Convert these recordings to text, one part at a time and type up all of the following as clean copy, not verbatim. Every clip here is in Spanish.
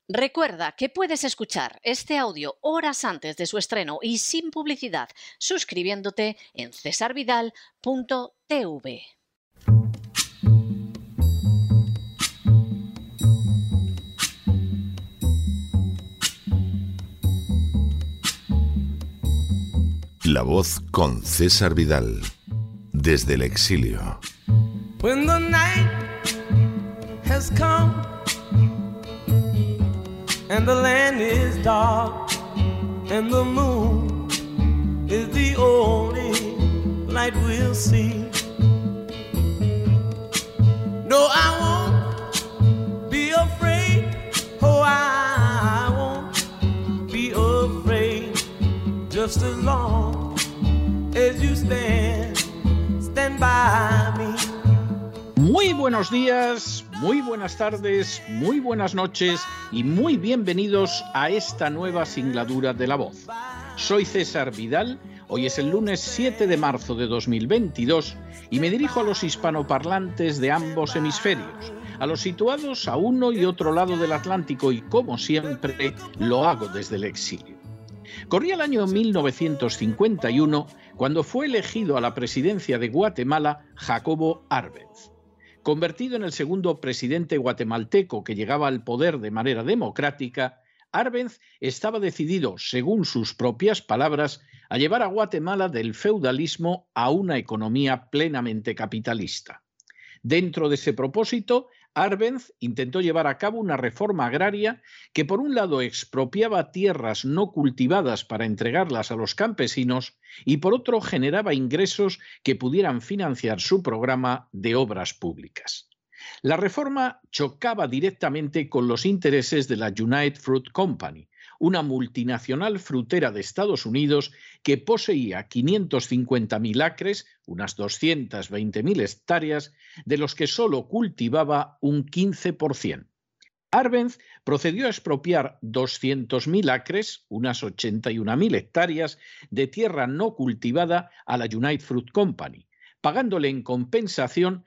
Recuerda que puedes escuchar este audio horas antes de su estreno y sin publicidad suscribiéndote en cesarvidal.tv. La Voz con César Vidal, desde el exilio. When the night has come and the land is dark and the moon is the only light we'll see. No, I won't be afraid. Oh, I won't be afraid. Just as long as you stand by me. Muy buenos días, muy buenas tardes, muy buenas noches y muy bienvenidos a esta nueva singladura de La Voz. Soy César Vidal, hoy es el lunes 7 de marzo de 2022 y me dirijo a los hispanoparlantes de ambos hemisferios, a los situados a uno y otro lado del Atlántico y, como siempre, lo hago desde el exilio. Corría el año 1951 cuando fue elegido a la presidencia de Guatemala Jacobo Arbenz. Convertido en el segundo presidente guatemalteco que llegaba al poder de manera democrática, Arbenz estaba decidido, según sus propias palabras, a llevar a Guatemala del feudalismo a una economía plenamente capitalista. Dentro de ese propósito, Arbenz intentó llevar a cabo una reforma agraria que, por un lado, expropiaba tierras no cultivadas para entregarlas a los campesinos y, por otro, generaba ingresos que pudieran financiar su programa de obras públicas. La reforma chocaba directamente con los intereses de la United Fruit Company, una multinacional frutera de Estados Unidos que poseía 550.000 acres, unas 220.000 hectáreas, de los que solo cultivaba un 15%. Arbenz procedió a expropiar 200.000 acres, unas 81.000 hectáreas, de tierra no cultivada a la United Fruit Company, pagándole en compensación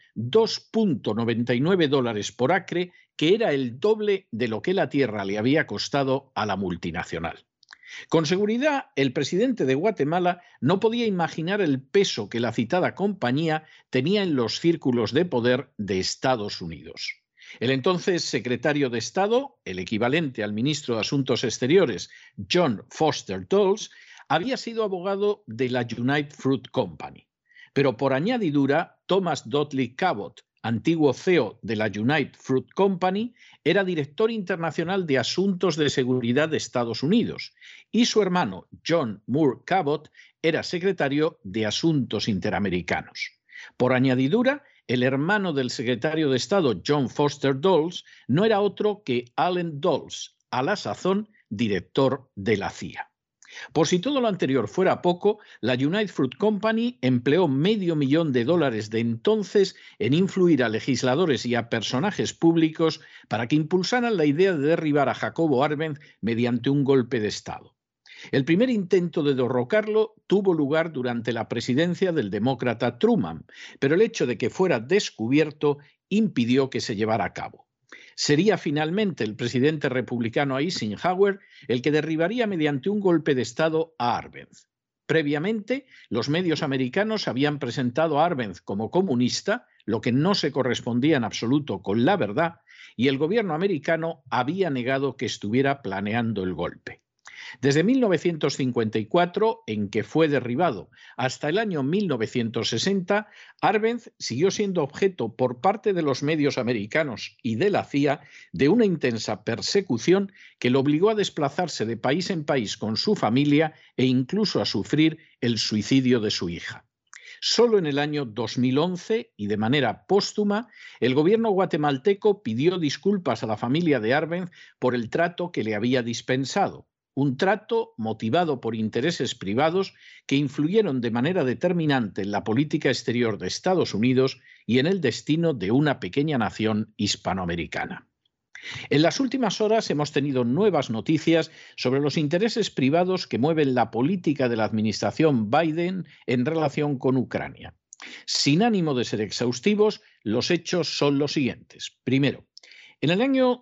$2.99 por acre, que era el doble de lo que la tierra le había costado a la multinacional. Con seguridad, el presidente de Guatemala no podía imaginar el peso que la citada compañía tenía en los círculos de poder de Estados Unidos. El entonces secretario de Estado, el equivalente al ministro de Asuntos Exteriores, John Foster Dulles, había sido abogado de la United Fruit Company. Pero por añadidura, Thomas Dudley Cabot, antiguo CEO de la United Fruit Company, era director internacional de Asuntos de Seguridad de Estados Unidos y su hermano John Moore Cabot era secretario de Asuntos Interamericanos. Por añadidura, el hermano del secretario de Estado John Foster Dulles no era otro que Allen Dulles, a la sazón director de la CIA. Por si todo lo anterior fuera poco, la United Fruit Company empleó $500,000 de entonces en influir a legisladores y a personajes públicos para que impulsaran la idea de derribar a Jacobo Arbenz mediante un golpe de Estado. El primer intento de derrocarlo tuvo lugar durante la presidencia del demócrata Truman, pero el hecho de que fuera descubierto impidió que se llevara a cabo. Sería finalmente el presidente republicano Eisenhower el que derribaría mediante un golpe de Estado a Arbenz. Previamente, los medios americanos habían presentado a Arbenz como comunista, lo que no se correspondía en absoluto con la verdad, y el gobierno americano había negado que estuviera planeando el golpe. Desde 1954, en que fue derribado, hasta el año 1960, Arbenz siguió siendo objeto por parte de los medios americanos y de la CIA de una intensa persecución que lo obligó a desplazarse de país en país con su familia e incluso a sufrir el suicidio de su hija. Solo en el año 2011, y de manera póstuma, el gobierno guatemalteco pidió disculpas a la familia de Arbenz por el trato que le había dispensado. Un trato motivado por intereses privados que influyeron de manera determinante en la política exterior de Estados Unidos y en el destino de una pequeña nación hispanoamericana. En las últimas horas hemos tenido nuevas noticias sobre los intereses privados que mueven la política de la administración Biden en relación con Ucrania. Sin ánimo de ser exhaustivos, los hechos son los siguientes. Primero, En el año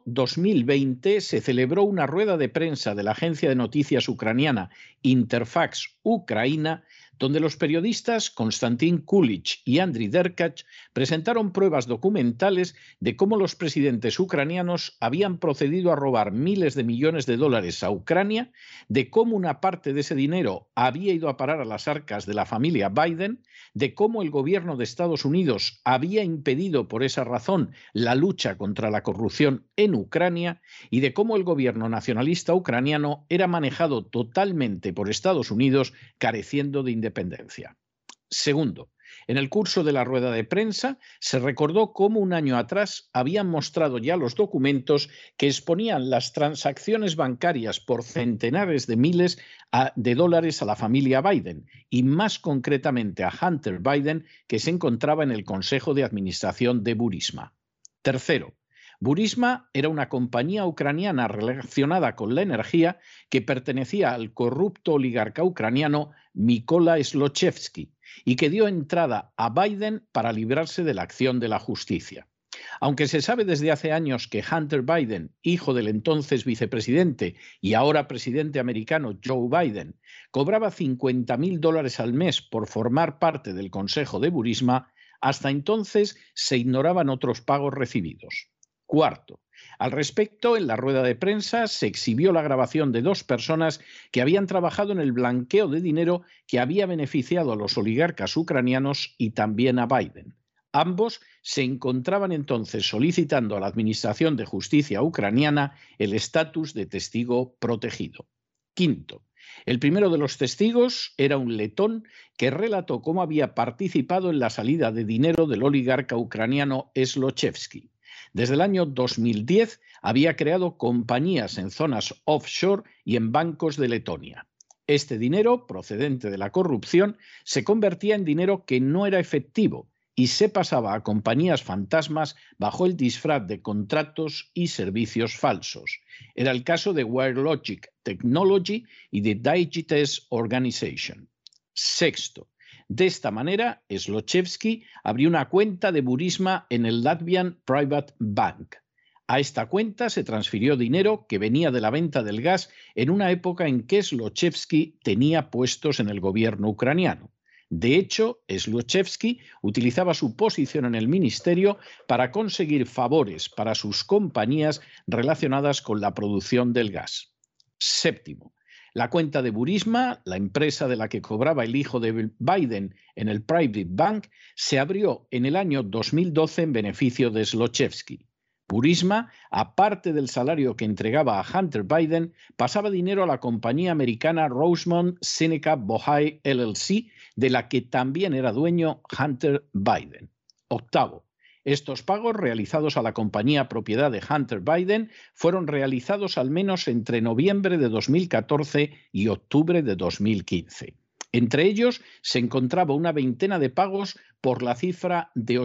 2020 se celebró una rueda de prensa de la agencia de noticias ucraniana Interfax Ucraina, donde los periodistas Konstantin Kulich y Andriy Derkach presentaron pruebas documentales de cómo los presidentes ucranianos habían procedido a robar miles de millones de dólares a Ucrania, de cómo una parte de ese dinero había ido a parar a las arcas de la familia Biden, de cómo el gobierno de Estados Unidos había impedido por esa razón la lucha contra la corrupción en Ucrania y de cómo el gobierno nacionalista ucraniano era manejado totalmente por Estados Unidos, careciendo de independencia. Segundo, en el curso de la rueda de prensa se recordó cómo un año atrás habían mostrado ya los documentos que exponían las transacciones bancarias por centenares de miles de dólares a la familia Biden y más concretamente a Hunter Biden, que se encontraba en el Consejo de Administración de Burisma. Tercero, Burisma era una compañía ucraniana relacionada con la energía que pertenecía al corrupto oligarca ucraniano Mykola Zlochevsky y que dio entrada a Biden para librarse de la acción de la justicia. Aunque se sabe desde hace años que Hunter Biden, hijo del entonces vicepresidente y ahora presidente americano Joe Biden, cobraba $50.000 al mes por formar parte del Consejo de Burisma, hasta entonces se ignoraban otros pagos recibidos. Cuarto, al respecto, en la rueda de prensa se exhibió la grabación de dos personas que habían trabajado en el blanqueo de dinero que había beneficiado a los oligarcas ucranianos y también a Biden. Ambos se encontraban entonces solicitando a la Administración de Justicia ucraniana el estatus de testigo protegido. Quinto, el primero de los testigos era un letón que relató cómo había participado en la salida de dinero del oligarca ucraniano Zlochevsky. Desde el año 2010 había creado compañías en zonas offshore y en bancos de Letonia. Este dinero, procedente de la corrupción, se convertía en dinero que no era efectivo y se pasaba a compañías fantasmas bajo el disfraz de contratos y servicios falsos. Era el caso de WireLogic Technology y de Digites Organization. Sexto, de esta manera, Zlochevsky abrió una cuenta de Burisma en el Latvian Private Bank. A esta cuenta se transfirió dinero que venía de la venta del gas en una época en que Zlochevsky tenía puestos en el gobierno ucraniano. De hecho, Zlochevsky utilizaba su posición en el ministerio para conseguir favores para sus compañías relacionadas con la producción del gas. Séptimo, la cuenta de Burisma, la empresa de la que cobraba el hijo de Biden en el Private Bank, se abrió en el año 2012 en beneficio de Zlochevsky. Burisma, aparte del salario que entregaba a Hunter Biden, pasaba dinero a la compañía americana Rosemont Seneca Bohai LLC, de la que también era dueño Hunter Biden. Octavo, estos pagos realizados a la compañía propiedad de Hunter Biden fueron realizados al menos entre noviembre de 2014 y octubre de 2015. Entre ellos se encontraba una veintena de pagos por la cifra de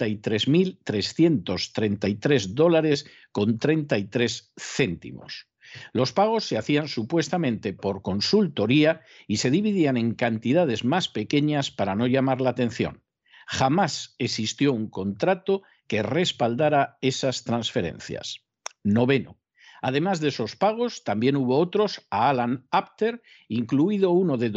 $83.333,33. Los pagos se hacían supuestamente por consultoría y se dividían en cantidades más pequeñas para no llamar la atención. Jamás existió un contrato que respaldara esas transferencias. Noveno. Además de esos pagos, también hubo otros a Alan Apter, incluido uno de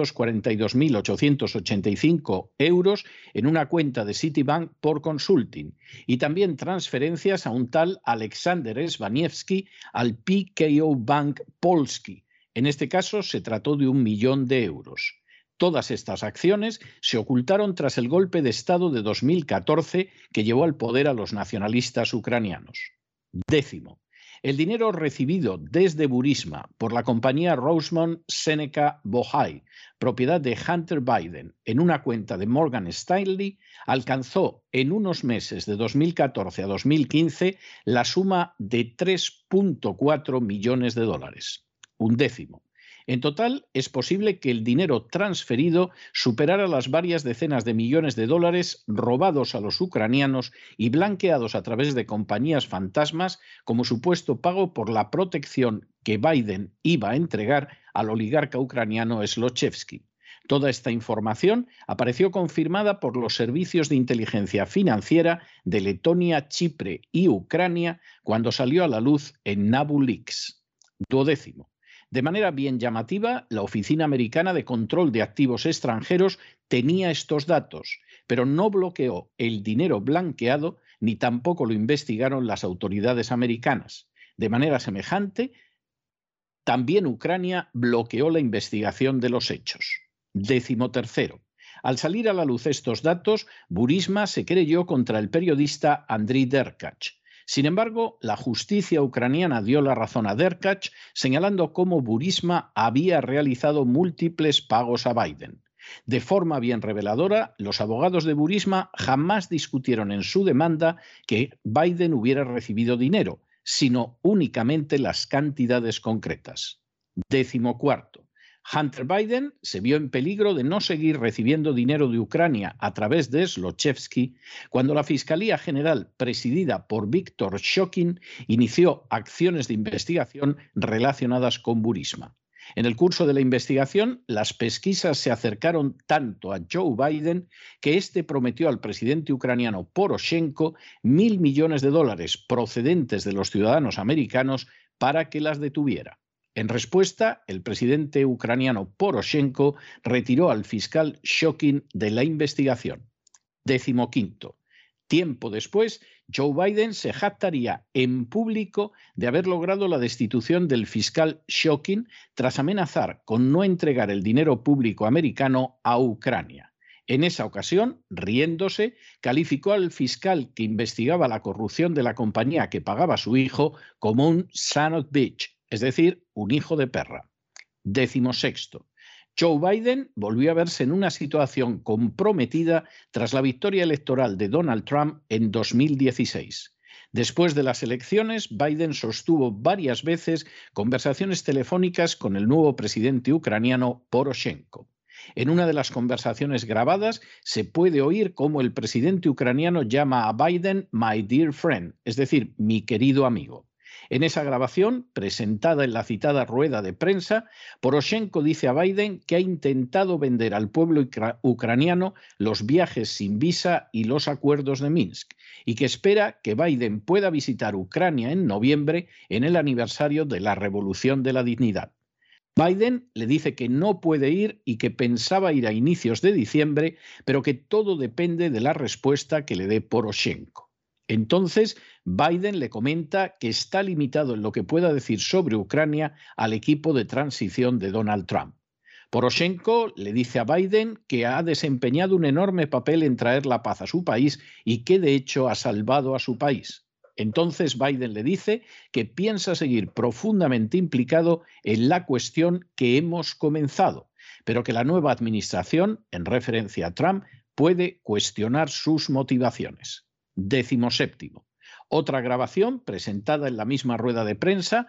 242.885 euros en una cuenta de Citibank por consulting, y también transferencias a un tal Alexander Svaniewski al PKO Bank Polski. En este caso se trató de 1 millón de euros. Todas estas acciones se ocultaron tras el golpe de Estado de 2014 que llevó al poder a los nacionalistas ucranianos. Décimo. El dinero recibido desde Burisma por la compañía Rosemont Seneca Bohai, propiedad de Hunter Biden, en una cuenta de Morgan Stanley, alcanzó en unos meses de 2014 a 2015 la suma de 3,4 millones de dólares. Un décimo. En total, es posible que el dinero transferido superara las varias decenas de millones de dólares robados a los ucranianos y blanqueados a través de compañías fantasmas como supuesto pago por la protección que Biden iba a entregar al oligarca ucraniano Zlochevsky. Toda esta información apareció confirmada por los servicios de inteligencia financiera de Letonia, Chipre y Ucrania cuando salió a la luz en Nabu Leaks. 12. De manera bien llamativa, la Oficina Americana de Control de Activos Extranjeros tenía estos datos, pero no bloqueó el dinero blanqueado ni tampoco lo investigaron las autoridades americanas. De manera semejante, también Ucrania bloqueó la investigación de los hechos. 13. Al salir a la luz estos datos, Burisma se querelló contra el periodista Andriy Derkach. Sin embargo, la justicia ucraniana dio la razón a Derkach, señalando cómo Burisma había realizado múltiples pagos a Biden. De forma bien reveladora, los abogados de Burisma jamás discutieron en su demanda que Biden hubiera recibido dinero, sino únicamente las cantidades concretas. 14. Hunter Biden se vio en peligro de no seguir recibiendo dinero de Ucrania a través de Zlochevsky cuando la Fiscalía General, presidida por Viktor Shokin, inició acciones de investigación relacionadas con Burisma. En el curso de la investigación, las pesquisas se acercaron tanto a Joe Biden que éste prometió al presidente ucraniano Poroshenko $1.000 millones procedentes de los ciudadanos americanos para que las detuviera. En respuesta, el presidente ucraniano Poroshenko retiró al fiscal Shokin de la investigación. 15. Tiempo después, Joe Biden se jactaría en público de haber logrado la destitución del fiscal Shokin tras amenazar con no entregar el dinero público americano a Ucrania. En esa ocasión, riéndose, calificó al fiscal que investigaba la corrupción de la compañía que pagaba a su hijo como un son of bitch, es decir, un hijo de perra. 16. Joe Biden volvió a verse en una situación comprometida tras la victoria electoral de Donald Trump en 2016. Después de las elecciones, Biden sostuvo varias veces conversaciones telefónicas con el nuevo presidente ucraniano Poroshenko. En una de las conversaciones grabadas se puede oír cómo el presidente ucraniano llama a Biden "my dear friend", es decir, mi querido amigo. En esa grabación, presentada en la citada rueda de prensa, Poroshenko dice a Biden que ha intentado vender al pueblo ucraniano los viajes sin visa y los acuerdos de Minsk, y que espera que Biden pueda visitar Ucrania en noviembre en el aniversario de la Revolución de la Dignidad. Biden le dice que no puede ir y que pensaba ir a inicios de diciembre, pero que todo depende de la respuesta que le dé Poroshenko. Entonces, Biden le comenta que está limitado en lo que pueda decir sobre Ucrania al equipo de transición de Donald Trump. Poroshenko le dice a Biden que ha desempeñado un enorme papel en traer la paz a su país y que de hecho ha salvado a su país. Entonces Biden le dice que piensa seguir profundamente implicado en la cuestión que hemos comenzado, pero que la nueva administración, en referencia a Trump, puede cuestionar sus motivaciones. 17. Otra grabación, presentada en la misma rueda de prensa,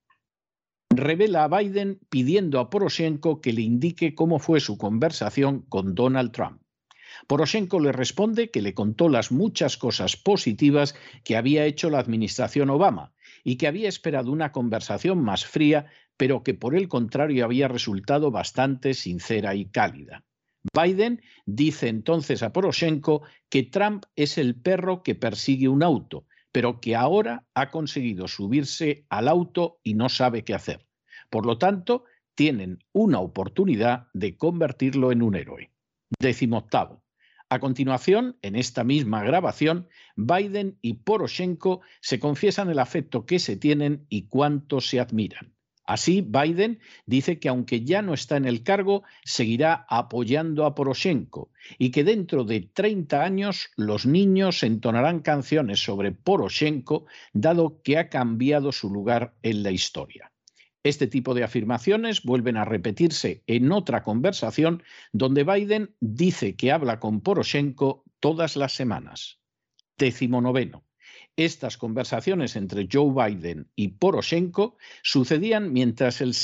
revela a Biden pidiendo a Poroshenko que le indique cómo fue su conversación con Donald Trump. Poroshenko le responde que le contó las muchas cosas positivas que había hecho la administración Obama y que había esperado una conversación más fría, pero que por el contrario había resultado bastante sincera y cálida. Biden dice entonces a Poroshenko que Trump es el perro que persigue un auto, pero que ahora ha conseguido subirse al auto y no sabe qué hacer. Por lo tanto, tienen una oportunidad de convertirlo en un héroe. 18. A continuación, en esta misma grabación, Biden y Poroshenko se confiesan el afecto que se tienen y cuánto se admiran. Así, Biden dice que aunque ya no está en el cargo, seguirá apoyando a Poroshenko y que dentro de 30 años los niños entonarán canciones sobre Poroshenko, dado que ha cambiado su lugar en la historia. Este tipo de afirmaciones vuelven a repetirse en otra conversación donde Biden dice que habla con Poroshenko todas las semanas. 19. Estas conversaciones entre Joe Biden y Poroshenko sucedían mientras el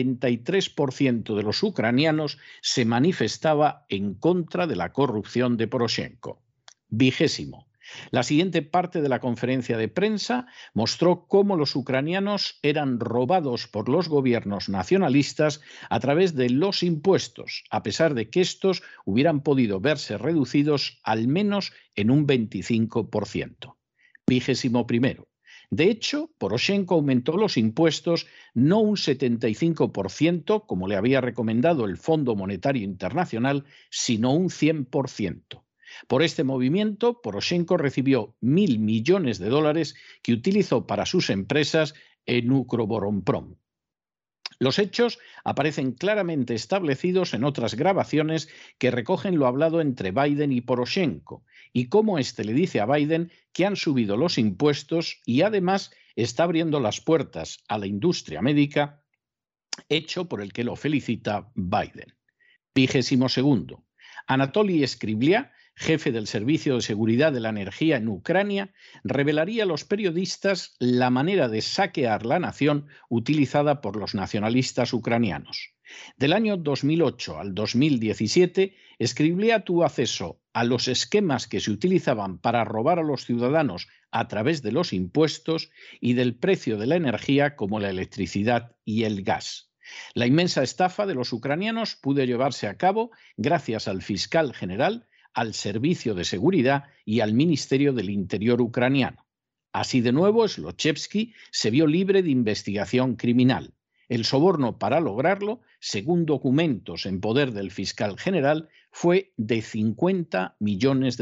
73% de los ucranianos se manifestaba en contra de la corrupción de Poroshenko. 20. La siguiente parte de la conferencia de prensa mostró cómo los ucranianos eran robados por los gobiernos nacionalistas a través de los impuestos, a pesar de que estos hubieran podido verse reducidos al menos en un 25%. 21. De hecho, Poroshenko aumentó los impuestos no un 75%, como le había recomendado el Fondo Monetario Internacional, sino un 100%. Por este movimiento, Poroshenko recibió $1.000 millones que utilizó para sus empresas en Ukroboronprom. Los hechos aparecen claramente establecidos en otras grabaciones que recogen lo hablado entre Biden y Poroshenko, y cómo éste le dice a Biden que han subido los impuestos y además está abriendo las puertas a la industria médica, hecho por el que lo felicita Biden. 22. Anatoly Scriblia, jefe del Servicio de Seguridad de la Energía en Ucrania, revelaría a los periodistas la manera de saquear la nación utilizada por los nacionalistas ucranianos. Del año 2008 al 2017, Scriblia tuvo acceso a los esquemas que se utilizaban para robar a los ciudadanos a través de los impuestos y del precio de la energía como la electricidad y el gas. La inmensa estafa de los ucranianos pudo llevarse a cabo gracias al fiscal general, al Servicio de Seguridad y al Ministerio del Interior ucraniano. Así de nuevo, Zlochevsky se vio libre de investigación criminal. El soborno para lograrlo, según documentos en poder del fiscal general, fue de $50 millones.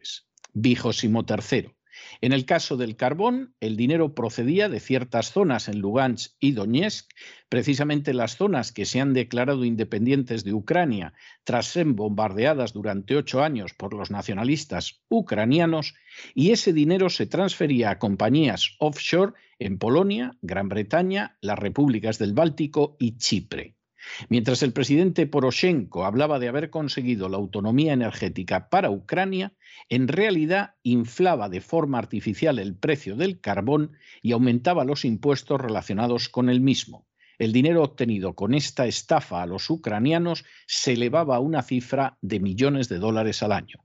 23. En el caso del carbón, el dinero procedía de ciertas zonas en Lugansk y Donetsk, precisamente las zonas que se han declarado independientes de Ucrania tras ser bombardeadas durante 8 años por los nacionalistas ucranianos, y ese dinero se transfería a compañías offshore en Polonia, Gran Bretaña, las repúblicas del Báltico y Chipre. Mientras el presidente Poroshenko hablaba de haber conseguido la autonomía energética para Ucrania, en realidad inflaba de forma artificial el precio del carbón y aumentaba los impuestos relacionados con el mismo. El dinero obtenido con esta estafa a los ucranianos se elevaba a una cifra de millones de dólares al año.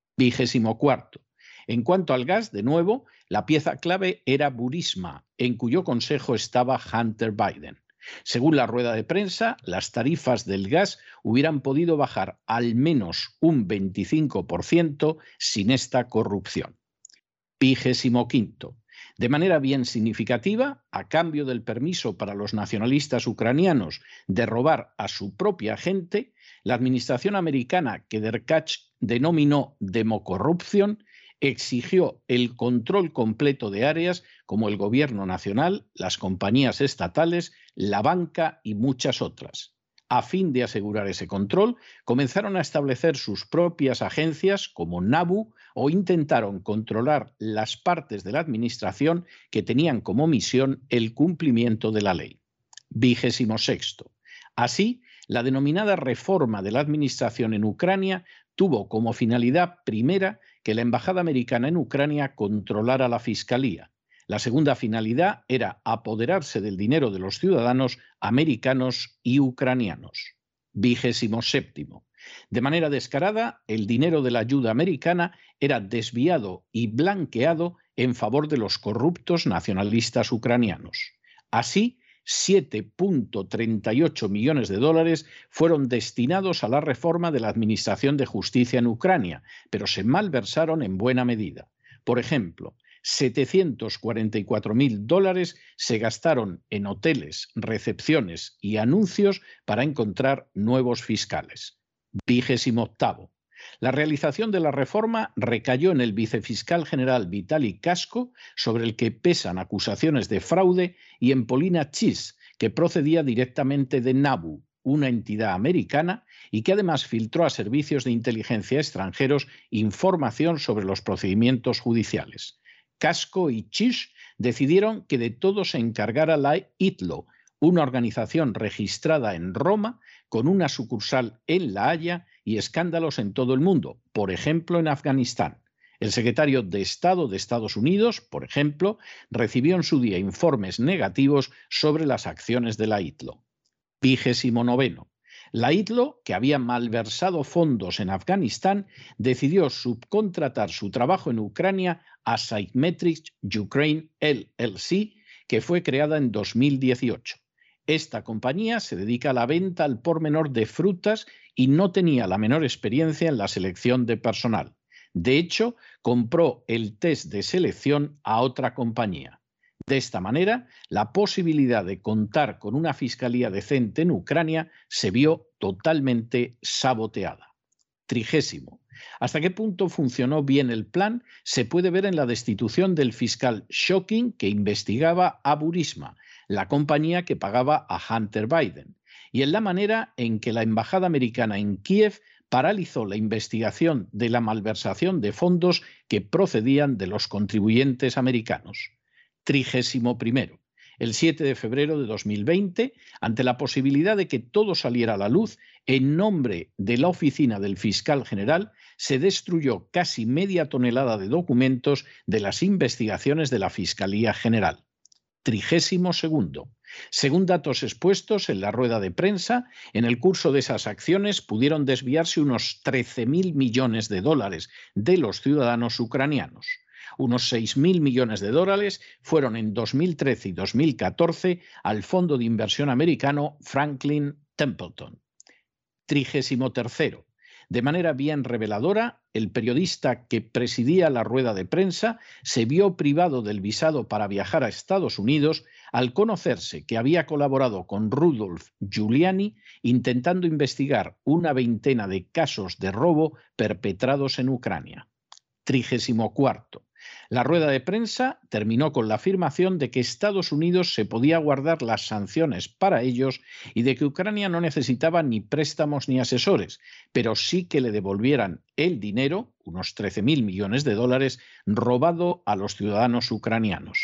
24. En cuanto al gas, de nuevo, la pieza clave era Burisma, en cuyo consejo estaba Hunter Biden. Según la rueda de prensa, las tarifas del gas hubieran podido bajar al menos un 25% sin esta corrupción. 25. De manera bien significativa, a cambio del permiso para los nacionalistas ucranianos de robar a su propia gente, la administración americana, que Derkach denominó democorrupción, exigió el control completo de áreas como el gobierno nacional, las compañías estatales, la banca y muchas otras. A fin de asegurar ese control, comenzaron a establecer sus propias agencias como NABU o intentaron controlar las partes de la administración que tenían como misión el cumplimiento de la ley. 26. Así, la denominada reforma de la administración en Ucrania tuvo como finalidad primera que la embajada americana en Ucrania controlara la fiscalía. La segunda finalidad era apoderarse del dinero de los ciudadanos americanos y ucranianos. 27. De manera descarada, el dinero de la ayuda americana era desviado y blanqueado en favor de los corruptos nacionalistas ucranianos. Así, $7.38 millones fueron destinados a la reforma de la Administración de Justicia en Ucrania, pero se malversaron en buena medida. Por ejemplo, $744.000 se gastaron en hoteles, recepciones y anuncios para encontrar nuevos fiscales. 28. La realización de la reforma recayó en el vicefiscal general Vitaly Kasko, sobre el que pesan acusaciones de fraude, y en Polina Chis, que procedía directamente de NABU, una entidad americana, y que además filtró a servicios de inteligencia extranjeros información sobre los procedimientos judiciales. Kasko y Chis decidieron que de todo se encargara la ITLO, una organización registrada en Roma con una sucursal en La Haya y escándalos en todo el mundo, por ejemplo en Afganistán. El secretario de Estado de Estados Unidos, por ejemplo, recibió en su día informes negativos sobre las acciones de la ITLO. 29. La ITLO, que había malversado fondos en Afganistán, decidió subcontratar su trabajo en Ucrania a Symmetrics Ukraine LLC, que fue creada en 2018. Esta compañía se dedica a la venta al por menor de frutas y no tenía la menor experiencia en la selección de personal. De hecho, compró el test de selección a otra compañía. De esta manera, la posibilidad de contar con una fiscalía decente en Ucrania se vio totalmente saboteada. 30. ¿Hasta qué punto funcionó bien el plan? Se puede ver en la destitución del fiscal Shokin, que investigaba a Burisma, la compañía que pagaba a Hunter Biden, y en la manera en que la embajada americana en Kiev paralizó la investigación de la malversación de fondos que procedían de los contribuyentes americanos. 31. El 7 de febrero de 2020, ante la posibilidad de que todo saliera a la luz, en nombre de la oficina del fiscal general, se destruyó casi media tonelada de documentos de las investigaciones de la Fiscalía General. 32. Según datos expuestos en la rueda de prensa, en el curso de esas acciones pudieron desviarse unos 13.000 millones de dólares de los ciudadanos ucranianos. Unos 6.000 millones de dólares fueron en 2013 y 2014 al fondo de inversión americano Franklin Templeton. 33. De manera bien reveladora, el periodista que presidía la rueda de prensa se vio privado del visado para viajar a Estados Unidos al conocerse que había colaborado con Rudolph Giuliani intentando investigar una veintena de casos de robo perpetrados en Ucrania. 34. La rueda de prensa terminó con la afirmación de que Estados Unidos se podía guardar las sanciones para ellos y de que Ucrania no necesitaba ni préstamos ni asesores, pero sí que le devolvieran el dinero, unos 13.000 millones de dólares, robado a los ciudadanos ucranianos.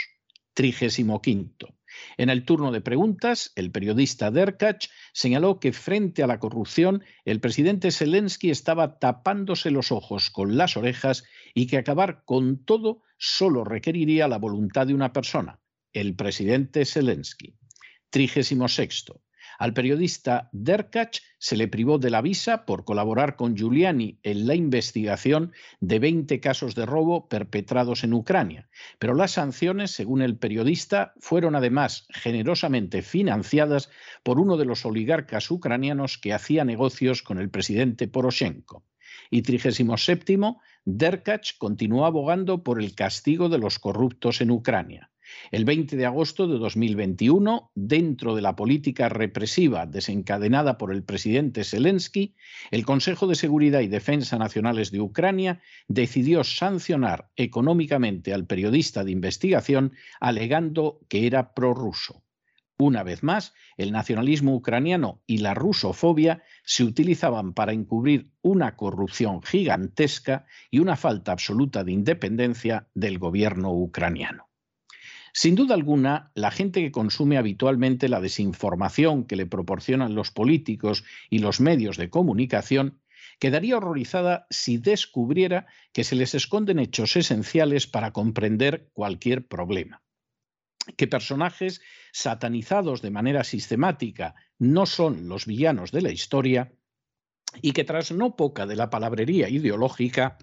35. En el turno de preguntas, el periodista Derkach señaló que frente a la corrupción, el presidente Zelensky estaba tapándose los ojos con las orejas y que acabar con todo solo requeriría la voluntad de una persona, el presidente Zelensky. 36. Al periodista Derkach se le privó de la visa por colaborar con Giuliani en la investigación de 20 casos de robo perpetrados en Ucrania, pero las sanciones, según el periodista, fueron además generosamente financiadas por uno de los oligarcas ucranianos que hacía negocios con el presidente Poroshenko. Y 37. Derkach continuó abogando por el castigo de los corruptos en Ucrania. El 20 de agosto de 2021, dentro de la política represiva desencadenada por el presidente Zelensky, el Consejo de Seguridad y Defensa Nacionales de Ucrania decidió sancionar económicamente al periodista de investigación alegando que era prorruso. Una vez más, el nacionalismo ucraniano y la rusofobia se utilizaban para encubrir una corrupción gigantesca y una falta absoluta de independencia del gobierno ucraniano. Sin duda alguna, la gente que consume habitualmente la desinformación que le proporcionan los políticos y los medios de comunicación quedaría horrorizada si descubriera que se les esconden hechos esenciales para comprender cualquier problema. Que personajes satanizados de manera sistemática no son los villanos de la historia y que tras no poca de la palabrería ideológica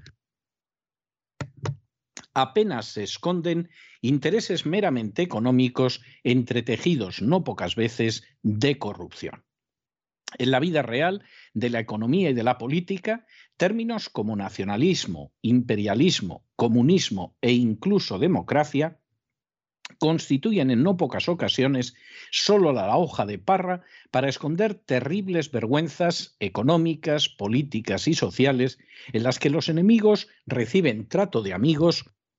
apenas se esconden intereses meramente económicos entretejidos no pocas veces de corrupción. En la vida real de la economía y de la política, términos como nacionalismo, imperialismo, comunismo e incluso democracia constituyen en no pocas ocasiones solo la hoja de parra para esconder terribles vergüenzas económicas, políticas y sociales en las que los enemigos reciben trato de amigos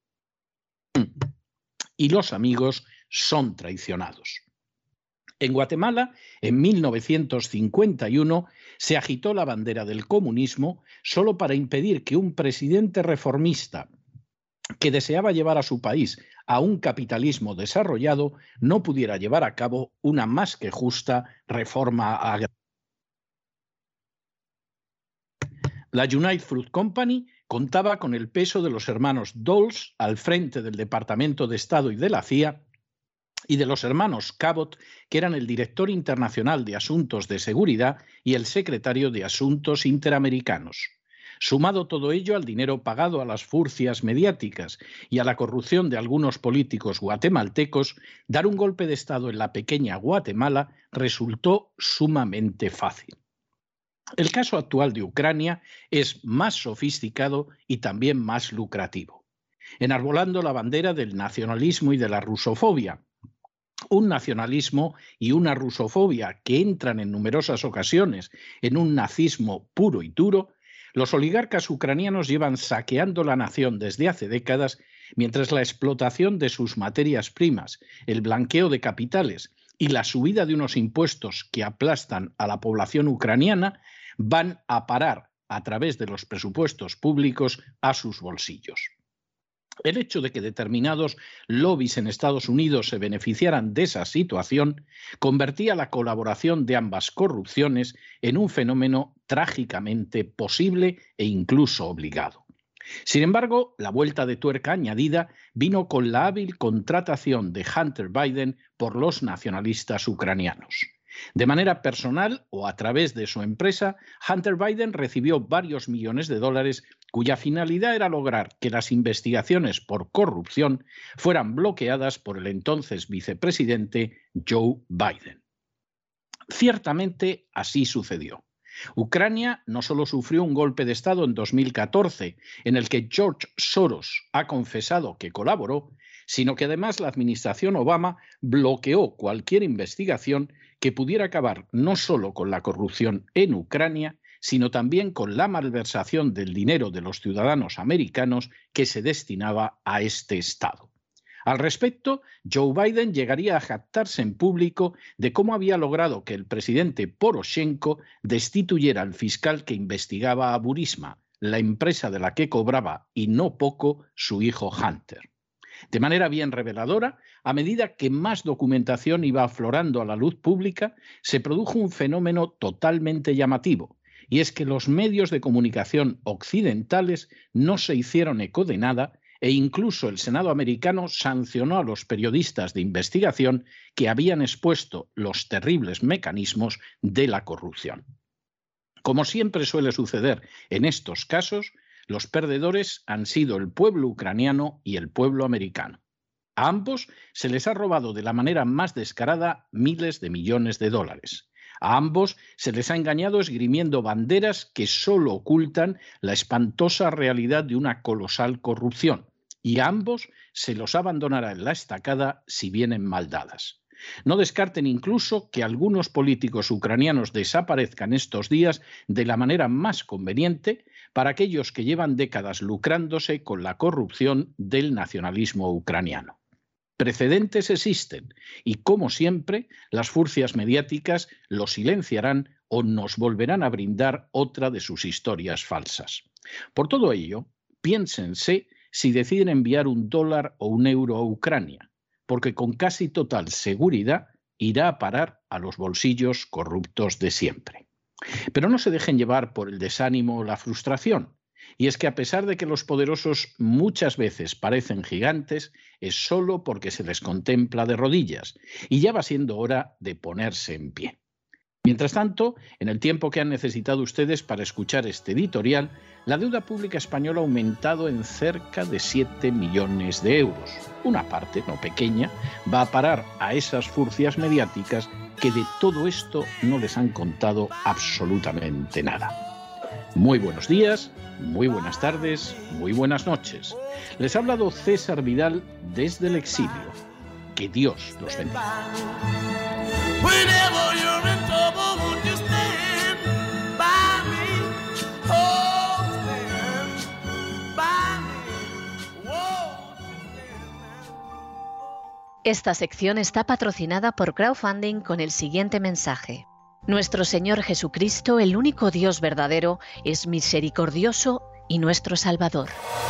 y los amigos son traicionados. En Guatemala, en 1951, se agitó la bandera del comunismo solo para impedir que un presidente reformista que deseaba llevar a su país a un capitalismo desarrollado no pudiera llevar a cabo una más que justa reforma agraria. La United Fruit Company contaba con el peso de los hermanos Dulles al frente del Departamento de Estado y de la CIA y de los hermanos Cabot, que eran el director internacional de Asuntos de Seguridad y el secretario de Asuntos Interamericanos. Sumado todo ello al dinero pagado a las furcias mediáticas y a la corrupción de algunos políticos guatemaltecos, dar un golpe de Estado en la pequeña Guatemala resultó sumamente fácil. El caso actual de Ucrania es más sofisticado y también más lucrativo. Enarbolando la bandera del nacionalismo y de la rusofobia, un nacionalismo y una rusofobia que entran en numerosas ocasiones en un nazismo puro y duro, los oligarcas ucranianos llevan saqueando la nación desde hace décadas, mientras la explotación de sus materias primas, el blanqueo de capitales y la subida de unos impuestos que aplastan a la población ucraniana van a parar a través de los presupuestos públicos a sus bolsillos. El hecho de que determinados lobbies en Estados Unidos se beneficiaran de esa situación convertía la colaboración de ambas corrupciones en un fenómeno trágicamente posible e incluso obligado. Sin embargo, la vuelta de tuerca añadida vino con la hábil contratación de Hunter Biden por los nacionalistas ucranianos. De manera personal o a través de su empresa, Hunter Biden recibió varios millones de dólares cuya finalidad era lograr que las investigaciones por corrupción fueran bloqueadas por el entonces vicepresidente Joe Biden. Ciertamente así sucedió. Ucrania no solo sufrió un golpe de Estado en 2014, en el que George Soros ha confesado que colaboró, sino que además la administración Obama bloqueó cualquier investigación que pudiera acabar no solo con la corrupción en Ucrania, sino también con la malversación del dinero de los ciudadanos americanos que se destinaba a este Estado. Al respecto, Joe Biden llegaría a jactarse en público de cómo había logrado que el presidente Poroshenko destituyera al fiscal que investigaba a Burisma, la empresa de la que cobraba, y no poco, su hijo Hunter. De manera bien reveladora, a medida que más documentación iba aflorando a la luz pública, se produjo un fenómeno totalmente llamativo, y es que los medios de comunicación occidentales no se hicieron eco de nada e incluso el Senado americano sancionó a los periodistas de investigación que habían expuesto los terribles mecanismos de la corrupción. Como siempre suele suceder en estos casos, los perdedores han sido el pueblo ucraniano y el pueblo americano. A ambos se les ha robado de la manera más descarada miles de millones de dólares. A ambos se les ha engañado esgrimiendo banderas que solo ocultan la espantosa realidad de una colosal corrupción, y a ambos se los abandonará en la estacada si vienen mal dadas. No descarten incluso que algunos políticos ucranianos desaparezcan estos días de la manera más conveniente para aquellos que llevan décadas lucrándose con la corrupción del nacionalismo ucraniano. Precedentes existen y, como siempre, las furcias mediáticas lo silenciarán o nos volverán a brindar otra de sus historias falsas. Por todo ello, piénsense si deciden enviar $1 o €1 a Ucrania, porque con casi total seguridad irá a parar a los bolsillos corruptos de siempre. Pero no se dejen llevar por el desánimo o la frustración. Y es que a pesar de que los poderosos muchas veces parecen gigantes, es solo porque se les contempla de rodillas y ya va siendo hora de ponerse en pie. Mientras tanto, en el tiempo que han necesitado ustedes para escuchar este editorial, la deuda pública española ha aumentado en cerca de 7 millones de euros. Una parte, no pequeña, va a parar a esas furcias mediáticas que de todo esto no les han contado absolutamente nada. Muy buenos días, muy buenas tardes, muy buenas noches. Les ha hablado César Vidal desde el exilio. Que Dios los bendiga. Esta sección está patrocinada por crowdfunding con el siguiente mensaje. Nuestro Señor Jesucristo, el único Dios verdadero, es misericordioso y nuestro Salvador.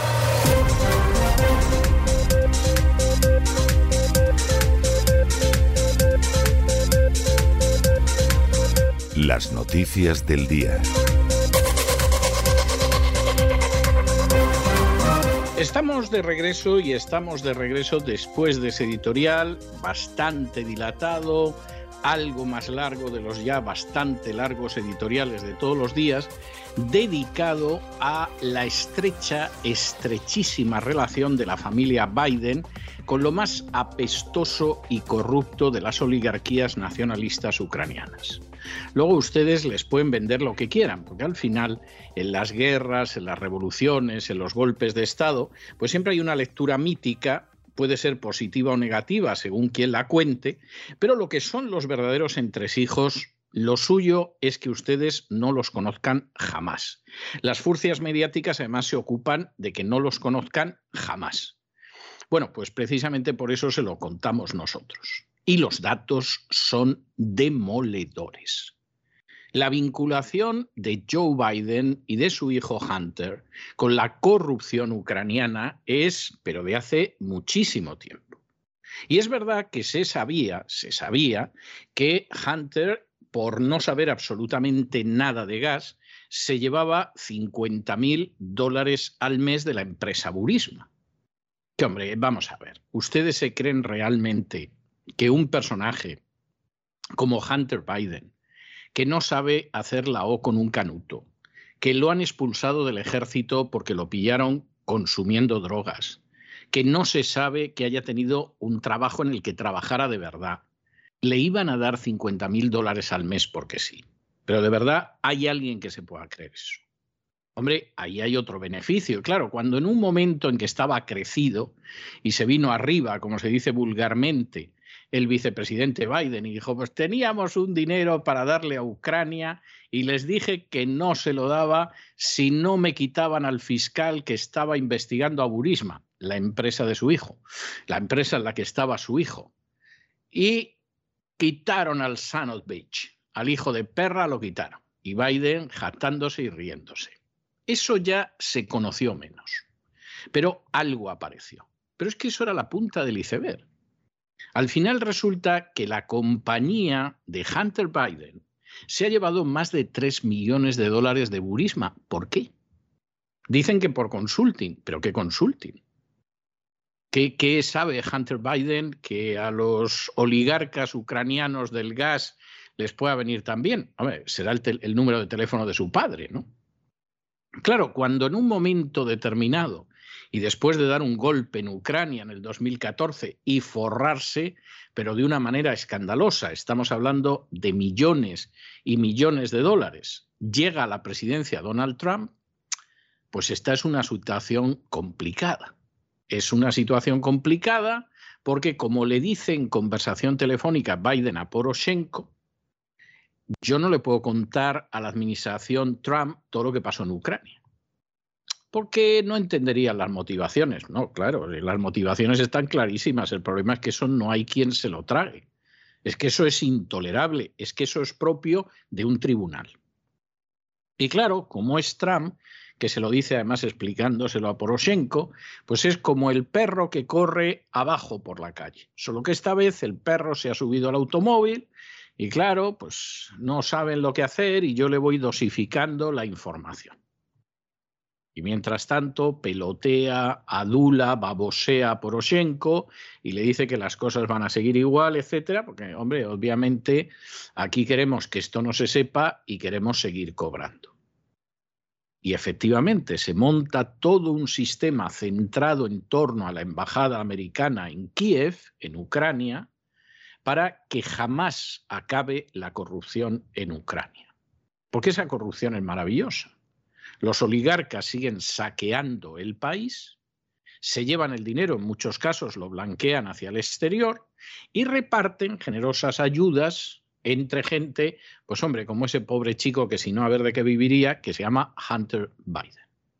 Las noticias del día. Estamos de regreso y estamos de regreso después de ese editorial bastante dilatado, algo más largo de los ya bastante largos editoriales de todos los días, dedicado a la estrechísima relación de la familia Biden con lo más apestoso y corrupto de las oligarquías nacionalistas ucranianas. Luego ustedes les pueden vender lo que quieran, porque al final en las guerras, en las revoluciones, en los golpes de Estado, pues siempre hay una lectura mítica, puede ser positiva o negativa según quien la cuente, pero lo que son los verdaderos entresijos, lo suyo es que ustedes no los conozcan jamás. Las furcias mediáticas además se ocupan de que no los conozcan jamás. Bueno, pues precisamente por eso se lo contamos nosotros. Y los datos son demoledores. La vinculación de Joe Biden y de su hijo Hunter con la corrupción ucraniana es, pero de hace muchísimo tiempo. Y es verdad que se sabía que Hunter, por no saber absolutamente nada de gas, se llevaba $50.000 al mes de la empresa Burisma. Que hombre, vamos a ver, ¿ustedes se creen realmente que un personaje como Hunter Biden, que no sabe hacer la O con un canuto, que lo han expulsado del ejército porque lo pillaron consumiendo drogas, que no se sabe que haya tenido un trabajo en el que trabajara de verdad, le iban a dar $50.000 al mes porque sí? Pero de verdad, ¿hay alguien que se pueda creer eso? Hombre, ahí hay otro beneficio. Claro, cuando en un momento en que estaba crecido y se vino arriba, como se dice vulgarmente, el vicepresidente Biden y dijo, pues teníamos un dinero para darle a Ucrania y les dije que no se lo daba si no me quitaban al fiscal que estaba investigando a Burisma, la empresa de su hijo, la empresa en la que estaba su hijo. Y quitaron al son of bitch, al hijo de perra lo quitaron. Y Biden jactándose y riéndose. Eso ya se conoció menos, pero algo apareció. Pero es que eso era la punta del iceberg. Al final resulta que la compañía de Hunter Biden se ha llevado más de $3 millones de Burisma. ¿Por qué? Dicen que por consulting, pero ¿qué consulting? ¿Qué sabe Hunter Biden que a los oligarcas ucranianos del gas les pueda venir también? A ver, será el número de teléfono de su padre, ¿no? Claro, cuando en un momento determinado y después de dar un golpe en Ucrania en el 2014 y forrarse, pero de una manera escandalosa, estamos hablando de millones y millones de dólares, llega a la presidencia Donald Trump, pues esta es una situación complicada. Es una situación complicada porque, como le dice en conversación telefónica Biden a Poroshenko, yo no le puedo contar a la administración Trump todo lo que pasó en Ucrania, porque no entenderían las motivaciones. No, claro, las motivaciones están clarísimas. El problema es que eso no hay quien se lo trague. Es que eso es intolerable, es que eso es propio de un tribunal. Y claro, como es Trump, que se lo dice además explicándoselo a Poroshenko, pues es como el perro que corre abajo por la calle. Solo que esta vez el perro se ha subido al automóvil y claro, pues no saben lo que hacer y yo le voy dosificando la información. Y mientras tanto pelotea, adula, babosea a Poroshenko y le dice que las cosas van a seguir igual, etcétera, porque, hombre, obviamente aquí queremos que esto no se sepa y queremos seguir cobrando. Y efectivamente se monta todo un sistema centrado en torno a la embajada americana en Kiev, en Ucrania, para que jamás acabe la corrupción en Ucrania. Porque esa corrupción es maravillosa. Los oligarcas siguen saqueando el país, se llevan el dinero, en muchos casos lo blanquean hacia el exterior y reparten generosas ayudas entre gente, pues hombre, como ese pobre chico que si no a ver de qué viviría, que se llama Hunter Biden.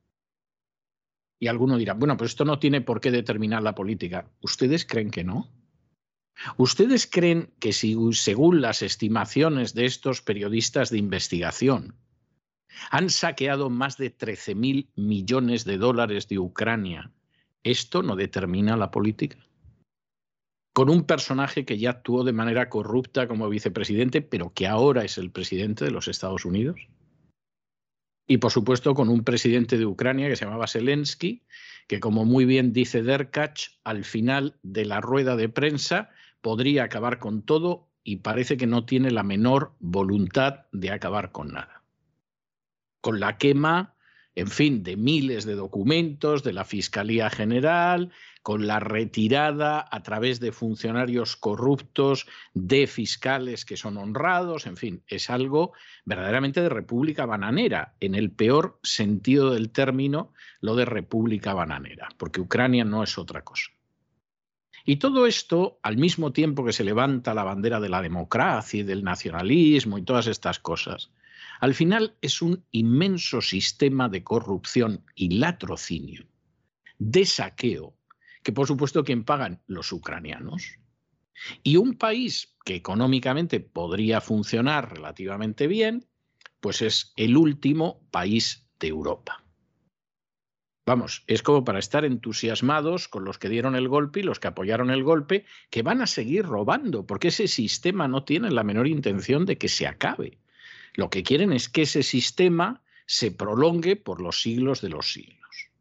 Y alguno dirá, bueno, pues esto no tiene por qué determinar la política. ¿Ustedes creen que no? ¿Ustedes creen que si, según las estimaciones de estos periodistas de investigación, han saqueado más de $13.000 millones de Ucrania, esto no determina la política? Con un personaje que ya actuó de manera corrupta como vicepresidente, pero que ahora es el presidente de los Estados Unidos. Y por supuesto con un presidente de Ucrania que se llamaba Zelensky, que como muy bien dice Derkach, al final de la rueda de prensa podría acabar con todo y parece que no tiene la menor voluntad de acabar con nada. Con la quema, en fin, de miles de documentos de la Fiscalía General, con la retirada a través de funcionarios corruptos de fiscales que son honrados, en fin, es algo verdaderamente de república bananera, en el peor sentido del término, lo de república bananera, porque Ucrania no es otra cosa. Y todo esto, al mismo tiempo que se levanta la bandera de la democracia y del nacionalismo y todas estas cosas, al final es un inmenso sistema de corrupción y latrocinio, de saqueo, que por supuesto quien pagan los ucranianos. Y un país que económicamente podría funcionar relativamente bien, pues es el último país de Europa. Vamos, es como para estar entusiasmados con los que dieron el golpe y los que apoyaron el golpe, que van a seguir robando, porque ese sistema no tiene la menor intención de que se acabe. Lo que quieren es que ese sistema se prolongue por los siglos de los siglos.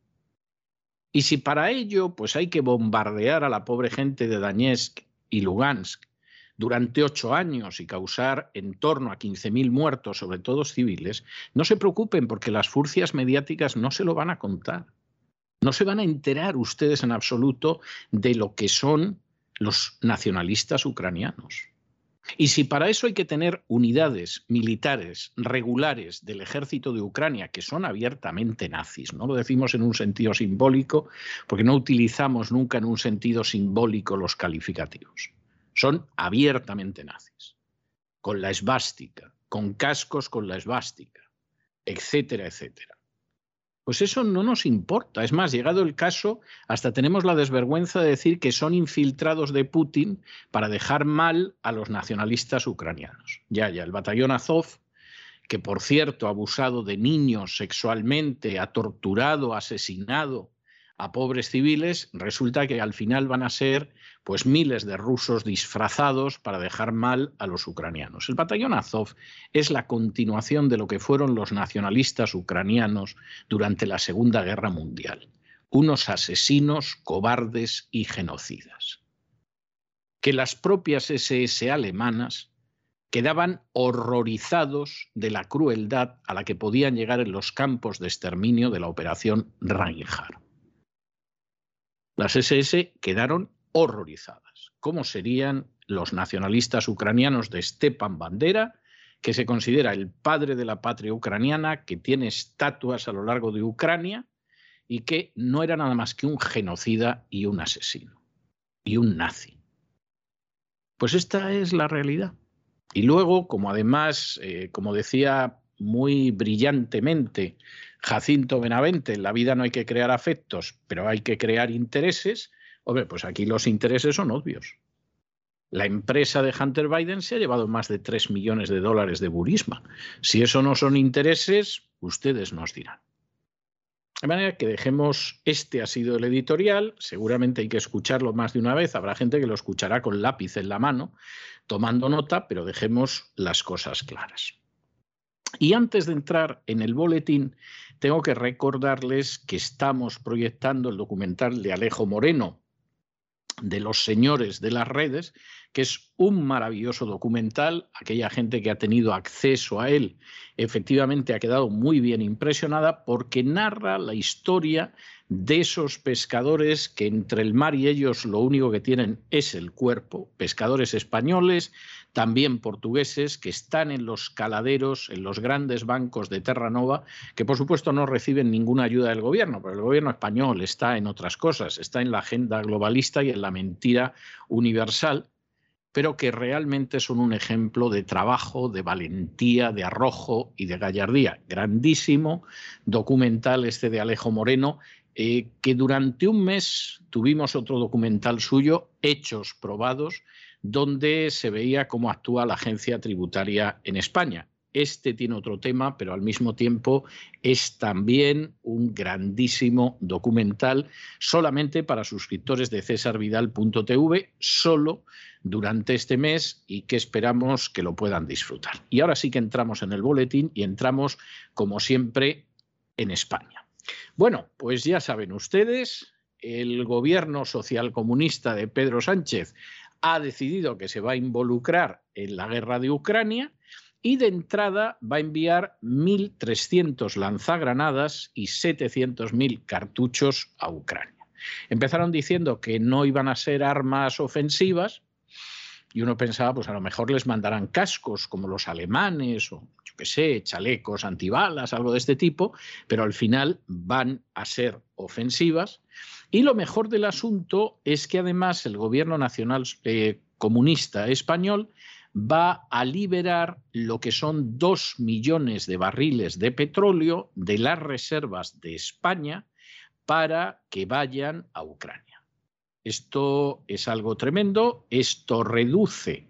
Y si para ello pues hay que bombardear a la pobre gente de Donetsk y Lugansk durante 8 años y causar en torno a 15.000 muertos, sobre todo civiles, no se preocupen porque las furcias mediáticas no se lo van a contar. No se van a enterar ustedes en absoluto de lo que son los nacionalistas ucranianos. Y si para eso hay que tener unidades militares regulares del ejército de Ucrania que son abiertamente nazis, no lo decimos en un sentido simbólico porque no utilizamos nunca en un sentido simbólico los calificativos, son abiertamente nazis, con la esvástica, con cascos con la esvástica, etcétera, etcétera. Pues eso no nos importa. Es más, llegado el caso, hasta tenemos la desvergüenza de decir que son infiltrados de Putin para dejar mal a los nacionalistas ucranianos. Ya, el batallón Azov, que por cierto ha abusado de niños sexualmente, ha torturado, asesinado a pobres civiles, resulta que al final van a ser pues miles de rusos disfrazados para dejar mal a los ucranianos. El batallón Azov es la continuación de lo que fueron los nacionalistas ucranianos durante la Segunda Guerra Mundial. Unos asesinos, cobardes y genocidas. Que las propias SS alemanas quedaban horrorizados de la crueldad a la que podían llegar en los campos de exterminio de la operación Reinhardt. Las SS quedaron horrorizadas. ¿Cómo serían los nacionalistas ucranianos de Stepan Bandera, que se considera el padre de la patria ucraniana, que tiene estatuas a lo largo de Ucrania y que no era nada más que un genocida y un asesino y un nazi? Pues esta es la realidad. Y luego, como además, como decía muy brillantemente Jacinto Benavente, en la vida no hay que crear afectos, pero hay que crear intereses. Hombre, pues aquí los intereses son obvios. La empresa de Hunter Biden se ha llevado más de $3 millones de Burisma. Si eso no son intereses, ustedes nos dirán. De manera que dejemos, este ha sido el editorial, seguramente hay que escucharlo más de una vez, habrá gente que lo escuchará con lápiz en la mano, tomando nota, pero dejemos las cosas claras. Y antes de entrar en el boletín, tengo que recordarles que estamos proyectando el documental de Alejo Moreno, de los señores de las redes, que es un maravilloso documental. Aquella gente que ha tenido acceso a él efectivamente ha quedado muy bien impresionada porque narra la historia de esos pescadores que entre el mar y ellos lo único que tienen es el cuerpo, pescadores españoles, también portugueses, que están en los caladeros, en los grandes bancos de Terranova, que por supuesto no reciben ninguna ayuda del gobierno, pero el gobierno español está en otras cosas, está en la agenda globalista y en la mentira universal, pero que realmente son un ejemplo de trabajo, de valentía, de arrojo y de gallardía. Grandísimo documental este de Alejo Moreno, que durante un mes tuvimos otro documental suyo, Hechos Probados, donde se veía cómo actúa la agencia tributaria en España. este tiene otro tema, pero al mismo tiempo es también un grandísimo documental solamente para suscriptores de cesarvidal.tv, solo durante este mes, y que esperamos que lo puedan disfrutar. Y ahora sí que entramos en el boletín y entramos, como siempre, en España. Bueno, pues ya saben ustedes, el gobierno socialcomunista de Pedro Sánchez ha decidido que se va a involucrar en la guerra de Ucrania y de entrada va a enviar 1.300 lanzagranadas y 700.000 cartuchos a Ucrania. Empezaron diciendo que no iban a ser armas ofensivas y uno pensaba, pues a lo mejor les mandarán cascos como los alemanes o, yo qué sé, chalecos antibalas, algo de este tipo, pero al final van a ser ofensivas. Y lo mejor del asunto es que además el gobierno nacional comunista español va a liberar lo que son 2 millones de barriles de petróleo de las reservas de España para que vayan a Ucrania. Esto es algo tremendo, esto reduce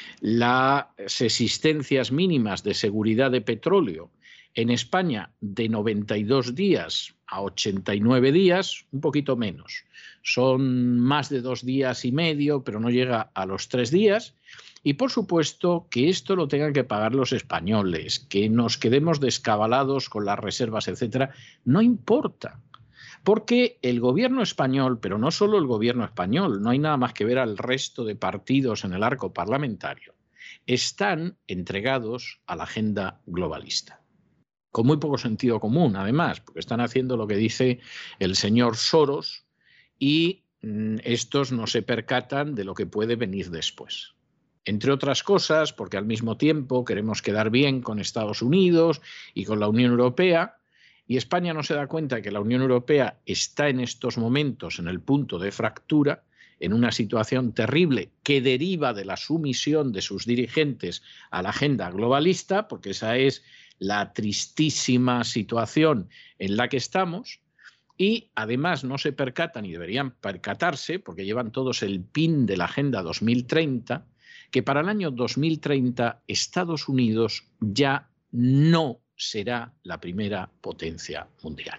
las existencias mínimas de seguridad de petróleo en España de 92 días a 89 días, un poquito menos. Son más de 2 días y medio, pero no llega a los 3 días. Y por supuesto que esto lo tengan que pagar los españoles, que nos quedemos descabalados con las reservas, etcétera, no importa. Porque el gobierno español, pero no solo el gobierno español, no hay nada más que ver al resto de partidos en el arco parlamentario, están entregados a la agenda globalista. Con muy poco sentido común, además, porque están haciendo lo que dice el señor Soros y estos no se percatan de lo que puede venir después. Entre otras cosas, porque al mismo tiempo queremos quedar bien con Estados Unidos y con la Unión Europea, y España no se da cuenta de que la Unión Europea está en estos momentos en el punto de fractura, en una situación terrible que deriva de la sumisión de sus dirigentes a la agenda globalista, porque esa es la tristísima situación en la que estamos, y además no se percatan, y deberían percatarse, porque llevan todos el pin de la Agenda 2030, que para el año 2030 Estados Unidos ya no será la primera potencia mundial.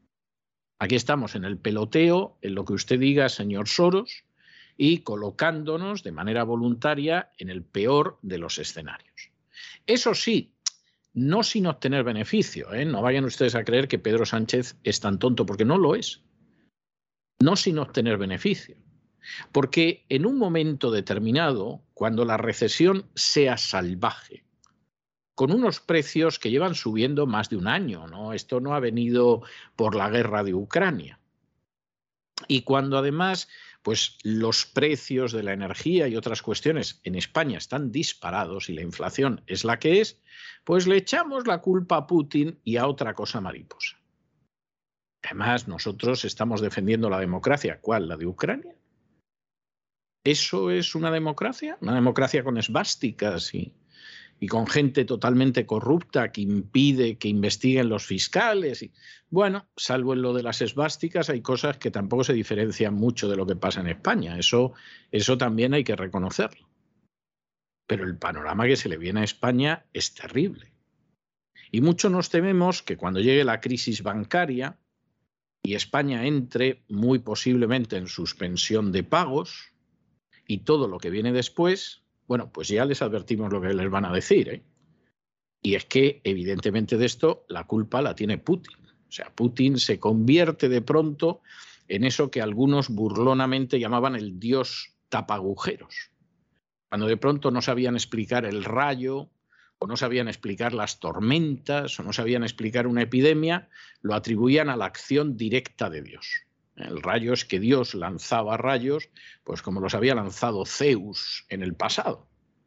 Aquí estamos en el peloteo, en lo que usted diga, señor Soros, y colocándonos de manera voluntaria en el peor de los escenarios. Eso sí, no sin obtener beneficio, ¿eh? No vayan ustedes a creer que Pedro Sánchez es tan tonto, porque no lo es. No sin obtener beneficio. Porque en un momento determinado, cuando la recesión sea salvaje, con unos precios que llevan subiendo más de un año, ¿no? Esto no ha venido por la guerra de Ucrania. Y cuando además pues los precios de la energía y otras cuestiones en España están disparados y la inflación es la que es, pues le echamos la culpa a Putin y a otra cosa mariposa. Además, nosotros estamos defendiendo la democracia. ¿Cuál? ¿La de Ucrania? ¿Eso es una democracia? ¿Una democracia con esvásticas y con gente totalmente corrupta que impide que investiguen los fiscales? Bueno, salvo en lo de las esvásticas, hay cosas que tampoco se diferencian mucho de lo que pasa en España. Eso también hay que reconocerlo. Pero el panorama que se le viene a España es terrible. Y mucho nos tememos que cuando llegue la crisis bancaria y España entre muy posiblemente en suspensión de pagos y todo lo que viene después, bueno, pues ya les advertimos lo que les van a decir, ¿eh? Y es que evidentemente de esto la culpa la tiene Putin. O sea, Putin se convierte de pronto en eso que algunos burlonamente llamaban el dios tapagujeros. Cuando de pronto no sabían explicar el rayo, o no sabían explicar las tormentas, o no sabían explicar una epidemia, lo atribuían a la acción directa de Dios. El rayo es que Dios lanzaba rayos, pues como los había lanzado Zeus en el pasado.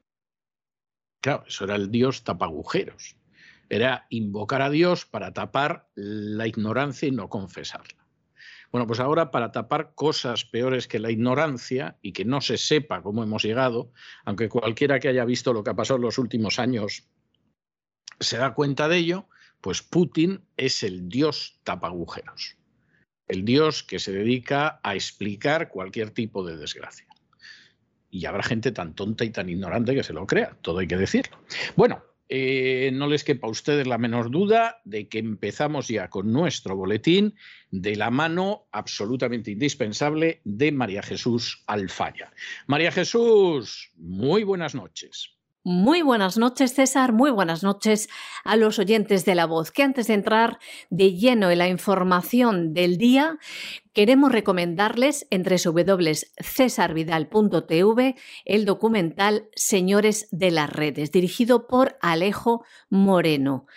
Claro, eso era el Dios tapagujeros. Era invocar a Dios para tapar la ignorancia y no confesarla. Bueno, pues ahora para tapar cosas peores que la ignorancia y que no se sepa cómo hemos llegado, aunque cualquiera que haya visto lo que ha pasado en los últimos años se da cuenta de ello, pues Putin es el dios tapagujeros. El dios que se dedica a explicar cualquier tipo de desgracia. Y habrá gente tan tonta y tan ignorante que se lo crea, todo hay que decirlo. Bueno, no les quepa a ustedes la menor duda de que empezamos ya con nuestro boletín de la mano absolutamente indispensable de María Jesús Alfaya. María Jesús, muy buenas noches. Muy buenas noches, César. Muy buenas noches a los oyentes de La Voz, que antes de entrar de lleno en la información del día, queremos recomendarles en www.cesarvidal.tv el documental Señores de las Redes, dirigido por Alejo Moreno.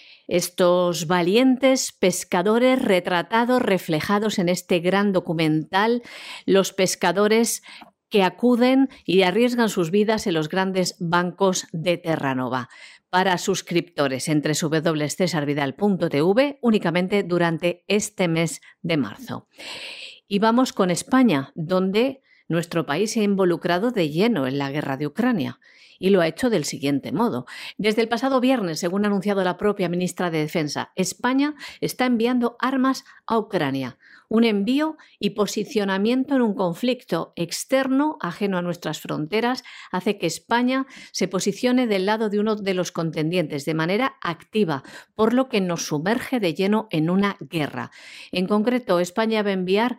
Estos valientes pescadores retratados, reflejados en este gran documental, los pescadores que acuden y arriesgan sus vidas en los grandes bancos de Terranova. Para suscriptores en www.cesarvidal.tv únicamente durante este mes de marzo. Y vamos con España, donde nuestro país se ha involucrado de lleno en la guerra de Ucrania. Y lo ha hecho del siguiente modo. Desde el pasado viernes, según ha anunciado la propia ministra de Defensa, España está enviando armas a Ucrania. Un envío y posicionamiento en un conflicto externo ajeno a nuestras fronteras hace que España se posicione del lado de uno de los contendientes de manera activa, por lo que nos sumerge de lleno en una guerra. En concreto, España va a enviar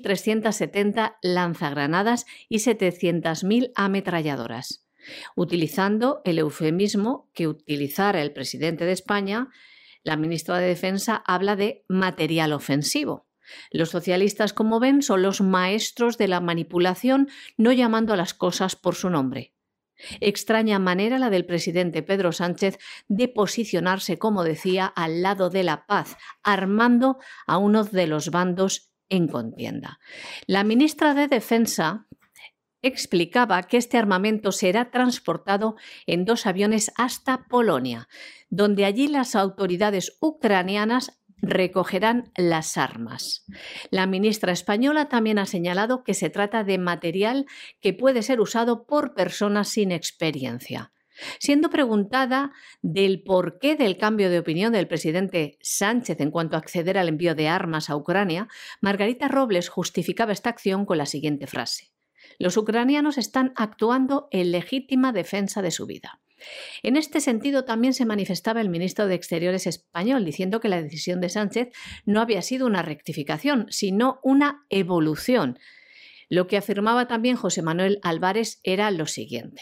1.370 lanzagranadas y 700.000 ametralladoras, utilizando el eufemismo que utilizara el presidente de España. La ministra de Defensa habla de material ofensivo. Los socialistas, como ven, son los maestros de la manipulación, no llamando a las cosas por su nombre. Extraña manera la del presidente Pedro Sánchez de posicionarse, como decía, al lado de la paz, armando a uno de los bandos en contienda. La ministra de Defensa explicaba que este armamento será transportado en 2 aviones hasta Polonia, donde allí las autoridades ucranianas recogerán las armas. La ministra española también ha señalado que se trata de material que puede ser usado por personas sin experiencia. Siendo preguntada del porqué del cambio de opinión del presidente Sánchez en cuanto a acceder al envío de armas a Ucrania, Margarita Robles justificaba esta acción con la siguiente frase: los ucranianos están actuando en legítima defensa de su vida. En este sentido también se manifestaba el ministro de Exteriores español, diciendo que la decisión de Sánchez no había sido una rectificación, sino una evolución. Lo que afirmaba también José Manuel Álvarez era lo siguiente.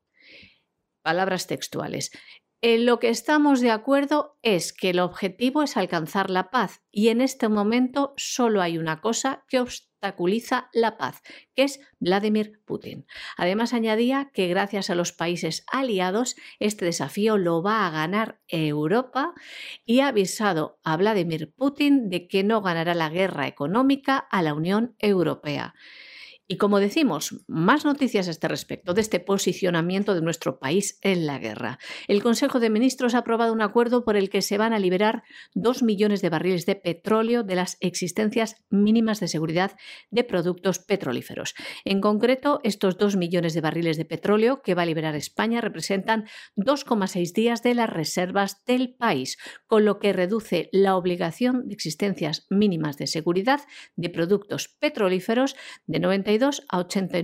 Palabras textuales. En lo que estamos de acuerdo es que el objetivo es alcanzar la paz y en este momento solo hay una cosa que obstaculiza la paz, que es Vladimir Putin. Además añadía que gracias a los países aliados este desafío lo va a ganar Europa y ha avisado a Vladimir Putin de que no ganará la guerra económica a la Unión Europea. Y como decimos, más noticias a este respecto, de este posicionamiento de nuestro país en la guerra. El Consejo de Ministros ha aprobado un acuerdo por el que se van a liberar 2 millones de barriles de petróleo de las existencias mínimas de seguridad de productos petrolíferos. En concreto, estos 2 millones de barriles de petróleo que va a liberar España representan 2,6 días de las reservas del país, con lo que reduce la obligación de existencias mínimas de seguridad de productos petrolíferos de 92 a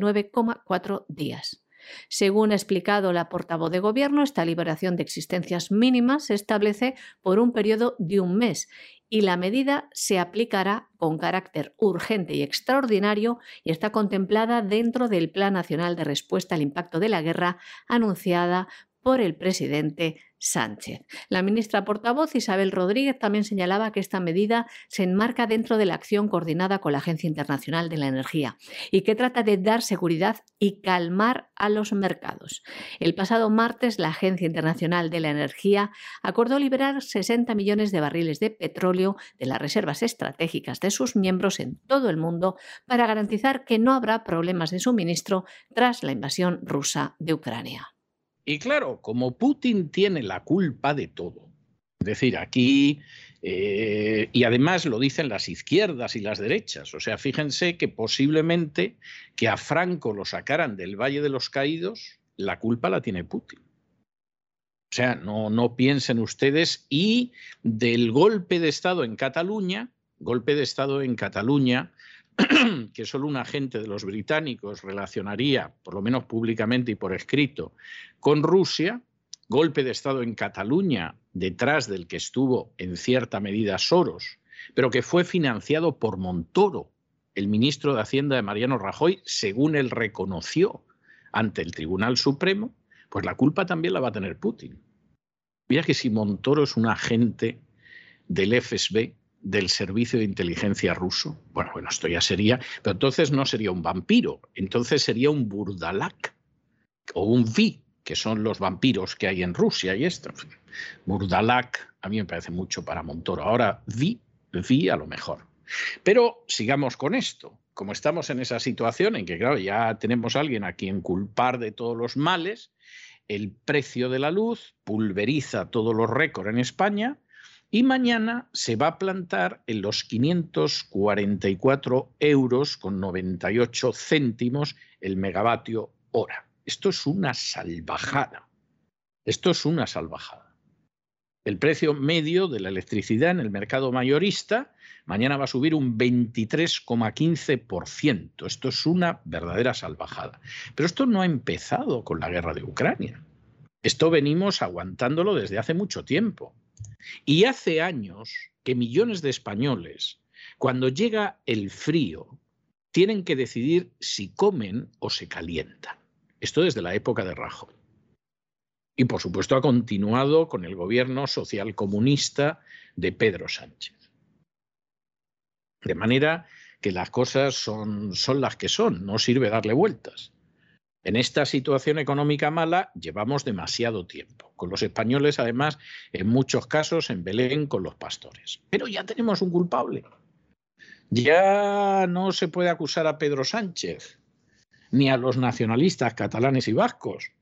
89,4 días. Según ha explicado la portavoz de Gobierno, esta liberación de existencias mínimas se establece por un periodo de 1 mes y la medida se aplicará con carácter urgente y extraordinario y está contemplada dentro del Plan Nacional de Respuesta al Impacto de la Guerra anunciada por el presidente Sánchez. La ministra portavoz Isabel Rodríguez también señalaba que esta medida se enmarca dentro de la acción coordinada con la Agencia Internacional de la Energía y que trata de dar seguridad y calmar a los mercados. El pasado martes, la Agencia Internacional de la Energía acordó liberar 60 millones de barriles de petróleo de las reservas estratégicas de sus miembros en todo el mundo para garantizar que no habrá problemas de suministro tras la invasión rusa de Ucrania. Y claro, como Putin tiene la culpa de todo, es decir, aquí, y además lo dicen las izquierdas y las derechas, o sea, fíjense que posiblemente que a Franco lo sacaran del Valle de los Caídos, la culpa la tiene Putin. O sea, no piensen ustedes, y del golpe de Estado en Cataluña, que solo un agente de los británicos relacionaría, por lo menos públicamente y por escrito, con Rusia, golpe de Estado en Cataluña, detrás del que estuvo en cierta medida Soros, pero que fue financiado por Montoro, el ministro de Hacienda de Mariano Rajoy, según él reconoció ante el Tribunal Supremo, pues la culpa también la va a tener Putin. Mira que si Montoro es un agente del FSB, del Servicio de Inteligencia ruso, bueno, esto ya sería, pero entonces no sería un vampiro, entonces sería un Burdalak o un Vi, que son los vampiros que hay en Rusia y esto. Burdalak a mí me parece mucho para Montoro. Ahora Vi a lo mejor. Pero sigamos con esto. Como estamos en esa situación en que, claro, ya tenemos a alguien a quien culpar de todos los males, el precio de la luz pulveriza todos los récords en España y mañana se va a plantar en los 544 euros con 98 céntimos el megavatio hora. Esto es una salvajada. Esto es una salvajada. El precio medio de la electricidad en el mercado mayorista mañana va a subir un 23,15%. Esto es una verdadera salvajada. Pero esto no ha empezado con la guerra de Ucrania. Esto venimos aguantándolo desde hace mucho tiempo. Y hace años que millones de españoles, cuando llega el frío, tienen que decidir si comen o se calientan. Esto desde la época de Rajoy. Y por supuesto ha continuado con el gobierno socialcomunista de Pedro Sánchez. De manera que las cosas son las que son, no sirve darle vueltas. En esta situación económica mala llevamos demasiado tiempo. Con los españoles, además, en muchos casos en Belén con los pastores. Pero ya tenemos un culpable. Ya no se puede acusar a Pedro Sánchez ni a los nacionalistas catalanes y vascos,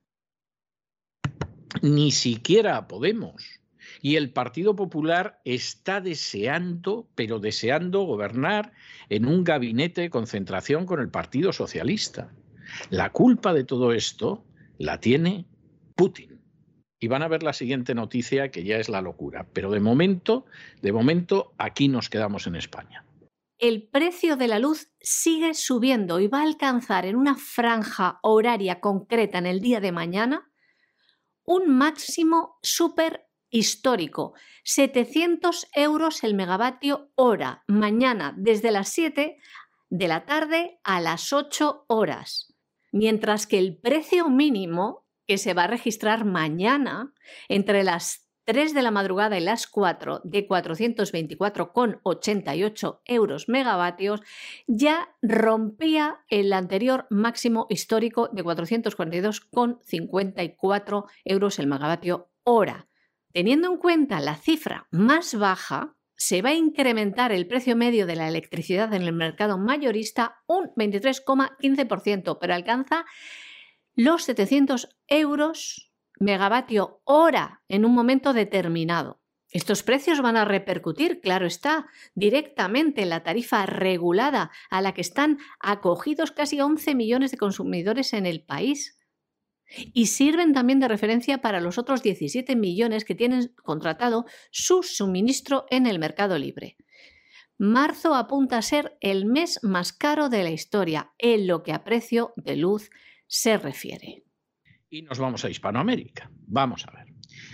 ni siquiera a Podemos. Y el Partido Popular está deseando, pero deseando gobernar en un gabinete de concentración con el Partido Socialista. La culpa de todo esto la tiene Putin. Y van a ver la siguiente noticia, que ya es la locura. Pero de momento, aquí nos quedamos en España. El precio de la luz sigue subiendo y va a alcanzar en una franja horaria concreta en el día de mañana un máximo súper histórico, 700 euros el megavatio hora, mañana desde las 7 de la tarde a las 8 horas, mientras que el precio mínimo que se va a registrar mañana entre las 3 de la madrugada y las 4 de 424,88 euros megavatios ya rompía el anterior máximo histórico de 442,54 euros el megavatio hora. Teniendo en cuenta la cifra más baja, se va a incrementar el precio medio de la electricidad en el mercado mayorista un 23,15%, pero alcanza los 700 euros megavatio hora en un momento determinado. Estos precios van a repercutir, claro está, directamente en la tarifa regulada a la que están acogidos casi 11 millones de consumidores en el país. Y sirven también de referencia para los otros 17 millones que tienen contratado su suministro en el mercado libre. Marzo apunta a ser el mes más caro de la historia en lo que a precio de luz se refiere. Y nos vamos a Hispanoamérica. Vamos a ver.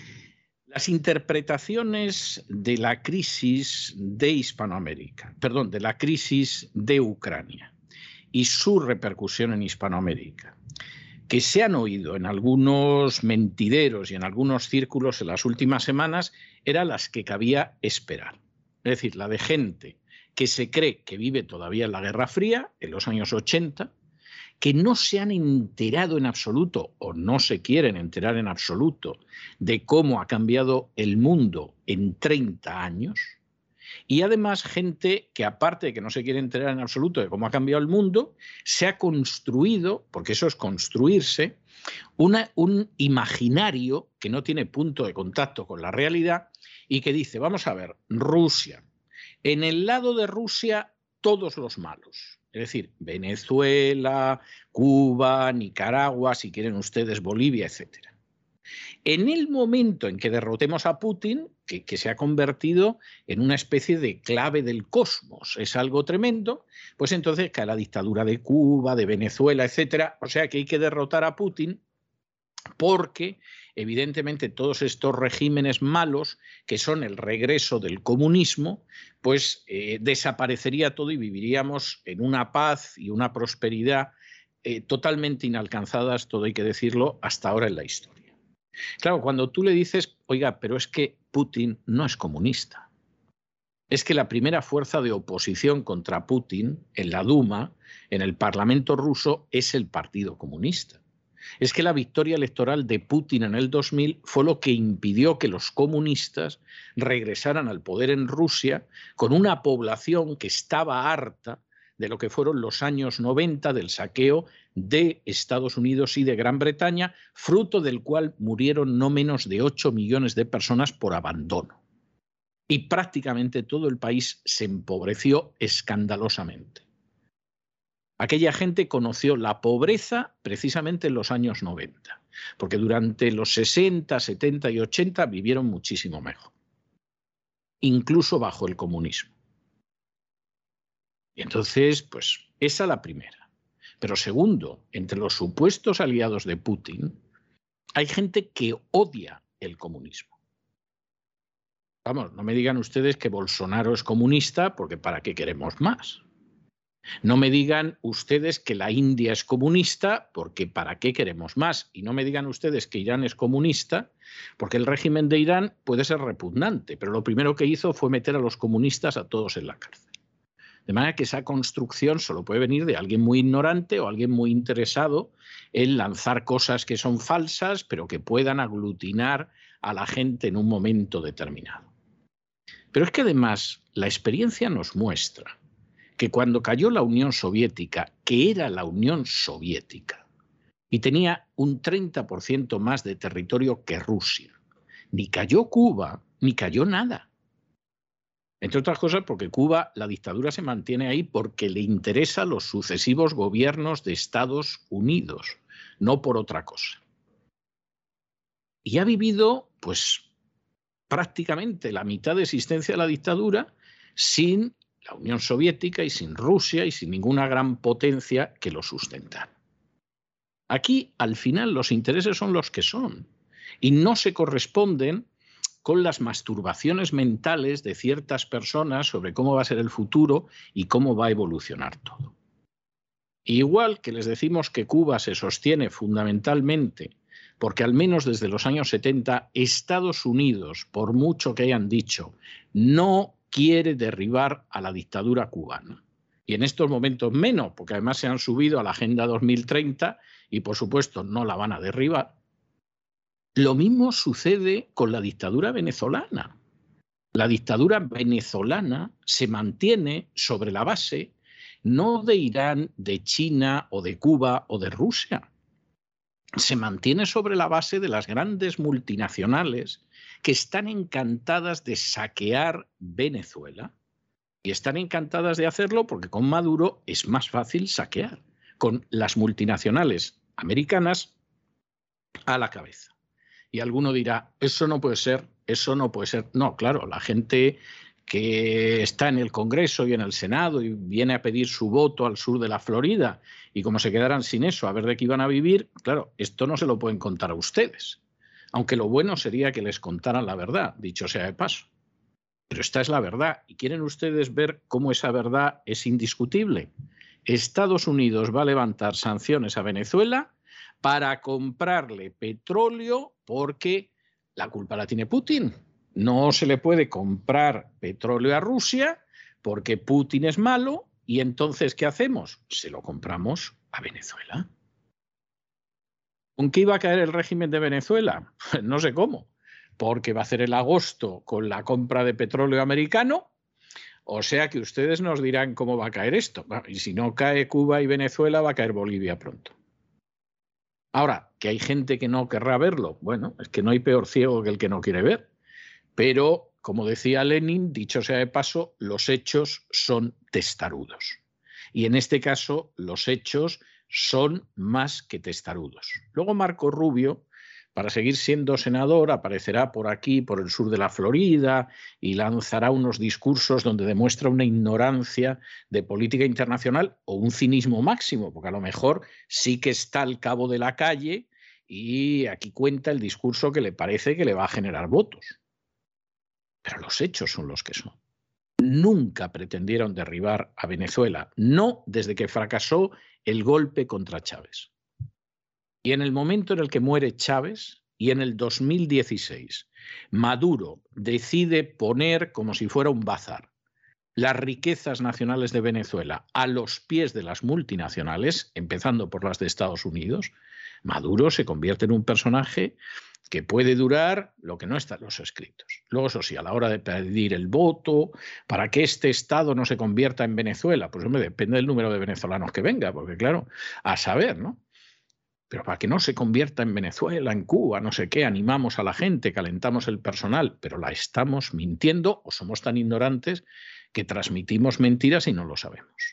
Las interpretaciones de la crisis de Hispanoamérica, perdón, de la crisis de Ucrania y su repercusión en Hispanoamérica, que se han oído en algunos mentideros y en algunos círculos en las últimas semanas, eran las que cabía esperar. Es decir, la de gente que se cree que vive todavía en la Guerra Fría, en los años 80, que no se han enterado en absoluto o no se quieren enterar en absoluto de cómo ha cambiado el mundo en 30 años. Y además gente que, aparte de que no se quiere enterar en absoluto de cómo ha cambiado el mundo, se ha construido, porque eso es construirse, un imaginario que no tiene punto de contacto con la realidad y que dice, vamos a ver, Rusia. En el lado de Rusia, todos los malos. Es decir, Venezuela, Cuba, Nicaragua, si quieren ustedes, Bolivia, etcétera. En el momento en que derrotemos a Putin, que se ha convertido en una especie de clave del cosmos, es algo tremendo, pues entonces cae la dictadura de Cuba, de Venezuela, etcétera. O sea que hay que derrotar a Putin porque evidentemente todos estos regímenes malos, que son el regreso del comunismo, pues desaparecería todo y viviríamos en una paz y una prosperidad totalmente inalcanzadas, todo hay que decirlo, hasta ahora en la historia. Claro, cuando tú le dices, oiga, pero es que Putin no es comunista. Es que la primera fuerza de oposición contra Putin en la Duma, en el Parlamento ruso, es el Partido Comunista. Es que la victoria electoral de Putin en el 2000 fue lo que impidió que los comunistas regresaran al poder en Rusia con una población que estaba harta de lo que fueron los años 90 del saqueo de Estados Unidos y de Gran Bretaña, fruto del cual murieron no menos de 8 millones de personas por abandono. Y prácticamente todo el país se empobreció escandalosamente. Aquella gente conoció la pobreza precisamente en los años 90, porque durante los 60, 70 y 80 vivieron muchísimo mejor, incluso bajo el comunismo. Y entonces, pues, esa es la primera. Pero segundo, entre los supuestos aliados de Putin, hay gente que odia el comunismo. Vamos, no me digan ustedes que Bolsonaro es comunista, porque ¿para qué queremos más? No me digan ustedes que la India es comunista, porque ¿para qué queremos más? Y no me digan ustedes que Irán es comunista, porque el régimen de Irán puede ser repugnante, pero lo primero que hizo fue meter a los comunistas a todos en la cárcel. De manera que esa construcción solo puede venir de alguien muy ignorante o alguien muy interesado en lanzar cosas que son falsas, pero que puedan aglutinar a la gente en un momento determinado. Pero es que además la experiencia nos muestra que cuando cayó la Unión Soviética, que era la Unión Soviética, y tenía un 30% más de territorio que Rusia, ni cayó Cuba, ni cayó nada. Entre otras cosas porque Cuba, la dictadura se mantiene ahí porque le interesa a los sucesivos gobiernos de Estados Unidos, no por otra cosa. Y ha vivido, pues, prácticamente la mitad de existencia de la dictadura sin la Unión Soviética y sin Rusia y sin ninguna gran potencia que lo sustentara. Aquí, al final, los intereses son los que son y no se corresponden con las masturbaciones mentales de ciertas personas sobre cómo va a ser el futuro y cómo va a evolucionar todo. Igual que les decimos que Cuba se sostiene fundamentalmente porque al menos desde los años 70 Estados Unidos, por mucho que hayan dicho, no quiere derribar a la dictadura cubana. Y en estos momentos menos, porque además se han subido a la Agenda 2030 y por supuesto no la van a derribar. Lo mismo sucede con la dictadura venezolana. La dictadura venezolana se mantiene sobre la base no de Irán, de China o de Cuba o de Rusia. Se mantiene sobre la base de las grandes multinacionales que están encantadas de saquear Venezuela y están encantadas de hacerlo porque con Maduro es más fácil saquear, con las multinacionales americanas a la cabeza. Y alguno dirá, eso no puede ser, eso no puede ser. No, claro, la gente que está en el Congreso y en el Senado y viene a pedir su voto al sur de la Florida y como se quedaran sin eso, a ver de qué iban a vivir, claro, esto no se lo pueden contar a ustedes. Aunque lo bueno sería que les contaran la verdad, dicho sea de paso. Pero esta es la verdad. ¿Y quieren ustedes ver cómo esa verdad es indiscutible? Estados Unidos va a levantar sanciones a Venezuela para comprarle petróleo porque la culpa la tiene Putin. No se le puede comprar petróleo a Rusia porque Putin es malo y entonces ¿qué hacemos? Se lo compramos a Venezuela. ¿Con qué iba a caer el régimen de Venezuela? No sé cómo, porque va a hacer el agosto con la compra de petróleo americano, o sea que ustedes nos dirán cómo va a caer esto. Y si no cae Cuba y Venezuela, va a caer Bolivia pronto. Ahora, que hay gente que no querrá verlo, bueno, es que no hay peor ciego que el que no quiere ver, pero, como decía Lenin, dicho sea de paso, los hechos son testarudos. Y en este caso, los hechos son más que testarudos. Luego Marco Rubio, para seguir siendo senador, aparecerá por aquí, por el sur de la Florida, y lanzará unos discursos donde demuestra una ignorancia de política internacional o un cinismo máximo, porque a lo mejor sí que está al cabo de la calle y aquí cuenta el discurso que le parece que le va a generar votos. Pero los hechos son los que son. Nunca pretendieron derribar a Venezuela, no desde que fracasó el golpe contra Chávez. Y en el momento en el que muere Chávez, y en el 2016, Maduro decide poner, como si fuera un bazar, las riquezas nacionales de Venezuela a los pies de las multinacionales, empezando por las de Estados Unidos, Maduro se convierte en un personaje que puede durar lo que no está en los escritos. Luego, eso sí, a la hora de pedir el voto, para que este Estado no se convierta en Venezuela, pues hombre, depende del número de venezolanos que venga, porque claro, a saber, ¿no? Pero para que no se convierta en Venezuela, en Cuba, no sé qué, animamos a la gente, calentamos el personal, pero la estamos mintiendo o somos tan ignorantes que transmitimos mentiras y no lo sabemos.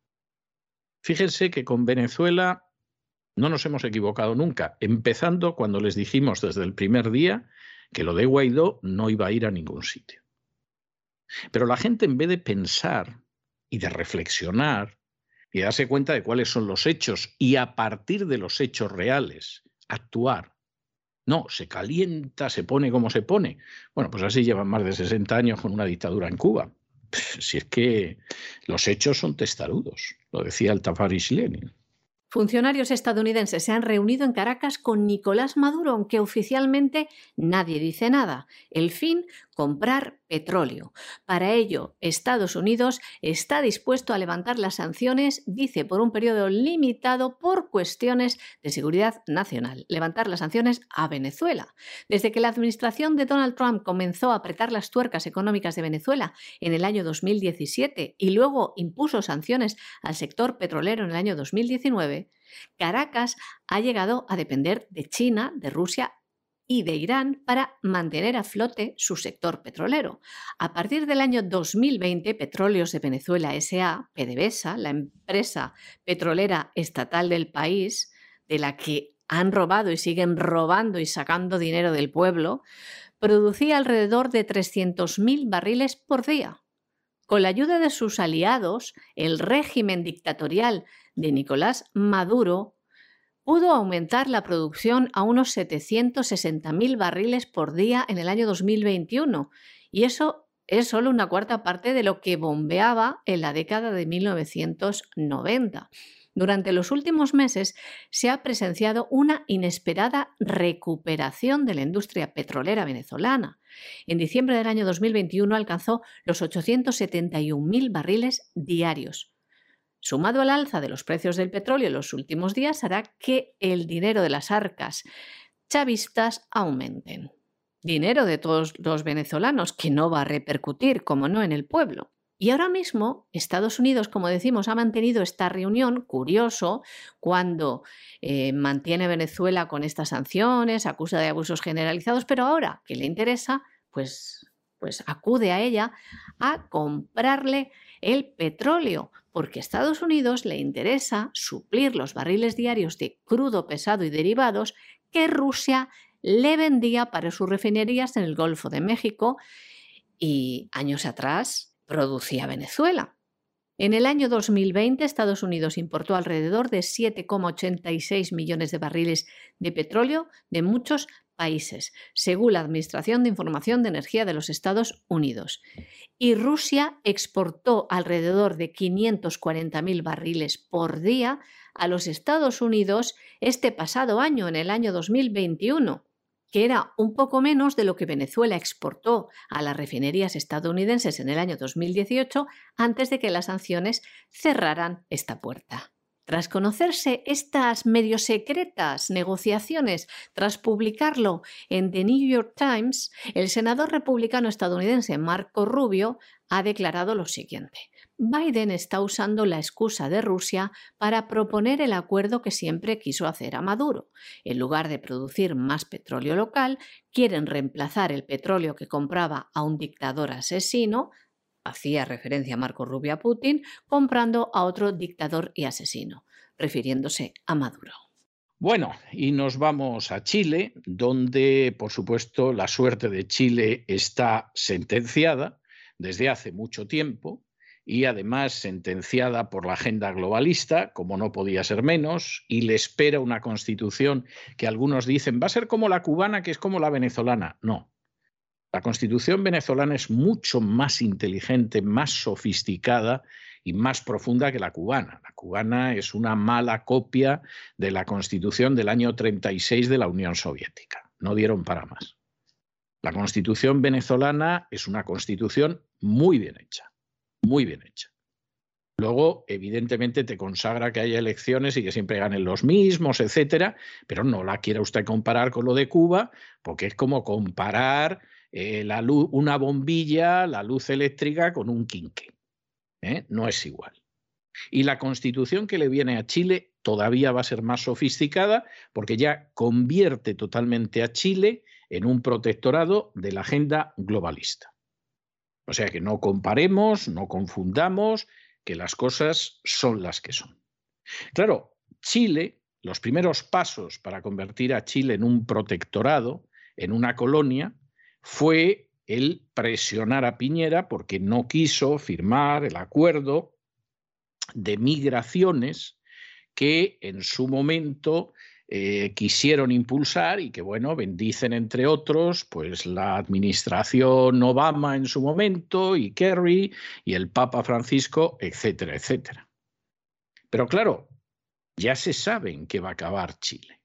Fíjense que con Venezuela no nos hemos equivocado nunca, empezando cuando les dijimos desde el primer día que lo de Guaidó no iba a ir a ningún sitio. Pero la gente, en vez de pensar y de reflexionar y darse cuenta de cuáles son los hechos y a partir de los hechos reales actuar, no, se calienta, se pone como se pone. Bueno, pues así llevan más de 60 años con una dictadura en Cuba. Si es que los hechos son testarudos, lo decía el Tafarix Lenin. Funcionarios estadounidenses se han reunido en Caracas con Nicolás Maduro, aunque oficialmente nadie dice nada. El fin, comprar petróleo. Para ello, Estados Unidos está dispuesto a levantar las sanciones, dice, por un periodo limitado por cuestiones de seguridad nacional. Levantar las sanciones a Venezuela. Desde que la administración de Donald Trump comenzó a apretar las tuercas económicas de Venezuela en el año 2017 y luego impuso sanciones al sector petrolero en el año 2019, Caracas ha llegado a depender de China, de Rusia y de Irán para mantener a flote su sector petrolero. A partir del año 2020, Petróleos de Venezuela S.A., PDVSA, la empresa petrolera estatal del país, de la que han robado y siguen robando y sacando dinero del pueblo, producía alrededor de 300.000 barriles por día. Con la ayuda de sus aliados, el régimen dictatorial de Nicolás Maduro pudo aumentar la producción a unos 760.000 barriles por día en el año 2021, y eso es solo una cuarta parte de lo que bombeaba en la década de 1990. Durante los últimos meses se ha presenciado una inesperada recuperación de la industria petrolera venezolana. En diciembre del año 2021 alcanzó los 871.000 barriles diarios. Sumado al alza de los precios del petróleo en los últimos días, hará que el dinero de las arcas chavistas aumenten. Dinero de todos los venezolanos que no va a repercutir, como no, en el pueblo. Y ahora mismo Estados Unidos, como decimos, ha mantenido esta reunión, curioso, cuando mantiene Venezuela con estas sanciones, acusa de abusos generalizados, pero ahora que le interesa, pues acude a ella a comprarle el petróleo, porque a Estados Unidos le interesa suplir los barriles diarios de crudo pesado y derivados que Rusia le vendía para sus refinerías en el Golfo de México y años atrás producía Venezuela. En el año 2020, Estados Unidos importó alrededor de 7,86 millones de barriles de petróleo de muchos países, según la Administración de Información de Energía de los Estados Unidos. Y Rusia exportó alrededor de 540.000 barriles por día a los Estados Unidos este pasado año, en el año 2021. Que era un poco menos de lo que Venezuela exportó a las refinerías estadounidenses en el año 2018, antes de que las sanciones cerraran esta puerta. Tras conocerse estas medio secretas negociaciones, tras publicarlo en The New York Times, el senador republicano estadounidense Marco Rubio ha declarado lo siguiente: Biden está usando la excusa de Rusia para proponer el acuerdo que siempre quiso hacer a Maduro. En lugar de producir más petróleo local, quieren reemplazar el petróleo que compraba a un dictador asesino, hacía referencia Marco Rubio a Putin, comprando a otro dictador y asesino, refiriéndose a Maduro. Bueno, y nos vamos a Chile, donde, por supuesto, la suerte de Chile está sentenciada desde hace mucho tiempo y además sentenciada por la agenda globalista, como no podía ser menos, y le espera una constitución que algunos dicen va a ser como la cubana, que es como la venezolana. No. La constitución venezolana es mucho más inteligente, más sofisticada y más profunda que la cubana. La cubana es una mala copia de la constitución del año 36 de la Unión Soviética. No dieron para más. La constitución venezolana es una constitución muy bien hecha, muy bien hecha. Luego, evidentemente, te consagra que haya elecciones y que siempre ganen los mismos, etcétera, pero no la quiera usted comparar con lo de Cuba, porque es como comparar la luz, una bombilla, la luz eléctrica con un quinqué. No es igual. Y la constitución que le viene a Chile todavía va a ser más sofisticada porque ya convierte totalmente a Chile en un protectorado de la agenda globalista. O sea que no comparemos, no confundamos, que las cosas son las que son. Claro, Chile, los primeros pasos para convertir a Chile en un protectorado, en una colonia, fue el presionar a Piñera porque no quiso firmar el acuerdo de migraciones que en su momento quisieron impulsar y que, bueno, bendicen entre otros pues la administración Obama en su momento y Kerry y el Papa Francisco, etcétera, etcétera. Pero claro, ya se sabe en qué va a acabar Chile.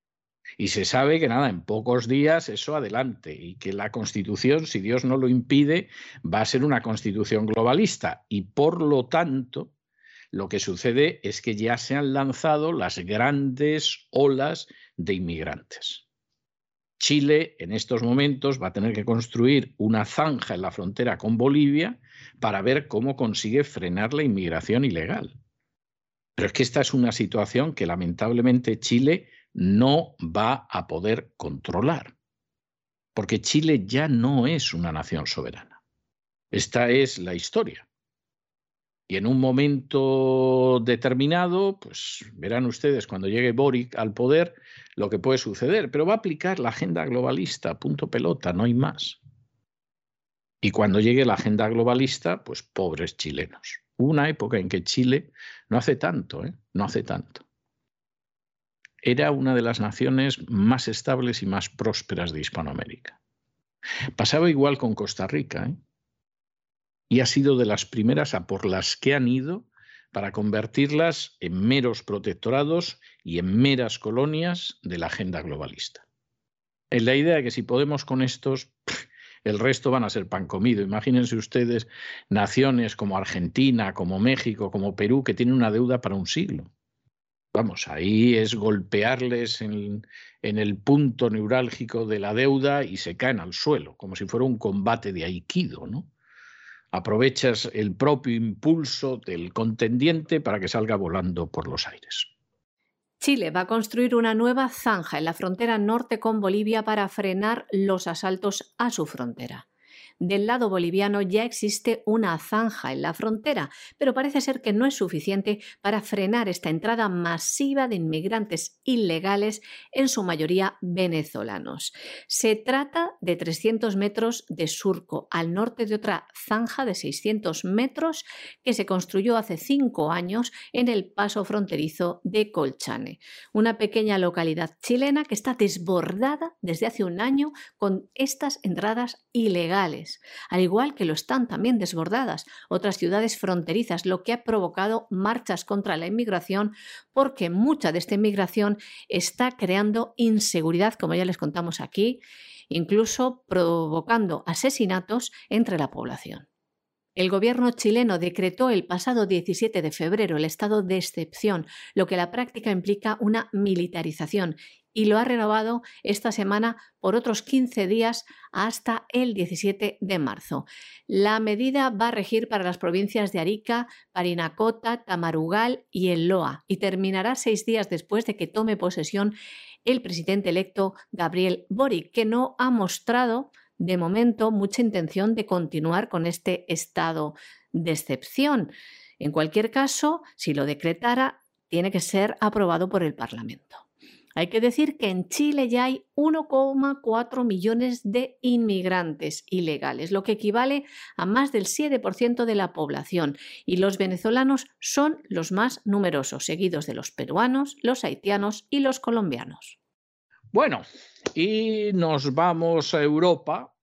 Y se sabe que nada, en pocos días eso adelante y que la Constitución, si Dios no lo impide, va a ser una Constitución globalista y por lo tanto lo que sucede es que ya se han lanzado las grandes olas de inmigrantes. Chile en estos momentos va a tener que construir una zanja en la frontera con Bolivia para ver cómo consigue frenar la inmigración ilegal. Pero es que esta es una situación que lamentablemente Chile no va a poder controlar, porque Chile ya no es una nación soberana. Esta es la historia. Y en un momento determinado, pues verán ustedes cuando llegue Boric al poder lo que puede suceder, pero va a aplicar la agenda globalista, punto pelota, no hay más. Y cuando llegue la agenda globalista, pues pobres chilenos. Hubo una época en que Chile, no hace tanto, no hace tanto, era una de las naciones más estables y más prósperas de Hispanoamérica. Pasaba igual con Costa Rica, y ha sido de las primeras a por las que han ido para convertirlas en meros protectorados y en meras colonias de la agenda globalista. Es la idea de que si podemos con estos, el resto van a ser pan comido. Imagínense ustedes naciones como Argentina, como México, como Perú, que tienen una deuda para un siglo. Vamos, ahí es golpearles en el punto neurálgico de la deuda y se caen al suelo, como si fuera un combate de aikido, ¿no? Aprovechas el propio impulso del contendiente para que salga volando por los aires. Chile va a construir una nueva zanja en la frontera norte con Bolivia para frenar los asaltos a su frontera. Del lado boliviano ya existe una zanja en la frontera, pero parece ser que no es suficiente para frenar esta entrada masiva de inmigrantes ilegales, en su mayoría venezolanos. Se trata de 300 metros de surco al norte de otra zanja de 600 metros que se construyó hace 5 años en el paso fronterizo de Colchane, una pequeña localidad chilena que está desbordada desde hace un año con estas entradas ilegales. Al igual que lo están también desbordadas otras ciudades fronterizas, lo que ha provocado marchas contra la inmigración, porque mucha de esta inmigración está creando inseguridad, como ya les contamos aquí, incluso provocando asesinatos entre la población. El gobierno chileno decretó el pasado 17 de febrero el estado de excepción, lo que en la práctica implica una militarización, y lo ha renovado esta semana por otros 15 días hasta el 17 de marzo. La medida va a regir para las provincias de Arica, Parinacota, Tamarugal y El Loa y terminará 6 días después de que tome posesión el presidente electo Gabriel Boric, que no ha mostrado de momento mucha intención de continuar con este estado de excepción. En cualquier caso, si lo decretara, tiene que ser aprobado por el Parlamento. Hay que decir que en Chile ya hay 1,4 millones de inmigrantes ilegales, lo que equivale a más del 7% de la población, y los venezolanos son los más numerosos, seguidos de los peruanos, los haitianos y los colombianos. Bueno, y nos vamos a Europa,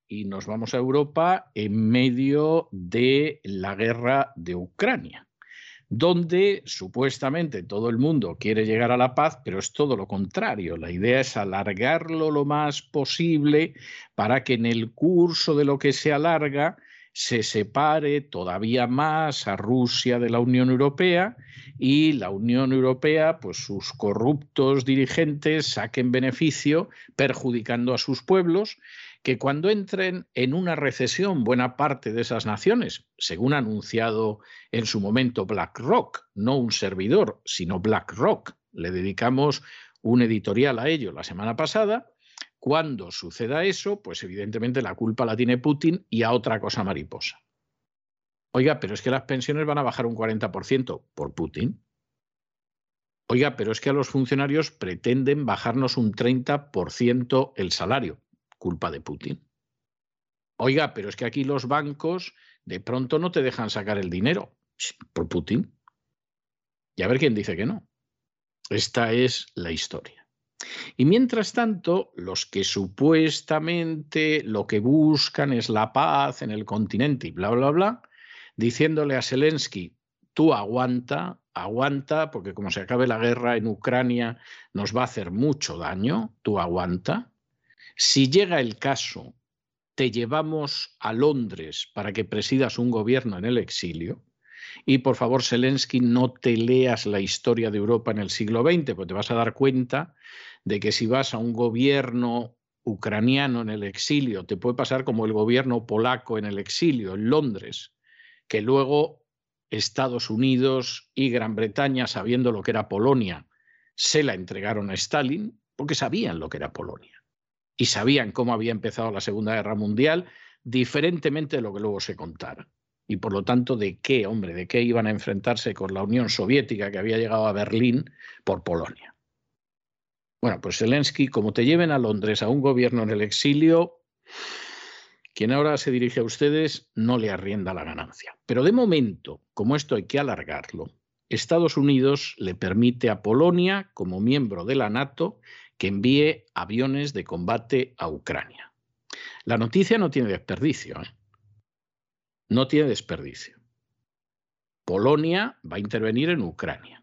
en medio de la guerra de Ucrania, donde supuestamente todo el mundo quiere llegar a la paz, pero es todo lo contrario. La idea es alargarlo lo más posible para que en el curso de lo que se alarga se separe todavía más a Rusia de la Unión Europea y la Unión Europea, pues sus corruptos dirigentes saquen beneficio perjudicando a sus pueblos, que cuando entren en una recesión buena parte de esas naciones, según ha anunciado en su momento BlackRock, no un servidor, sino BlackRock, le dedicamos un editorial a ello la semana pasada, cuando suceda eso, pues evidentemente la culpa la tiene Putin y a otra cosa mariposa. Oiga, pero es que las pensiones van a bajar un 40% por Putin. Oiga, pero es que a los funcionarios pretenden bajarnos un 30% el salario. Culpa de Putin. Oiga, pero es que aquí los bancos de pronto no te dejan sacar el dinero. Por Putin. Y a ver quién dice que no. Esta es la historia. Y mientras tanto, los que supuestamente lo que buscan es la paz en el continente y bla, bla, bla, diciéndole a Zelensky, tú aguanta, porque como se acabe la guerra en Ucrania nos va a hacer mucho daño, tú aguanta. Si llega el caso, te llevamos a Londres para que presidas un gobierno en el exilio. Y por favor, Zelensky, no te leas la historia de Europa en el siglo XX, porque te vas a dar cuenta de que si vas a un gobierno ucraniano en el exilio, te puede pasar como el gobierno polaco en el exilio, en Londres, que luego Estados Unidos y Gran Bretaña, sabiendo lo que era Polonia, se la entregaron a Stalin, porque sabían lo que era Polonia. Y sabían cómo había empezado la Segunda Guerra Mundial, diferentemente de lo que luego se contara. Y por lo tanto, ¿de qué, hombre? ¿De qué iban a enfrentarse con la Unión Soviética que había llegado a Berlín por Polonia? Bueno, pues Zelensky, como te lleven a Londres a un gobierno en el exilio, quien ahora se dirige a ustedes no le arrienda la ganancia. Pero de momento, como esto hay que alargarlo, Estados Unidos le permite a Polonia, como miembro de la NATO, que envíe aviones de combate a Ucrania. La noticia no tiene desperdicio, ¿eh? No tiene desperdicio. Polonia va a intervenir en Ucrania.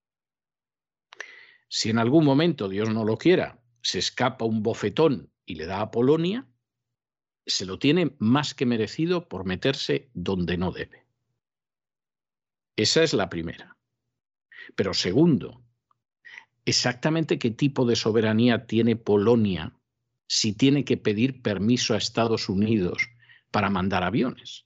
Si en algún momento, Dios no lo quiera, se escapa un bofetón y le da a Polonia, se lo tiene más que merecido por meterse donde no debe. Esa es la primera. Pero segundo, exactamente qué tipo de soberanía tiene Polonia si tiene que pedir permiso a Estados Unidos para mandar aviones.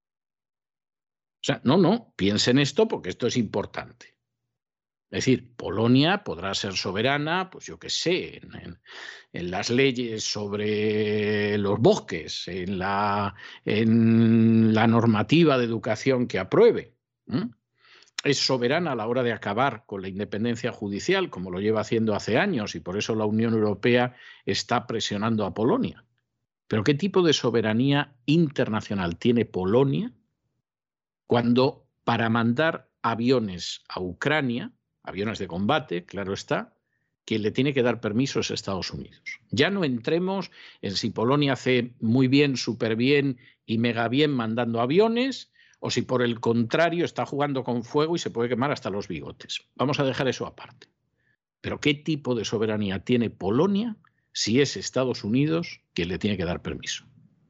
O sea, no, piensen esto porque esto es importante. Es decir, Polonia podrá ser soberana, pues yo qué sé, en las leyes sobre los bosques, en la normativa de educación que apruebe. Es soberana a la hora de acabar con la independencia judicial, como lo lleva haciendo hace años, y por eso la Unión Europea está presionando a Polonia. Pero ¿qué tipo de soberanía internacional tiene Polonia cuando para mandar aviones a Ucrania, aviones de combate, claro está, quien le tiene que dar permiso es Estados Unidos? Ya no entremos en si Polonia hace muy bien, súper bien y mega bien mandando aviones, o si por el contrario está jugando con fuego y se puede quemar hasta los bigotes. Vamos a dejar eso aparte. Pero ¿qué tipo de soberanía tiene Polonia si es Estados Unidos quien le tiene que dar permiso?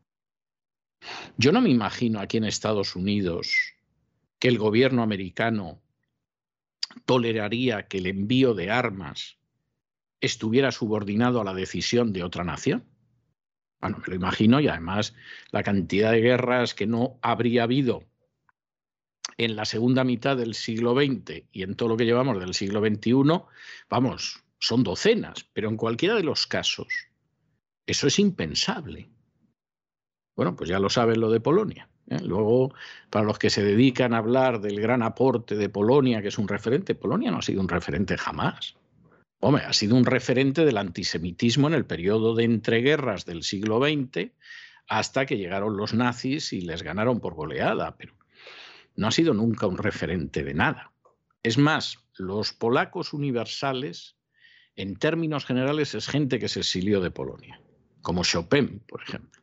Yo no me imagino aquí en Estados Unidos que el gobierno americano toleraría que el envío de armas estuviera subordinado a la decisión de otra nación. Bueno, me lo imagino, y además la cantidad de guerras que no habría habido en la segunda mitad del siglo XX y en todo lo que llevamos del siglo XXI, vamos, son docenas, pero en cualquiera de los casos eso es impensable. Bueno, pues ya lo saben lo de Polonia, ¿eh? Luego, para los que se dedican a hablar del gran aporte de Polonia, que es un referente, Polonia no ha sido un referente jamás. Hombre, ha sido un referente del antisemitismo en el periodo de entreguerras del siglo XX hasta que llegaron los nazis y les ganaron por goleada, pero no ha sido nunca un referente de nada. Es más, los polacos universales, en términos generales, es gente que se exilió de Polonia, como Chopin, por ejemplo.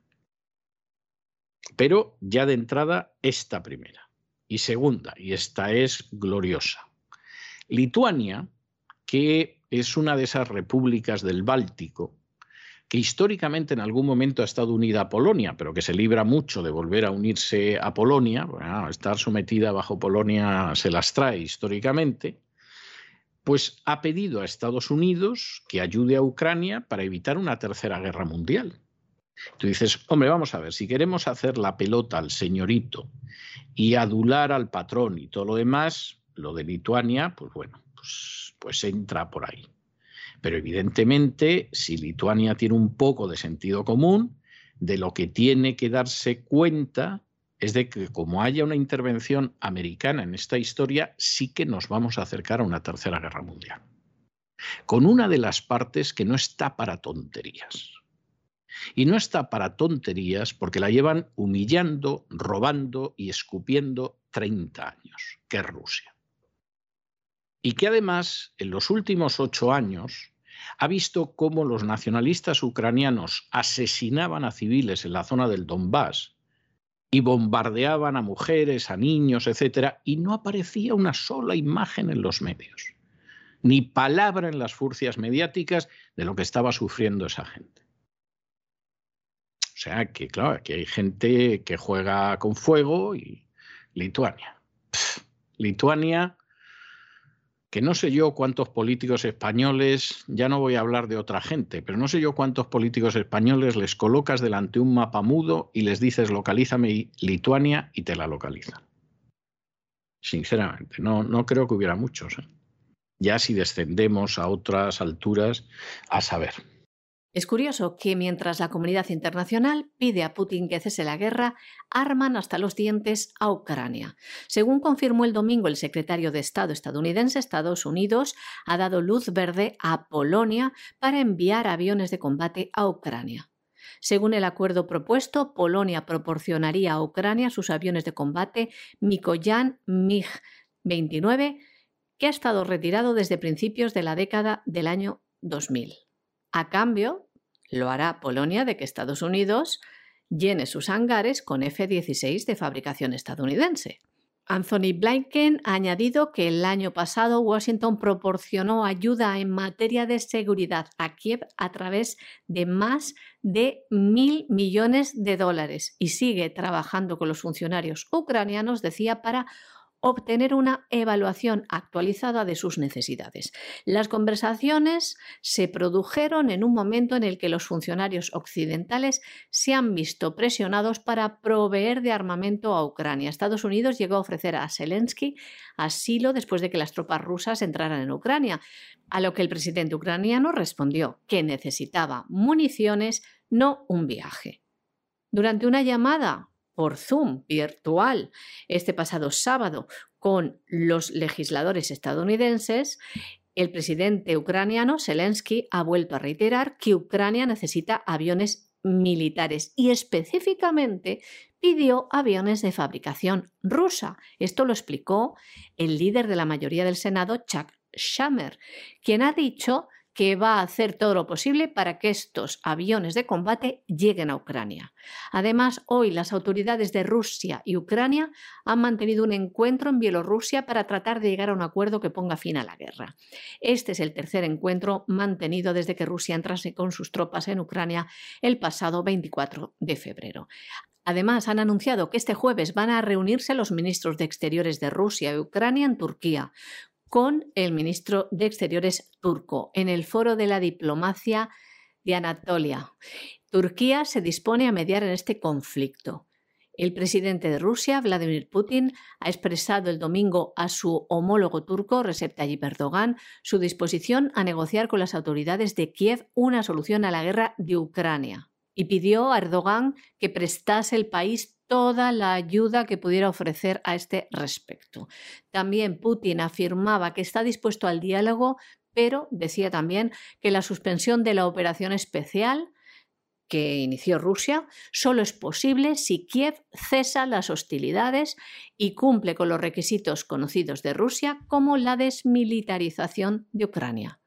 Pero ya de entrada, esta primera. Y segunda, y esta es gloriosa. Lituania, que es una de esas repúblicas del Báltico, que históricamente en algún momento ha estado unida a Polonia, pero que se libra mucho de volver a unirse a Polonia, bueno, estar sometida bajo Polonia se las trae históricamente, pues ha pedido a Estados Unidos que ayude a Ucrania para evitar una tercera guerra mundial. Tú dices, hombre, vamos a ver, si queremos hacer la pelota al señorito y adular al patrón y todo lo demás, lo de Lituania, pues bueno, pues entra por ahí. Pero evidentemente, si Lituania tiene un poco de sentido común, de lo que tiene que darse cuenta es de que como haya una intervención americana en esta historia, sí que nos vamos a acercar a una tercera guerra mundial. Con una de las partes que no está para tonterías. Y no está para tonterías porque la llevan humillando, robando y escupiendo 30 años, que es Rusia. Y que además, en los últimos 8 años, ha visto cómo los nacionalistas ucranianos asesinaban a civiles en la zona del Donbass y bombardeaban a mujeres, a niños, etcétera, y no aparecía una sola imagen en los medios, ni palabra en las furcias mediáticas de lo que estaba sufriendo esa gente. O sea que, claro, aquí hay gente que juega con fuego y Lituania. Lituania, que no sé yo cuántos políticos españoles, ya no voy a hablar de otra gente, pero no sé yo cuántos políticos españoles les colocas delante un mapa mudo y les dices localízame Lituania y te la localizan. Sinceramente, no creo que hubiera muchos. Ya si descendemos a otras alturas, a saber. Es curioso que mientras la comunidad internacional pide a Putin que cese la guerra, arman hasta los dientes a Ucrania. Según confirmó el domingo el secretario de Estado estadounidense, Estados Unidos ha dado luz verde a Polonia para enviar aviones de combate a Ucrania. Según el acuerdo propuesto, Polonia proporcionaría a Ucrania sus aviones de combate Mikoyan MiG-29, que ha estado retirado desde principios de la década del año 2000. A cambio, lo hará Polonia de que Estados Unidos llene sus hangares con F-16 de fabricación estadounidense. Anthony Blinken ha añadido que el año pasado Washington proporcionó ayuda en materia de seguridad a Kiev a través de más de $1.000 millones y sigue trabajando con los funcionarios ucranianos, decía, para obtener una evaluación actualizada de sus necesidades. Las conversaciones se produjeron en un momento en el que los funcionarios occidentales se han visto presionados para proveer de armamento a Ucrania. Estados Unidos llegó a ofrecer a Zelensky asilo después de que las tropas rusas entraran en Ucrania, a lo que el presidente ucraniano respondió que necesitaba municiones, no un viaje. Durante una llamada por Zoom virtual este pasado sábado con los legisladores estadounidenses, el presidente ucraniano Zelensky ha vuelto a reiterar que Ucrania necesita aviones militares y específicamente pidió aviones de fabricación rusa. Esto lo explicó el líder de la mayoría del Senado, Chuck Schumer, quien ha dicho que va a hacer todo lo posible para que estos aviones de combate lleguen a Ucrania. Además, hoy las autoridades de Rusia y Ucrania han mantenido un encuentro en Bielorrusia para tratar de llegar a un acuerdo que ponga fin a la guerra. Este es el tercer encuentro mantenido desde que Rusia entrase con sus tropas en Ucrania el pasado 24 de febrero. Además, han anunciado que este jueves van a reunirse los ministros de Exteriores de Rusia y Ucrania en Turquía, con el ministro de Exteriores turco en el Foro de la Diplomacia de Anatolia. Turquía se dispone a mediar en este conflicto. El presidente de Rusia, Vladimir Putin, ha expresado el domingo a su homólogo turco, Recep Tayyip Erdogan, su disposición a negociar con las autoridades de Kiev una solución a la guerra de Ucrania y pidió a Erdogan que prestase el país toda la ayuda que pudiera ofrecer a este respecto. También Putin afirmaba que está dispuesto al diálogo, pero decía también que la suspensión de la operación especial que inició Rusia solo es posible si Kiev cesa las hostilidades y cumple con los requisitos conocidos de Rusia, como la desmilitarización de Ucrania.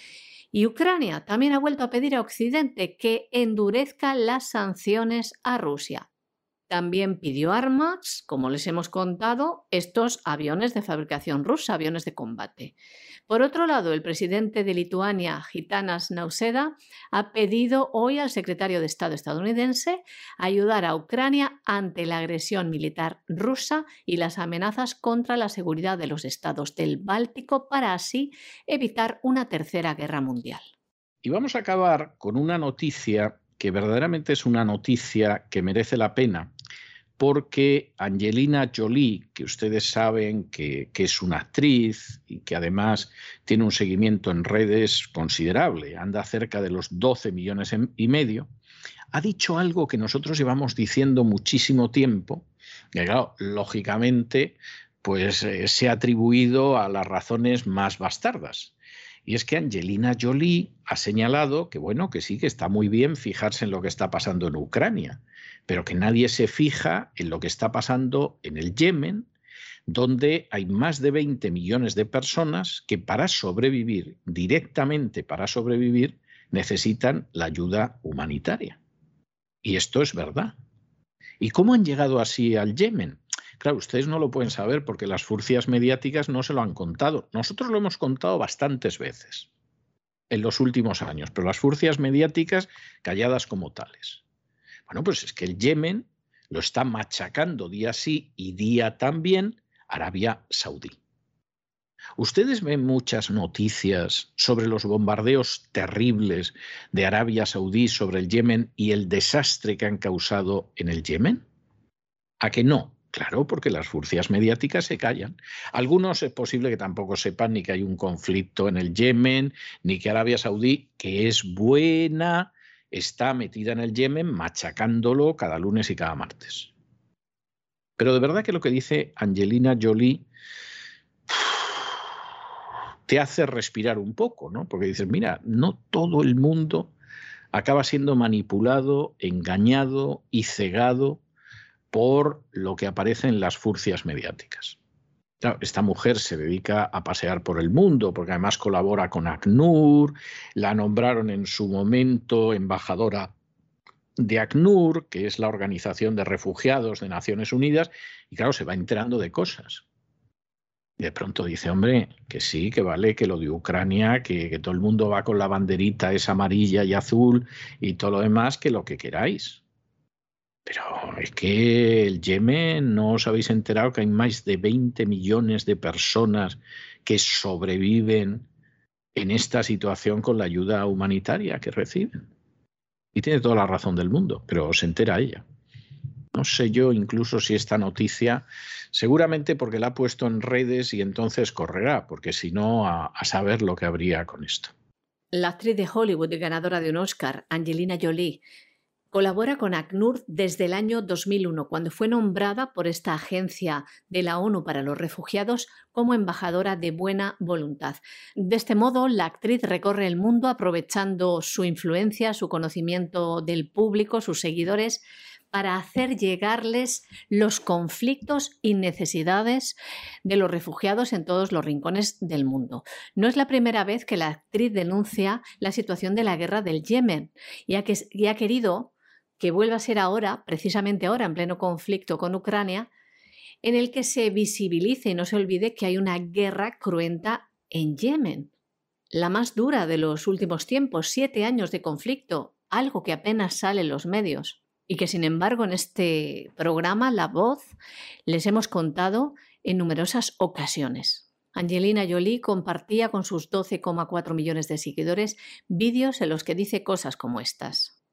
Y Ucrania también ha vuelto a pedir a Occidente que endurezca las sanciones a Rusia. También pidió armas, como les hemos contado, estos aviones de fabricación rusa, aviones de combate. Por otro lado, el presidente de Lituania, Gitanas Nausėda, ha pedido hoy al secretario de Estado estadounidense ayudar a Ucrania ante la agresión militar rusa y las amenazas contra la seguridad de los estados del Báltico para así evitar una tercera guerra mundial. Y vamos a acabar con una noticia que verdaderamente es una noticia que merece la pena, porque Angelina Jolie, que ustedes saben que es una actriz y que además tiene un seguimiento en redes considerable, anda cerca de los 12 millones y medio, ha dicho algo que nosotros llevamos diciendo muchísimo tiempo, que claro, lógicamente pues, se ha atribuido a las razones más bastardas. Y es que Angelina Jolie ha señalado que, bueno, que sí, que está muy bien fijarse en lo que está pasando en Ucrania, pero que nadie se fija en lo que está pasando en el Yemen, donde hay más de 20 millones de personas que para sobrevivir, directamente para sobrevivir, necesitan la ayuda humanitaria. Y esto es verdad. ¿Y cómo han llegado así al Yemen? Claro, ustedes no lo pueden saber porque las furcias mediáticas no se lo han contado. Nosotros lo hemos contado bastantes veces en los últimos años, pero las furcias mediáticas calladas como tales. Bueno, pues es que el Yemen lo está machacando día sí y día también Arabia Saudí. Ustedes ven muchas noticias sobre los bombardeos terribles de Arabia Saudí sobre el Yemen y el desastre que han causado en el Yemen. ¿A que no? Claro, porque las furcias mediáticas se callan. Algunos es posible que tampoco sepan ni que hay un conflicto en el Yemen, ni que Arabia Saudí, que es buena, está metida en el Yemen machacándolo cada lunes y cada martes. Pero de verdad que lo que dice Angelina Jolie te hace respirar un poco, ¿no? Porque dices, mira, no todo el mundo acaba siendo manipulado, engañado y cegado por lo que aparece en las furcias mediáticas. Claro, esta mujer se dedica a pasear por el mundo porque además colabora con ACNUR, la nombraron en su momento embajadora de ACNUR, que es la Organización de Refugiados de Naciones Unidas, y claro, se va enterando de cosas. Y de pronto dice, hombre, que sí, que vale, que lo de Ucrania, que todo el mundo va con la banderita esa amarilla y azul y todo lo demás, que lo que queráis. Pero es que el Yemen, ¿no os habéis enterado que hay más de 20 millones de personas que sobreviven en esta situación con la ayuda humanitaria que reciben? Y tiene toda la razón del mundo, pero se entera ella. No sé yo incluso si esta noticia, seguramente porque la ha puesto en redes y entonces correrá, porque si no, a saber lo que habría con esto. La actriz de Hollywood y ganadora de un Oscar, Angelina Jolie, colabora con ACNUR desde el año 2001, cuando fue nombrada por esta agencia de la ONU para los refugiados como embajadora de buena voluntad. De este modo, la actriz recorre el mundo aprovechando su influencia, su conocimiento del público, sus seguidores, para hacer llegarles los conflictos y necesidades de los refugiados en todos los rincones del mundo. No es la primera vez que la actriz denuncia la situación de la guerra del Yemen y ha querido que vuelva a ser ahora, precisamente ahora, en pleno conflicto con Ucrania, en el que se visibilice y no se olvide que hay una guerra cruenta en Yemen, la más dura de los últimos tiempos, 7 años de conflicto, algo que apenas sale en los medios y que, sin embargo, en este programa, La Voz, les hemos contado en numerosas ocasiones. Angelina Jolie compartía con sus 12,4 millones de seguidores vídeos en los que dice cosas como estas.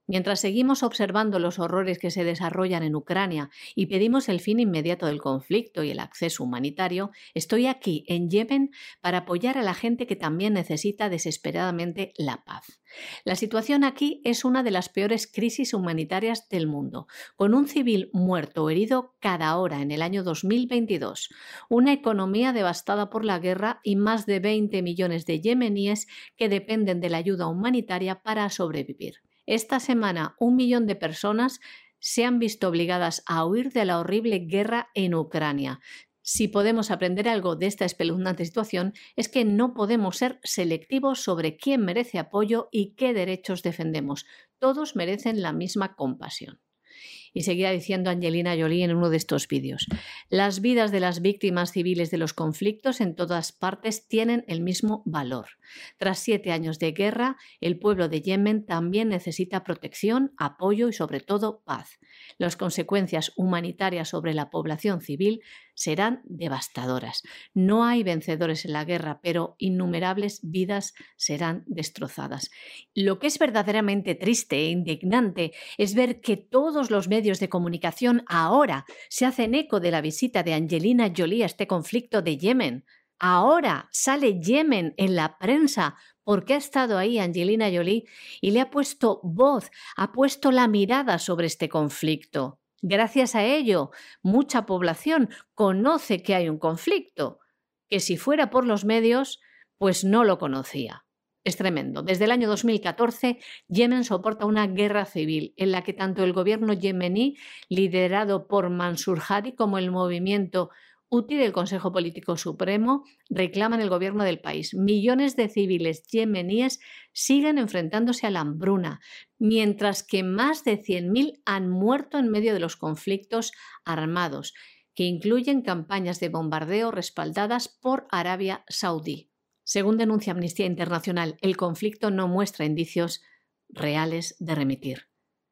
Mientras seguimos observando los horrores que se desarrollan en Ucrania y pedimos el fin inmediato del conflicto y el acceso humanitario, estoy aquí en Yemen para apoyar a la gente que también necesita desesperadamente la paz. La situación aquí es una de las peores crisis humanitarias del mundo, con un civil muerto o herido cada hora en el año 2022, una economía devastada por la guerra y más de 20 millones de yemeníes que dependen de la ayuda humanitaria para sobrevivir. Esta semana, 1 millón de personas se han visto obligadas a huir de la horrible guerra en Ucrania. Si podemos aprender algo de esta espeluznante situación, es que no podemos ser selectivos sobre quién merece apoyo y qué derechos defendemos. Todos merecen la misma compasión. Y seguía diciendo Angelina Jolie en uno de estos vídeos: las vidas de las víctimas civiles de los conflictos en todas partes tienen el mismo valor. Tras 7 años de guerra, el pueblo de Yemen también necesita protección, apoyo y sobre todo paz. Las consecuencias humanitarias sobre la población civil serán devastadoras. No hay vencedores en la guerra, pero innumerables vidas serán destrozadas. Lo que es verdaderamente triste e indignante es ver que todos los medios de comunicación ahora se hacen eco de la visita de Angelina Jolie a este conflicto de Yemen. Ahora sale Yemen en la prensa porque ha estado ahí Angelina Jolie y le ha puesto voz, ha puesto la mirada sobre este conflicto. Gracias a ello, mucha población conoce que hay un conflicto, que si fuera por los medios, pues no lo conocía. Es tremendo. Desde el año 2014, Yemen soporta una guerra civil en la que tanto el gobierno yemení, liderado por Mansur Hadi, como el movimiento Houthi del Consejo Político Supremo reclaman el gobierno del país. Millones de civiles yemeníes siguen enfrentándose a la hambruna, mientras que más de 100.000 han muerto en medio de los conflictos armados, que incluyen campañas de bombardeo respaldadas por Arabia Saudí. Según denuncia Amnistía Internacional, el conflicto no muestra indicios reales de remitir.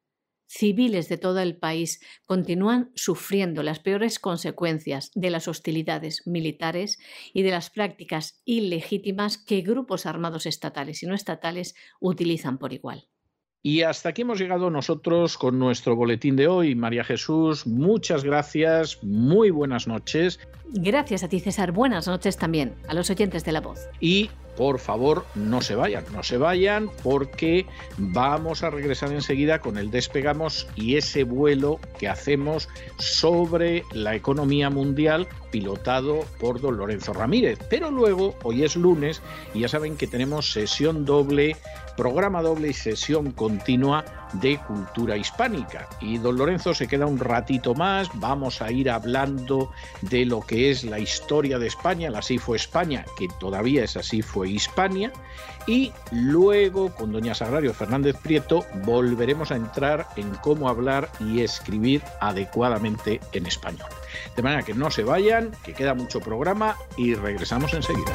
Civiles de todo el país continúan sufriendo las peores consecuencias de las hostilidades militares y de las prácticas ilegítimas que grupos armados estatales y no estatales utilizan por igual. Y hasta aquí hemos llegado nosotros con nuestro boletín de hoy. María Jesús, muchas gracias, muy buenas noches. Gracias a ti, César. Buenas noches también a los oyentes de La Voz. Y por favor, no se vayan, porque vamos a regresar enseguida con el Despegamos y ese vuelo que hacemos sobre la economía mundial pilotado por don Lorenzo Ramírez. Pero luego, hoy es lunes y ya saben que tenemos sesión doble, programa doble y sesión continua de cultura hispánica. Y don Lorenzo se queda un ratito más, vamos a ir hablando de lo que es la historia de España, el Así fue España, que todavía es Así fue Hispania, y luego con doña Sagrario Fernández Prieto volveremos a entrar en cómo hablar y escribir adecuadamente en español. De manera que no se vayan, que queda mucho programa y regresamos enseguida.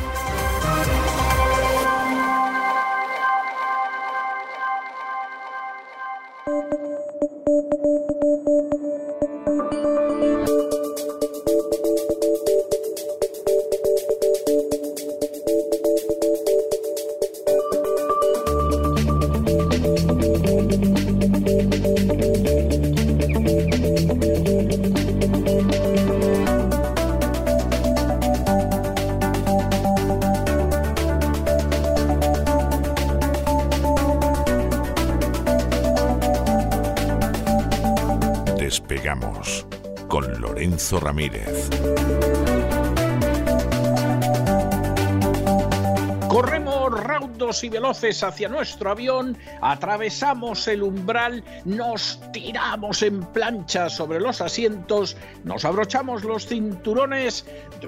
Despegamos con Lorenzo Ramírez. Corremos raudos y veloces hacia nuestro avión, atravesamos el umbral, nos tiramos en plancha sobre los asientos, nos abrochamos los cinturones,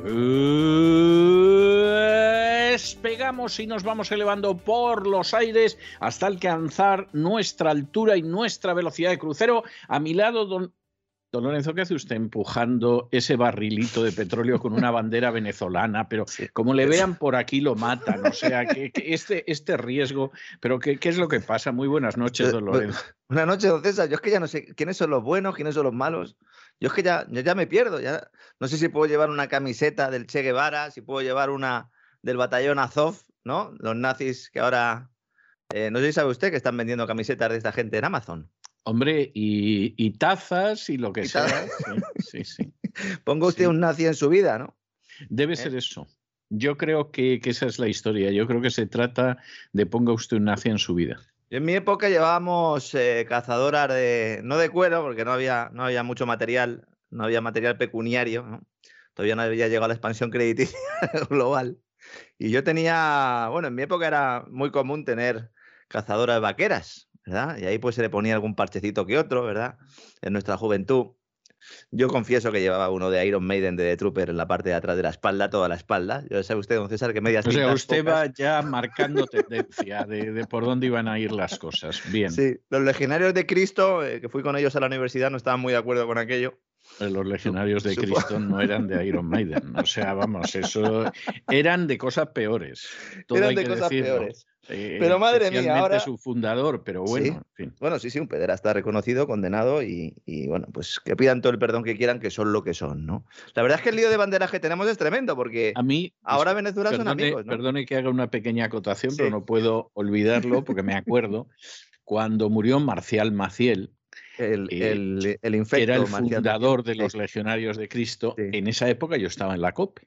despegamos y nos vamos elevando por los aires hasta alcanzar nuestra altura y nuestra velocidad de crucero. A mi lado, don Lorenzo, ¿qué hace usted empujando ese barrilito de petróleo con una bandera venezolana? Pero como le vean por aquí lo matan, o sea, que este riesgo, pero ¿qué es lo que pasa? Muy buenas noches, don Lorenzo. Buenas noches, don César. Yo es que ya no sé quiénes son los buenos, quiénes son los malos. Yo es que ya me pierdo. Ya no sé si puedo llevar una camiseta del Che Guevara, si puedo llevar una del batallón Azov, ¿no? Los nazis que ahora No sé si sabe usted que están vendiendo camisetas de esta gente en Amazon. Hombre, y tazas y lo que sea. Sí. Ponga usted un nazi en su vida, ¿no? Debe ser eso. Yo creo que esa es la historia. Yo creo que se trata de ponga usted un nazi en su vida. En mi época llevábamos cazadoras no de cuero, porque no había mucho material, no había material pecuniario, ¿no? Todavía no había llegado la expansión crediticia global. Y yo tenía, bueno, en mi época era muy común tener cazadoras vaqueras, ¿verdad? Y ahí pues se le ponía algún parchecito que otro, ¿verdad? En nuestra juventud. Yo confieso que llevaba uno de Iron Maiden de The Trooper en la parte de atrás de la espalda, toda la espalda. Ya sabe usted, don César, que medias tintas. O sea, usted pocas. va ya marcando tendencia de por dónde iban a ir las cosas. Bien. Sí, los legionarios de Cristo, que fui con ellos a la universidad, no estaban muy de acuerdo con aquello. Los legionarios de Cristo no eran de Iron Maiden. O sea, vamos, eso eran de cosas peores. Todo eran hay de que cosas decirlo. peores. Pero madre mía, ahora su fundador, pero bueno, sí. En fin. Bueno, sí, un pederasta reconocido, condenado y bueno, pues que pidan todo el perdón que quieran, que son lo que son, ¿no? La verdad es que el lío de banderas que tenemos es tremendo, porque a mí, ahora Venezuela son amigos, ¿no? Perdone que haga una pequeña acotación, pero no puedo olvidarlo porque me acuerdo cuando murió Marcial Maciel, el infecto, que era el Marcial fundador Maciel. de los Legionarios de Cristo. Sí. En esa época yo estaba en la COPE.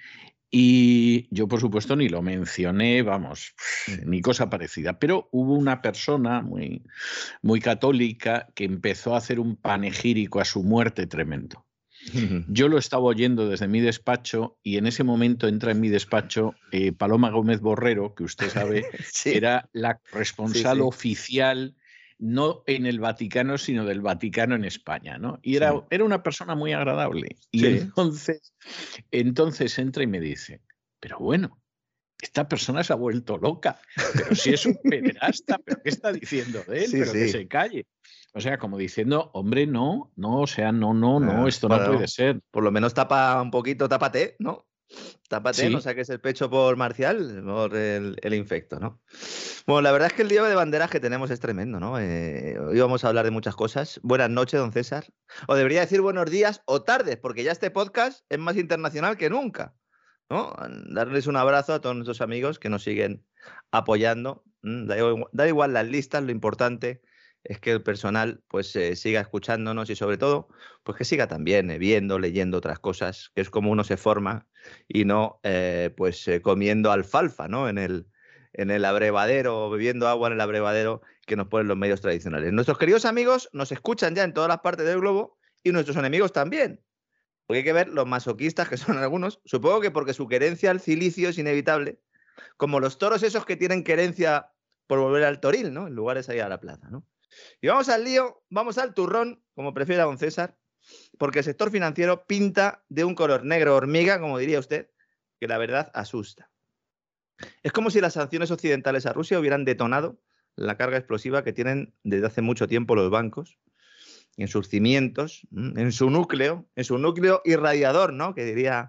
Y yo, por supuesto, ni lo mencioné, vamos, ni cosa parecida. Pero hubo una persona muy, muy católica que empezó a hacer un panegírico a su muerte tremendo. Yo lo estaba oyendo desde mi despacho y en ese momento entra en mi despacho Paloma Gómez Borrero, que usted sabe era la corresponsal oficial, no en el Vaticano, sino del Vaticano en España, ¿no? Y era una persona muy agradable. Y entonces entra y me dice, pero bueno, esta persona se ha vuelto loca, pero si es un pederasta, ¿pero qué está diciendo de él? Pero que se calle. O sea, como diciendo, hombre, no, o sea, no, esto no puede ser. Por lo menos tapa un poquito, tápate, ¿no? Tápate, no saques el pecho por Marcial, por el infecto, ¿no? Bueno, la verdad es que el lío de banderas que tenemos es tremendo, ¿no? Hoy vamos a hablar de muchas cosas. Buenas noches, don César. O debería decir buenos días o tardes, porque ya este podcast es más internacional que nunca, ¿no? Darles un abrazo a todos nuestros amigos que nos siguen apoyando. Da igual las listas, lo importante es que el personal pues siga escuchándonos y sobre todo pues que siga también viendo, leyendo otras cosas, que es como uno se forma y no comiendo alfalfa, ¿no? En el abrevadero o bebiendo agua en el abrevadero que nos ponen los medios tradicionales. Nuestros queridos amigos nos escuchan ya en todas las partes del globo y nuestros enemigos también. Porque hay que ver los masoquistas que son algunos, supongo que porque su querencia al cilicio es inevitable, como los toros esos que tienen querencia por volver al toril, ¿no? En lugar de salir a la plaza, ¿no? Y vamos al lío, vamos al turrón, como prefiera don César, porque el sector financiero pinta de un color negro hormiga, como diría usted, que la verdad asusta. Es como si las sanciones occidentales a Rusia hubieran detonado la carga explosiva que tienen desde hace mucho tiempo los bancos, en sus cimientos, en su núcleo irradiador, ¿no? Que diría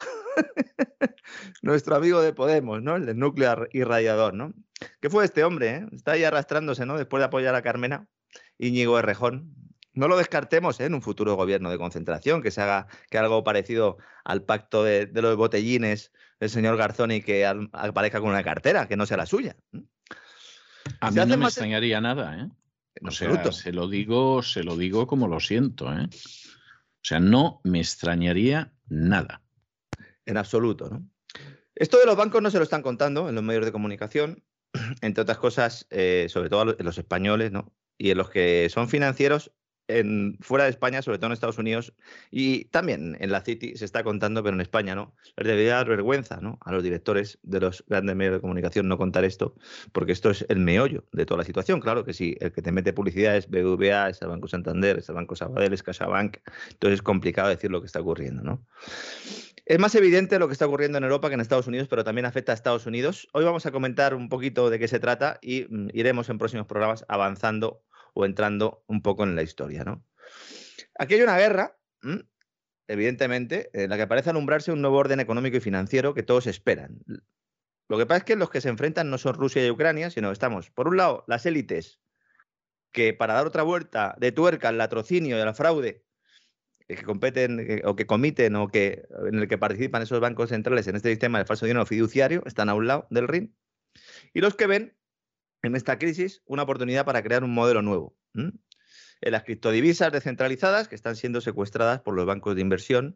nuestro amigo de Podemos, ¿no? El del núcleo irradiador, ¿no? ¿Qué fue este hombre, eh? Está ahí arrastrándose, ¿no? Después de apoyar a Carmena, Íñigo Errejón. No lo descartemos en un futuro gobierno de concentración, que algo parecido al pacto de los botellines del señor Garzón y que aparezca con una cartera, que no sea la suya. A mí no me extrañaría nada, ¿eh? O sea, se lo digo como lo siento, ¿eh? O sea, no me extrañaría nada. En absoluto, ¿no? Esto de los bancos no se lo están contando en los medios de comunicación, entre otras cosas, sobre todo en los españoles, ¿no? Y en los que son financieros fuera de España, sobre todo en Estados Unidos, y también en la City se está contando, pero en España no. Les debería dar vergüenza, ¿no? A los directores de los grandes medios de comunicación no contar esto, porque esto es el meollo de toda la situación. Claro que sí, el que te mete publicidad es BBVA, es el Banco Santander, es el Banco Sabadell, es CaixaBank, entonces es complicado decir lo que está ocurriendo, ¿no? Es más evidente lo que está ocurriendo en Europa que en Estados Unidos, pero también afecta a Estados Unidos. Hoy vamos a comentar un poquito de qué se trata y iremos en próximos programas avanzando o entrando un poco en la historia, ¿no? Aquí hay una guerra, evidentemente, en la que parece alumbrarse un nuevo orden económico y financiero que todos esperan. Lo que pasa es que los que se enfrentan no son Rusia y Ucrania, sino estamos, por un lado, las élites que para dar otra vuelta de tuerca al latrocinio y al fraude que competen o que comiten o que en el que participan esos bancos centrales en este sistema de falso dinero fiduciario están a un lado del ring, y los que ven en esta crisis una oportunidad para crear un modelo nuevo. En las criptodivisas descentralizadas que están siendo secuestradas por los bancos de inversión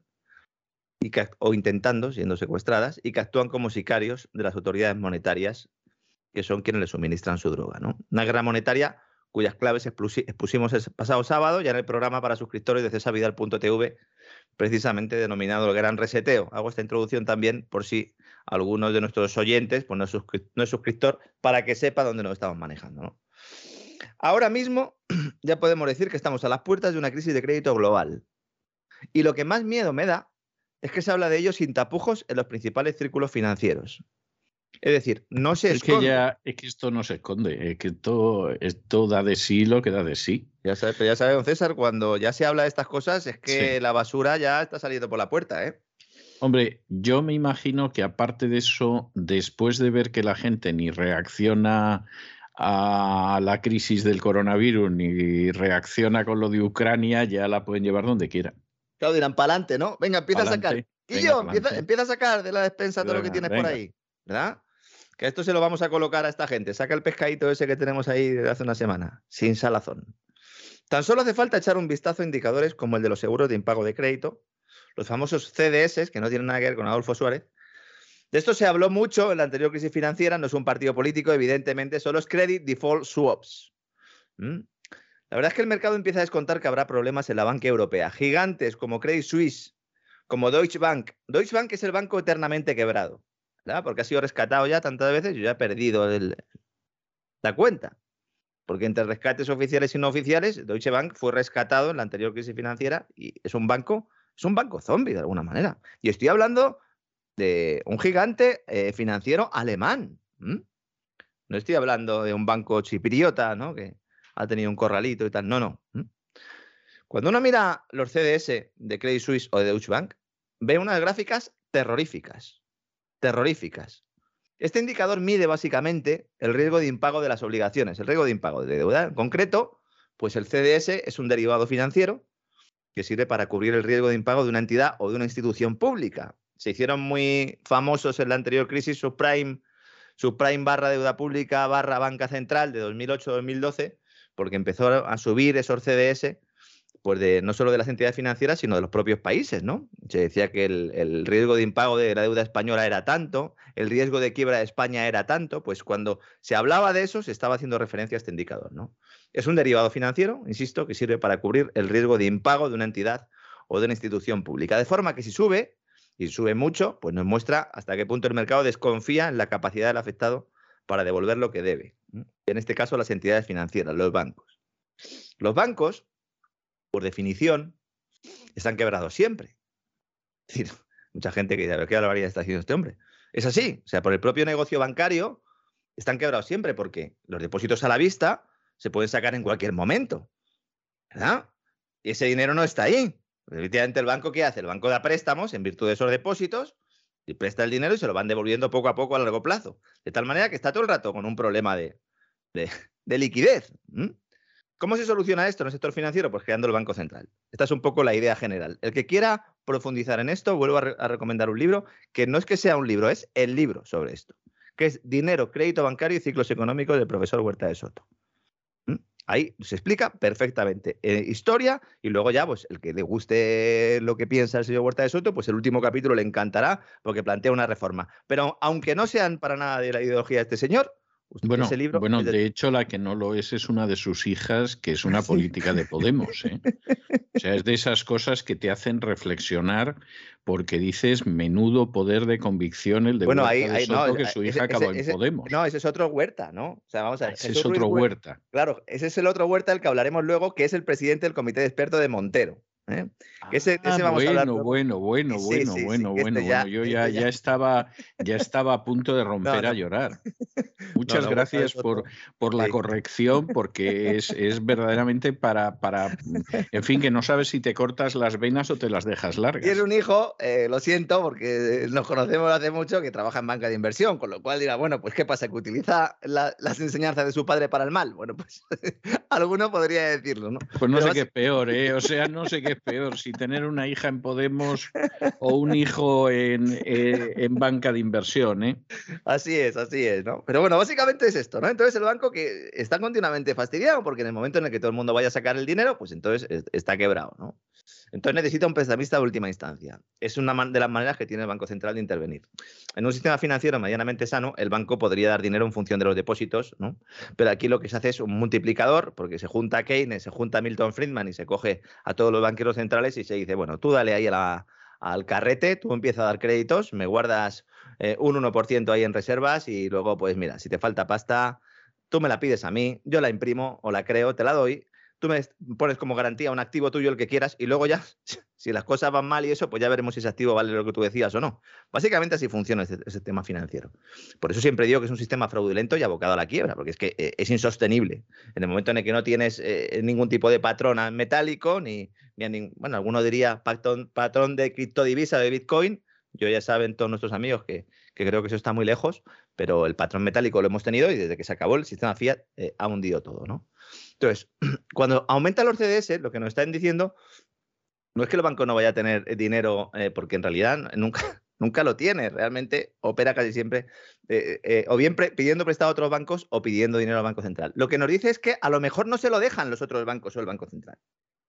o intentando siendo secuestradas y que actúan como sicarios de las autoridades monetarias que son quienes le suministran su droga, ¿no? Una guerra monetaria cuyas claves expusimos el pasado sábado ya en el programa para suscriptores de cesarvidal.tv, precisamente denominado el Gran Reseteo. Hago esta introducción también por si algunos de nuestros oyentes pues no es suscriptor, para que sepa dónde nos estamos manejando, ¿no? Ahora mismo ya podemos decir que estamos a las puertas de una crisis de crédito global. Y lo que más miedo me da es que se habla de ello sin tapujos en los principales círculos financieros. Es decir, no se esconde. Es que esto no se esconde, es que esto da de sí lo que da de sí. Ya sabe, don César, cuando ya se habla de estas cosas es que la basura ya está saliendo por la puerta, ¿eh? Hombre, yo me imagino que aparte de eso, después de ver que la gente ni reacciona a la crisis del coronavirus ni reacciona con lo de Ucrania, ya la pueden llevar donde quieran. Claro, dirán, para adelante, ¿no? Venga, empieza a sacar. Guillo, empieza a sacar de la despensa todo lo que tienes por ahí, ¿verdad? Que esto se lo vamos a colocar a esta gente. Saca el pescadito ese que tenemos ahí desde hace una semana, sin salazón. Tan solo hace falta echar un vistazo a indicadores como el de los seguros de impago de crédito, los famosos CDS, que no tienen nada que ver con Adolfo Suárez. De esto se habló mucho en la anterior crisis financiera, no es un partido político, evidentemente, son los Credit Default Swaps. La verdad es que el mercado empieza a descontar que habrá problemas en la banca europea. Gigantes como Credit Suisse, como Deutsche Bank. Deutsche Bank es el banco eternamente quebrado, ¿verdad? Porque ha sido rescatado ya tantas veces, yo ya he perdido la cuenta. Porque entre rescates oficiales y no oficiales, Deutsche Bank fue rescatado en la anterior crisis financiera y es un banco zombie de alguna manera. Y estoy hablando de un gigante financiero alemán. No estoy hablando de un banco chipriota, ¿no? Que ha tenido un corralito y tal. No. Cuando uno mira los CDS de Credit Suisse o de Deutsche Bank, ve unas gráficas terroríficas. Este indicador mide básicamente el riesgo de impago de las obligaciones, el riesgo de impago de deuda. En concreto, pues el CDS es un derivado financiero que sirve para cubrir el riesgo de impago de una entidad o de una institución pública. Se hicieron muy famosos en la anterior crisis subprime barra deuda pública barra banca central de 2008-2012, porque empezó a subir esos CDS pues no solo de las entidades financieras, sino de los propios países, ¿no? Se decía que el riesgo de impago de la deuda española era tanto, el riesgo de quiebra de España era tanto, pues cuando se hablaba de eso se estaba haciendo referencia a este indicador, ¿no? Es un derivado financiero, insisto, que sirve para cubrir el riesgo de impago de una entidad o de una institución pública. De forma que si sube, y sube mucho, pues nos muestra hasta qué punto el mercado desconfía en la capacidad del afectado para devolver lo que debe. En este caso, las entidades financieras, los bancos. Los bancos, por definición, están quebrados siempre. Es decir, mucha gente que dice, ¿qué barbaridad está haciendo este hombre? Es así. O sea, por el propio negocio bancario están quebrados siempre porque los depósitos a la vista se pueden sacar en cualquier momento, ¿verdad? Y ese dinero no está ahí. Efectivamente, ¿el banco qué hace? El banco da préstamos en virtud de esos depósitos y presta el dinero y se lo van devolviendo poco a poco a largo plazo. De tal manera que está todo el rato con un problema de liquidez. ¿Cómo se soluciona esto en el sector financiero? Pues creando el Banco Central. Esta es un poco la idea general. El que quiera profundizar en esto, vuelvo a recomendar un libro, que no es que sea un libro, es el libro sobre esto, que es Dinero, Crédito Bancario y Ciclos Económicos del profesor Huerta de Soto. Ahí se explica perfectamente historia y luego ya, pues el que le guste lo que piensa el señor Huerta de Soto, pues el último capítulo le encantará porque plantea una reforma. Pero aunque no sean para nada de la ideología de este señor, bueno, de hecho, la que no lo es una de sus hijas, que es una política de Podemos, ¿eh? O sea, es de esas cosas que te hacen reflexionar porque dices, menudo poder de convicción el de Huerta de Soto, que su hija acabó en Podemos. No, ese es otro Huerta, ¿no? O sea, vamos a ver. Ese es otro Huerta. Claro, ese es el otro Huerta del que hablaremos luego, que es el presidente del comité de expertos de Montero. Ese vamos a hablar. Bueno. Yo ya estaba a punto de romper a llorar. Muchas gracias por la corrección, porque es verdaderamente para, en fin, que no sabes si te cortas las venas o te las dejas largas. Tiene un hijo, lo siento, porque nos conocemos hace mucho, que trabaja en banca de inversión, con lo cual dirá, bueno, pues ¿qué pasa? ¿Que utiliza las enseñanzas de su padre para el mal? Bueno, pues alguno podría decirlo, ¿no? Pues no sé qué es peor, ¿eh? O sea, no sé qué es peor, si tener una hija en Podemos o un hijo en banca de inversión, ¿eh? Así es, ¿no? Pero bueno, básicamente es esto, ¿no? Entonces el banco que está continuamente fastidiado porque en el momento en el que todo el mundo vaya a sacar el dinero, pues entonces está quebrado, ¿no? Entonces necesita un prestamista de última instancia. Es una de las maneras que tiene el Banco Central de intervenir. En un sistema financiero medianamente sano, el banco podría dar dinero en función de los depósitos, ¿no? Pero aquí lo que se hace es un multiplicador, porque se junta Keynes, se junta Milton Friedman y se coge a todos los banqueros centrales y se dice, bueno, tú dale ahí al carrete, tú empiezas a dar créditos, me guardas un 1% ahí en reservas y luego, pues mira, si te falta pasta, tú me la pides a mí, yo la imprimo o la creo, te la doy, tú me pones como garantía un activo tuyo, el que quieras, y luego ya, si las cosas van mal y eso, pues ya veremos si ese activo vale lo que tú decías o no. Básicamente así funciona ese sistema financiero. Por eso siempre digo que es un sistema fraudulento y abocado a la quiebra, porque es que es insostenible. En el momento en el que no tienes ningún tipo de patrón metálico, bueno, alguno diría patrón de criptodivisa, de Bitcoin. Yo ya saben todos nuestros amigos que creo que eso está muy lejos, pero el patrón metálico lo hemos tenido y desde que se acabó el sistema fiat ha hundido todo, ¿no? Entonces, cuando aumentan los CDS, lo que nos están diciendo no es que el banco no vaya a tener dinero, porque en realidad nunca lo tiene. Realmente opera casi siempre o bien pidiendo prestado a otros bancos o pidiendo dinero al Banco Central. Lo que nos dice es que a lo mejor no se lo dejan los otros bancos o el Banco Central.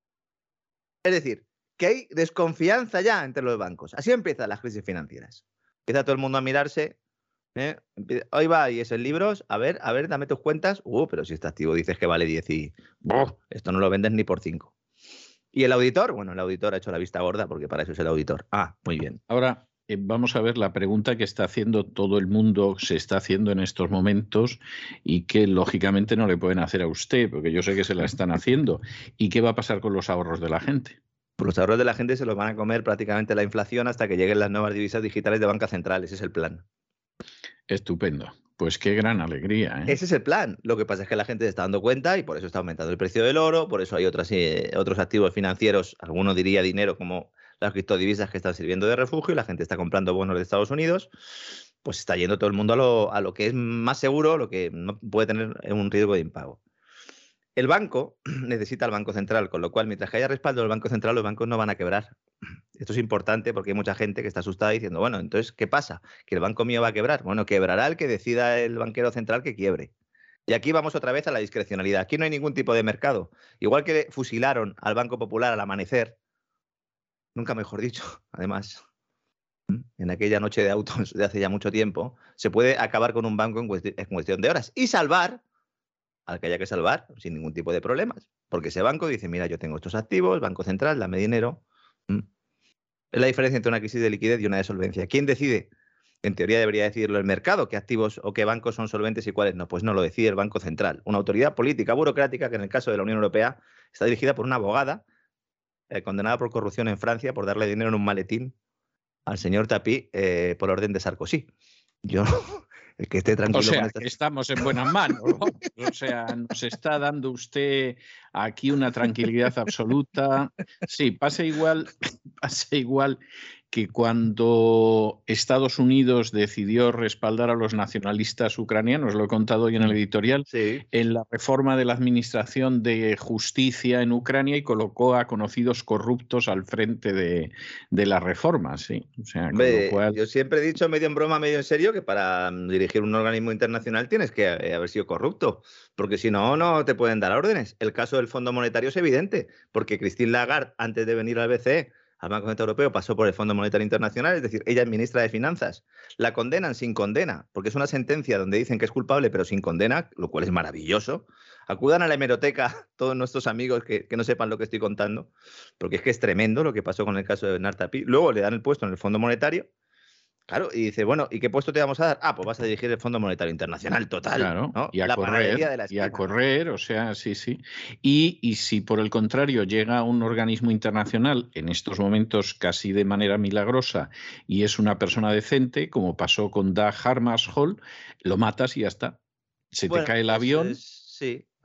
Es decir, que hay desconfianza ya entre los bancos. Así empiezan las crisis financieras. Empieza todo el mundo a mirarse. Hoy va y esos libros, a ver, dame tus cuentas. Pero si este activo dices que vale 10 y esto no lo vendes ni por 5. ¿Y el auditor? Bueno, el auditor ha hecho la vista gorda porque para eso es el auditor. Muy bien. Ahora, vamos a ver la pregunta que está haciendo todo el mundo, se está haciendo en estos momentos y que lógicamente no le pueden hacer a usted, porque yo sé que se la están haciendo. ¿Y qué va a pasar con los ahorros de la gente? Pues los ahorros de la gente se los van a comer prácticamente la inflación hasta que lleguen las nuevas divisas digitales de banca central. Ese es el plan. Estupendo. Pues qué gran alegría, ¿eh? Ese es el plan. Lo que pasa es que la gente se está dando cuenta y por eso está aumentando el precio del oro, por eso hay otros activos financieros, algunos diría dinero, como las criptodivisas que están sirviendo de refugio y la gente está comprando bonos de Estados Unidos. Pues está yendo todo el mundo a lo que es más seguro, lo que no puede tener un riesgo de impago. El banco necesita al Banco Central, con lo cual, mientras que haya respaldo del Banco Central, los bancos no van a quebrar. Esto es importante porque hay mucha gente que está asustada diciendo, bueno, entonces, ¿qué pasa? ¿Que el banco mío va a quebrar? Bueno, quebrará el que decida el banquero central que quiebre. Y aquí vamos otra vez a la discrecionalidad. Aquí no hay ningún tipo de mercado. Igual que fusilaron al Banco Popular al amanecer, nunca mejor dicho, además, en aquella noche de autos de hace ya mucho tiempo, se puede acabar con un banco en cuestión de horas y salvar al que haya que salvar sin ningún tipo de problemas. Porque ese banco dice, mira, yo tengo estos activos, Banco Central, dame dinero. Es la diferencia entre una crisis de liquidez y una de solvencia. ¿Quién decide? En teoría debería decidirlo el mercado, qué activos o qué bancos son solventes y cuáles no. Pues no, lo decide el Banco Central. Una autoridad política burocrática que en el caso de la Unión Europea está dirigida por una abogada condenada por corrupción en Francia por darle dinero en un maletín al señor Tapie por orden de Sarkozy. Yo... El que esté tranquilo. O sea, estamos en buenas manos, ¿no? O sea, nos está dando usted aquí una tranquilidad absoluta. Sí, pasa igual que cuando Estados Unidos decidió respaldar a los nacionalistas ucranianos, lo he contado hoy en el editorial, sí, en la reforma de la administración de justicia en Ucrania y colocó a conocidos corruptos al frente de la reforma, sí. O sea, con lo cual... Yo siempre he dicho, medio en broma, medio en serio, que para dirigir un organismo internacional tienes que haber sido corrupto, porque si no, no te pueden dar órdenes. El caso del Fondo Monetario es evidente, porque Christine Lagarde, antes de venir al BCE, al Banco Central Europeo, pasó por el Fondo Monetario Internacional, es decir, ella es ministra de Finanzas. La condenan sin condena, porque es una sentencia donde dicen que es culpable, pero sin condena, lo cual es maravilloso. Acudan a la hemeroteca todos nuestros amigos que no sepan lo que estoy contando, porque es que es tremendo lo que pasó con el caso de Bernard Tapie. Luego le dan el puesto en el Fondo Monetario. Claro, y dice, bueno, ¿y qué puesto te vamos a dar? Pues vas a dirigir el Fondo Monetario Internacional, total. Claro, ¿no? y a correr, o sea, sí. Y si por el contrario llega un organismo internacional, en estos momentos casi de manera milagrosa, y es una persona decente, como pasó con Dag Hammarskjöld, lo matas y ya está. Se te cae el avión. Sí.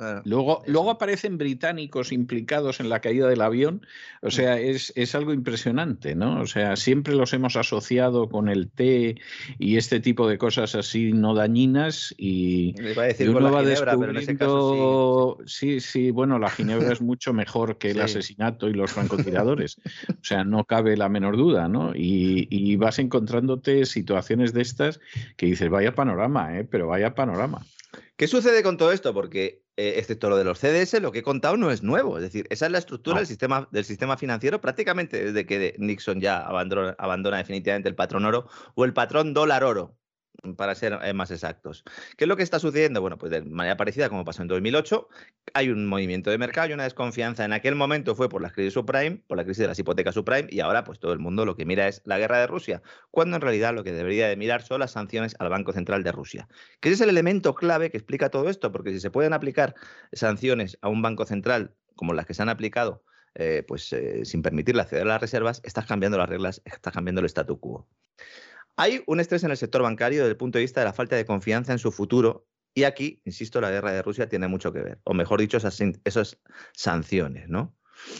Luego aparecen británicos implicados en la caída del avión. O sea, es algo impresionante, ¿no? O sea, siempre los hemos asociado con el té y este tipo de cosas así no dañinas y iba a decir uno con la va ginebra, pero en ese caso sí, bueno, la ginebra es mucho mejor que el asesinato y los francotiradores. O sea, no cabe la menor duda, ¿no? Y vas encontrándote situaciones de estas que dices, vaya panorama, pero vaya panorama. ¿Qué sucede con todo esto? Porque, excepto lo de los CDS, lo que he contado no es nuevo. Es decir, esa es la estructura del sistema financiero prácticamente desde que Nixon ya abandona definitivamente el patrón oro o el patrón dólar oro, para ser más exactos. ¿Qué es lo que está sucediendo? Bueno, pues de manera parecida como pasó en 2008, hay un movimiento de mercado y una desconfianza. En aquel momento fue por la crisis subprime, por la crisis de las hipotecas subprime, y ahora pues todo el mundo lo que mira es la guerra de Rusia, cuando en realidad lo que debería de mirar son las sanciones al Banco Central de Rusia. Que ese es el elemento clave que explica todo esto, porque si se pueden aplicar sanciones a un banco central como las que se han aplicado, sin permitirle acceder a las reservas, estás cambiando las reglas, estás cambiando el statu quo. Hay un estrés en el sector bancario desde el punto de vista de la falta de confianza en su futuro y aquí, insisto, la guerra de Rusia tiene mucho que ver, o mejor dicho, esas sanciones, ¿no?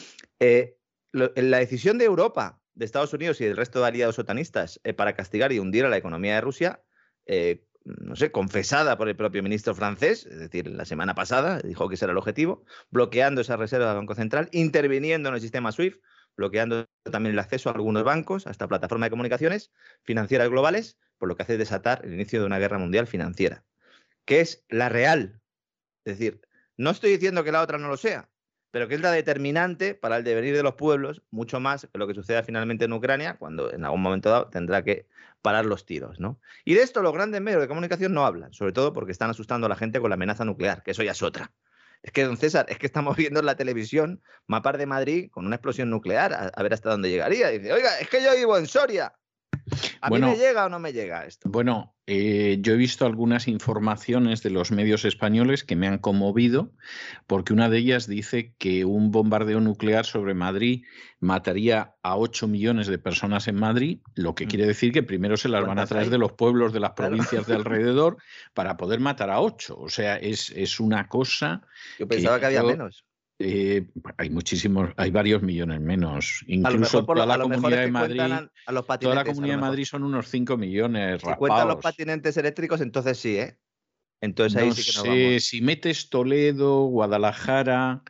La decisión de Europa, de Estados Unidos y del resto de aliados otanistas para castigar y hundir a la economía de Rusia, confesada por el propio ministro francés, es decir, la semana pasada, dijo que ese era el objetivo, bloqueando esas reservas del Banco Central, interviniendo en el sistema SWIFT, bloqueando también el acceso a algunos bancos, a esta plataforma de comunicaciones financieras globales, por lo que hace desatar el inicio de una guerra mundial financiera, que es la real. Es decir, no estoy diciendo que la otra no lo sea, pero que es la determinante para el devenir de los pueblos, mucho más que lo que suceda finalmente en Ucrania, cuando en algún momento dado tendrá que parar los tiros, ¿no? Y de esto los grandes medios de comunicación no hablan, sobre todo porque están asustando a la gente con la amenaza nuclear, que eso ya es otra. Es que, don César, es que estamos viendo en la televisión mapas de Madrid con una explosión nuclear, a ver hasta dónde llegaría. Y dice, oiga, es que yo vivo en Soria. ¿A mí me llega o no me llega esto? Bueno, yo he visto algunas informaciones de los medios españoles que me han conmovido, porque una de ellas dice que un bombardeo nuclear sobre Madrid mataría a 8 millones de personas en Madrid, lo que quiere decir que primero se las van a traer de los pueblos de las provincias de alrededor para poder matar a 8. O sea, es una cosa... Yo pensaba que había menos. Hay muchísimos, hay varios millones menos. Incluso toda la Comunidad de Madrid, toda la Comunidad de Madrid son unos 5 millones. Si cuentan los patinetes eléctricos, entonces sí, ¿eh? Entonces ahí no sí que nos sé, vamos. si metes Toledo, Guadalajara,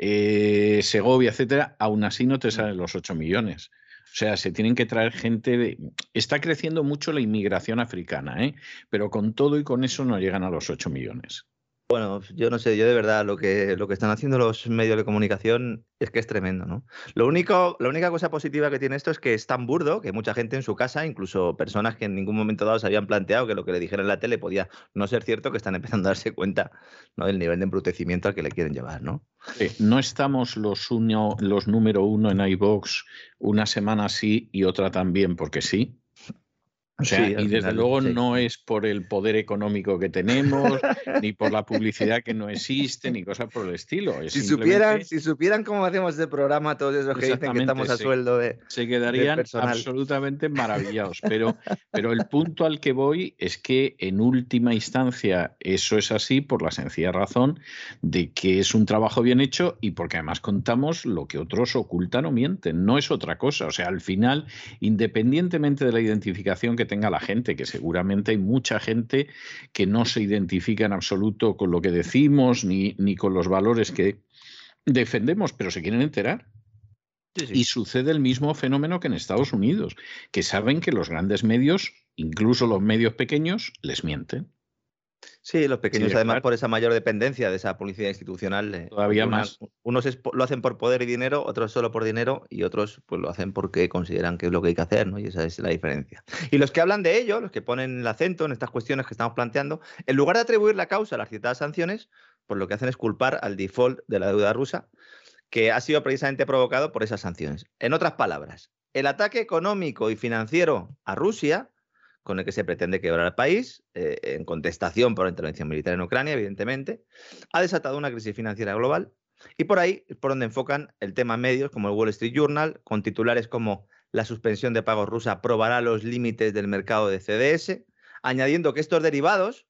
Segovia, etcétera, aún así no te salen los 8 millones. O sea, se tienen que traer gente. Está creciendo mucho la inmigración africana, pero con todo y con eso no llegan a los 8 millones. Bueno, yo no sé, yo de verdad lo que están haciendo los medios de comunicación es que es tremendo, ¿no? La única cosa positiva que tiene esto es que es tan burdo que mucha gente en su casa, incluso personas que en ningún momento dado se habían planteado que lo que le dijeron en la tele podía no ser cierto, que están empezando a darse cuenta, ¿no?, del nivel de embrutecimiento al que le quieren llevar, ¿no? No estamos los número uno en iVoox una semana sí y otra también, porque sí. O sea, sí, y desde luego no es por el poder económico que tenemos, ni por la publicidad que no existe, ni cosas por el estilo. Es si supieran cómo hacemos este programa, todos esos que dicen que estamos a sueldo de se quedarían absolutamente maravillados. Pero el punto al que voy es que en última instancia eso es así por la sencilla razón de que es un trabajo bien hecho y porque además contamos lo que otros ocultan o mienten. No es otra cosa. O sea, al final, independientemente de la identificación que tenga la gente, que seguramente hay mucha gente que no se identifica en absoluto con lo que decimos ni con los valores que defendemos, pero se quieren enterar. Sí. Y sucede el mismo fenómeno que en Estados Unidos, que saben que los grandes medios, incluso los medios pequeños, les mienten. Sí, los pequeños además por esa mayor dependencia de esa publicidad institucional. Todavía más. Unos lo hacen por poder y dinero, otros solo por dinero y otros pues lo hacen porque consideran que es lo que hay que hacer, ¿no? Y esa es la diferencia. Y los que hablan de ello, los que ponen el acento en estas cuestiones que estamos planteando, en lugar de atribuir la causa a las citadas sanciones, pues lo que hacen es culpar al default de la deuda rusa, que ha sido precisamente provocado por esas sanciones. En otras palabras, el ataque económico y financiero a Rusia, con el que se pretende quebrar al país, en contestación por la intervención militar en Ucrania, evidentemente, ha desatado una crisis financiera global y por ahí es por donde enfocan el tema medios como el Wall Street Journal, con titulares como la suspensión de pagos rusa probará los límites del mercado de CDS, añadiendo que estos derivados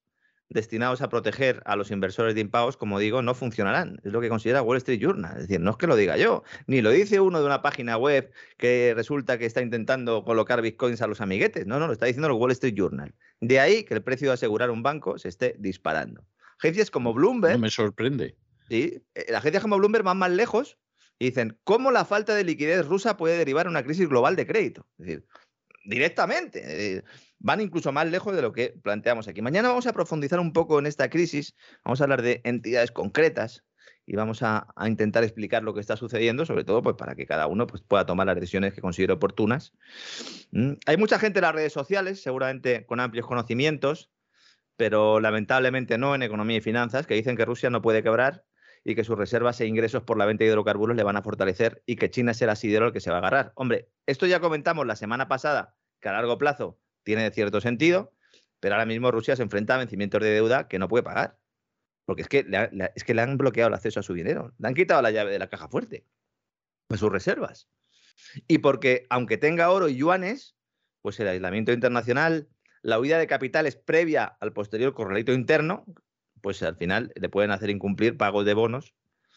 destinados a proteger a los inversores de impagos, como digo, no funcionarán. Es lo que considera Wall Street Journal. Es decir, no es que lo diga yo, ni lo dice uno de una página web que resulta que está intentando colocar bitcoins a los amiguetes. No, lo está diciendo el Wall Street Journal. De ahí que el precio de asegurar un banco se esté disparando. Agencias como Bloomberg... No me sorprende. Sí, las agencias como Bloomberg van más lejos y dicen, ¿cómo la falta de liquidez rusa puede derivar en una crisis global de crédito? Es decir, directamente. Van incluso más lejos de lo que planteamos aquí. Mañana vamos a profundizar un poco en esta crisis, vamos a hablar de entidades concretas y vamos a intentar explicar lo que está sucediendo, sobre todo pues, para que cada uno pues, pueda tomar las decisiones que considere oportunas. Hay mucha gente en las redes sociales, seguramente con amplios conocimientos, pero lamentablemente no en economía y finanzas, que dicen que Rusia no puede quebrar y que sus reservas e ingresos por la venta de hidrocarburos le van a fortalecer y que China será asidero el que se va a agarrar. Hombre, esto ya comentamos la semana pasada, que a largo plazo tiene cierto sentido, pero ahora mismo Rusia se enfrenta a vencimientos de deuda que no puede pagar. Porque es que le han bloqueado el acceso a su dinero. Le han quitado la llave de la caja fuerte, de sus reservas. Y porque, aunque tenga oro y yuanes, pues el aislamiento internacional, la huida de capitales previa al posterior corralito interno, pues al final le pueden hacer incumplir pagos de bonos.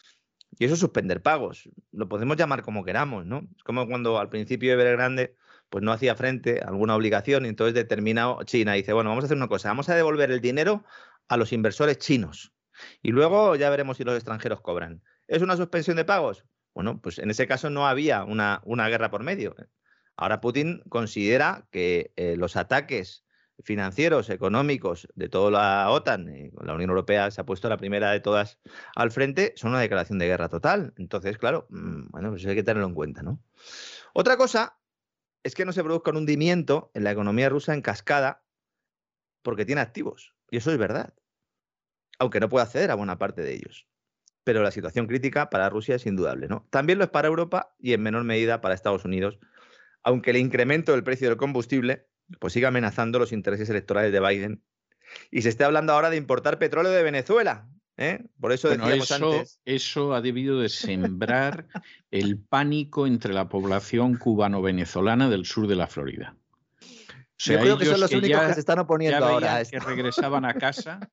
Y eso es suspender pagos. Lo podemos llamar como queramos, ¿no? Es como cuando al principio Evergrande pues no hacía frente a alguna obligación y entonces determinado China dice, bueno, vamos a hacer una cosa, vamos a devolver el dinero a los inversores chinos y luego ya veremos si los extranjeros cobran. ¿Es una suspensión de pagos? Bueno, pues en ese caso no había una guerra por medio. Ahora Putin considera que los ataques financieros, económicos de toda la OTAN, la Unión Europea se ha puesto la primera de todas al frente, son una declaración de guerra total. Entonces, claro, bueno, pues hay que tenerlo en cuenta, ¿no? Otra cosa es que no se produzca un hundimiento en la economía rusa en cascada porque tiene activos. Y eso es verdad. Aunque no puede acceder a buena parte de ellos. Pero la situación crítica para Rusia es indudable, ¿no? También lo es para Europa y en menor medida para Estados Unidos, aunque el incremento del precio del combustible pues sigue amenazando los intereses electorales de Biden. Y se está hablando ahora de importar petróleo de Venezuela. Por eso decíamos antes. Eso ha debido de sembrar el pánico entre la población cubano-venezolana del sur de la Florida. O sea, yo creo que son los únicos que se están oponiendo ahora a esto. Que regresaban a casa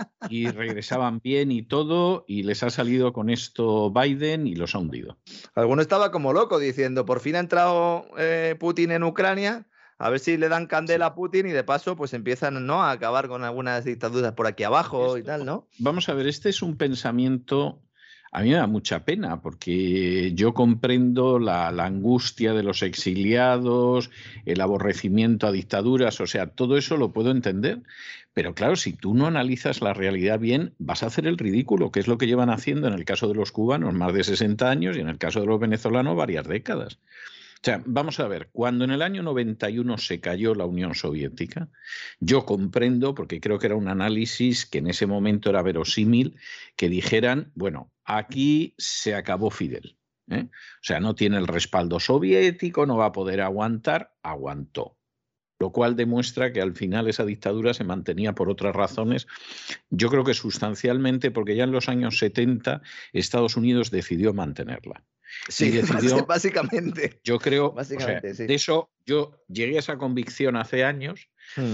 y regresaban bien y todo, y les ha salido con esto Biden y los ha hundido. Alguno estaba como loco diciendo, por fin ha entrado Putin en Ucrania, a ver si le dan candela a Putin y de paso pues empiezan, ¿no?, a acabar con algunas dictaduras por aquí abajo y tal, ¿no? Vamos a ver, este es un pensamiento... A mí me da mucha pena porque yo comprendo la angustia de los exiliados, el aborrecimiento a dictaduras, o sea, todo eso lo puedo entender. Pero claro, si tú no analizas la realidad bien, vas a hacer el ridículo, que es lo que llevan haciendo en el caso de los cubanos más de 60 años y en el caso de los venezolanos varias décadas. O sea, vamos a ver, cuando en el año 91 se cayó la Unión Soviética, yo comprendo, porque creo que era un análisis que en ese momento era verosímil, que dijeran, bueno, aquí se acabó Fidel. O sea, no tiene el respaldo soviético, no va a poder aguantar, aguantó. Lo cual demuestra que al final esa dictadura se mantenía por otras razones, yo creo que sustancialmente, porque ya en los años 70 Estados Unidos decidió mantenerla. Sí, decidió, básicamente. Yo creo, básicamente, o sea, sí. De eso yo llegué a esa convicción hace años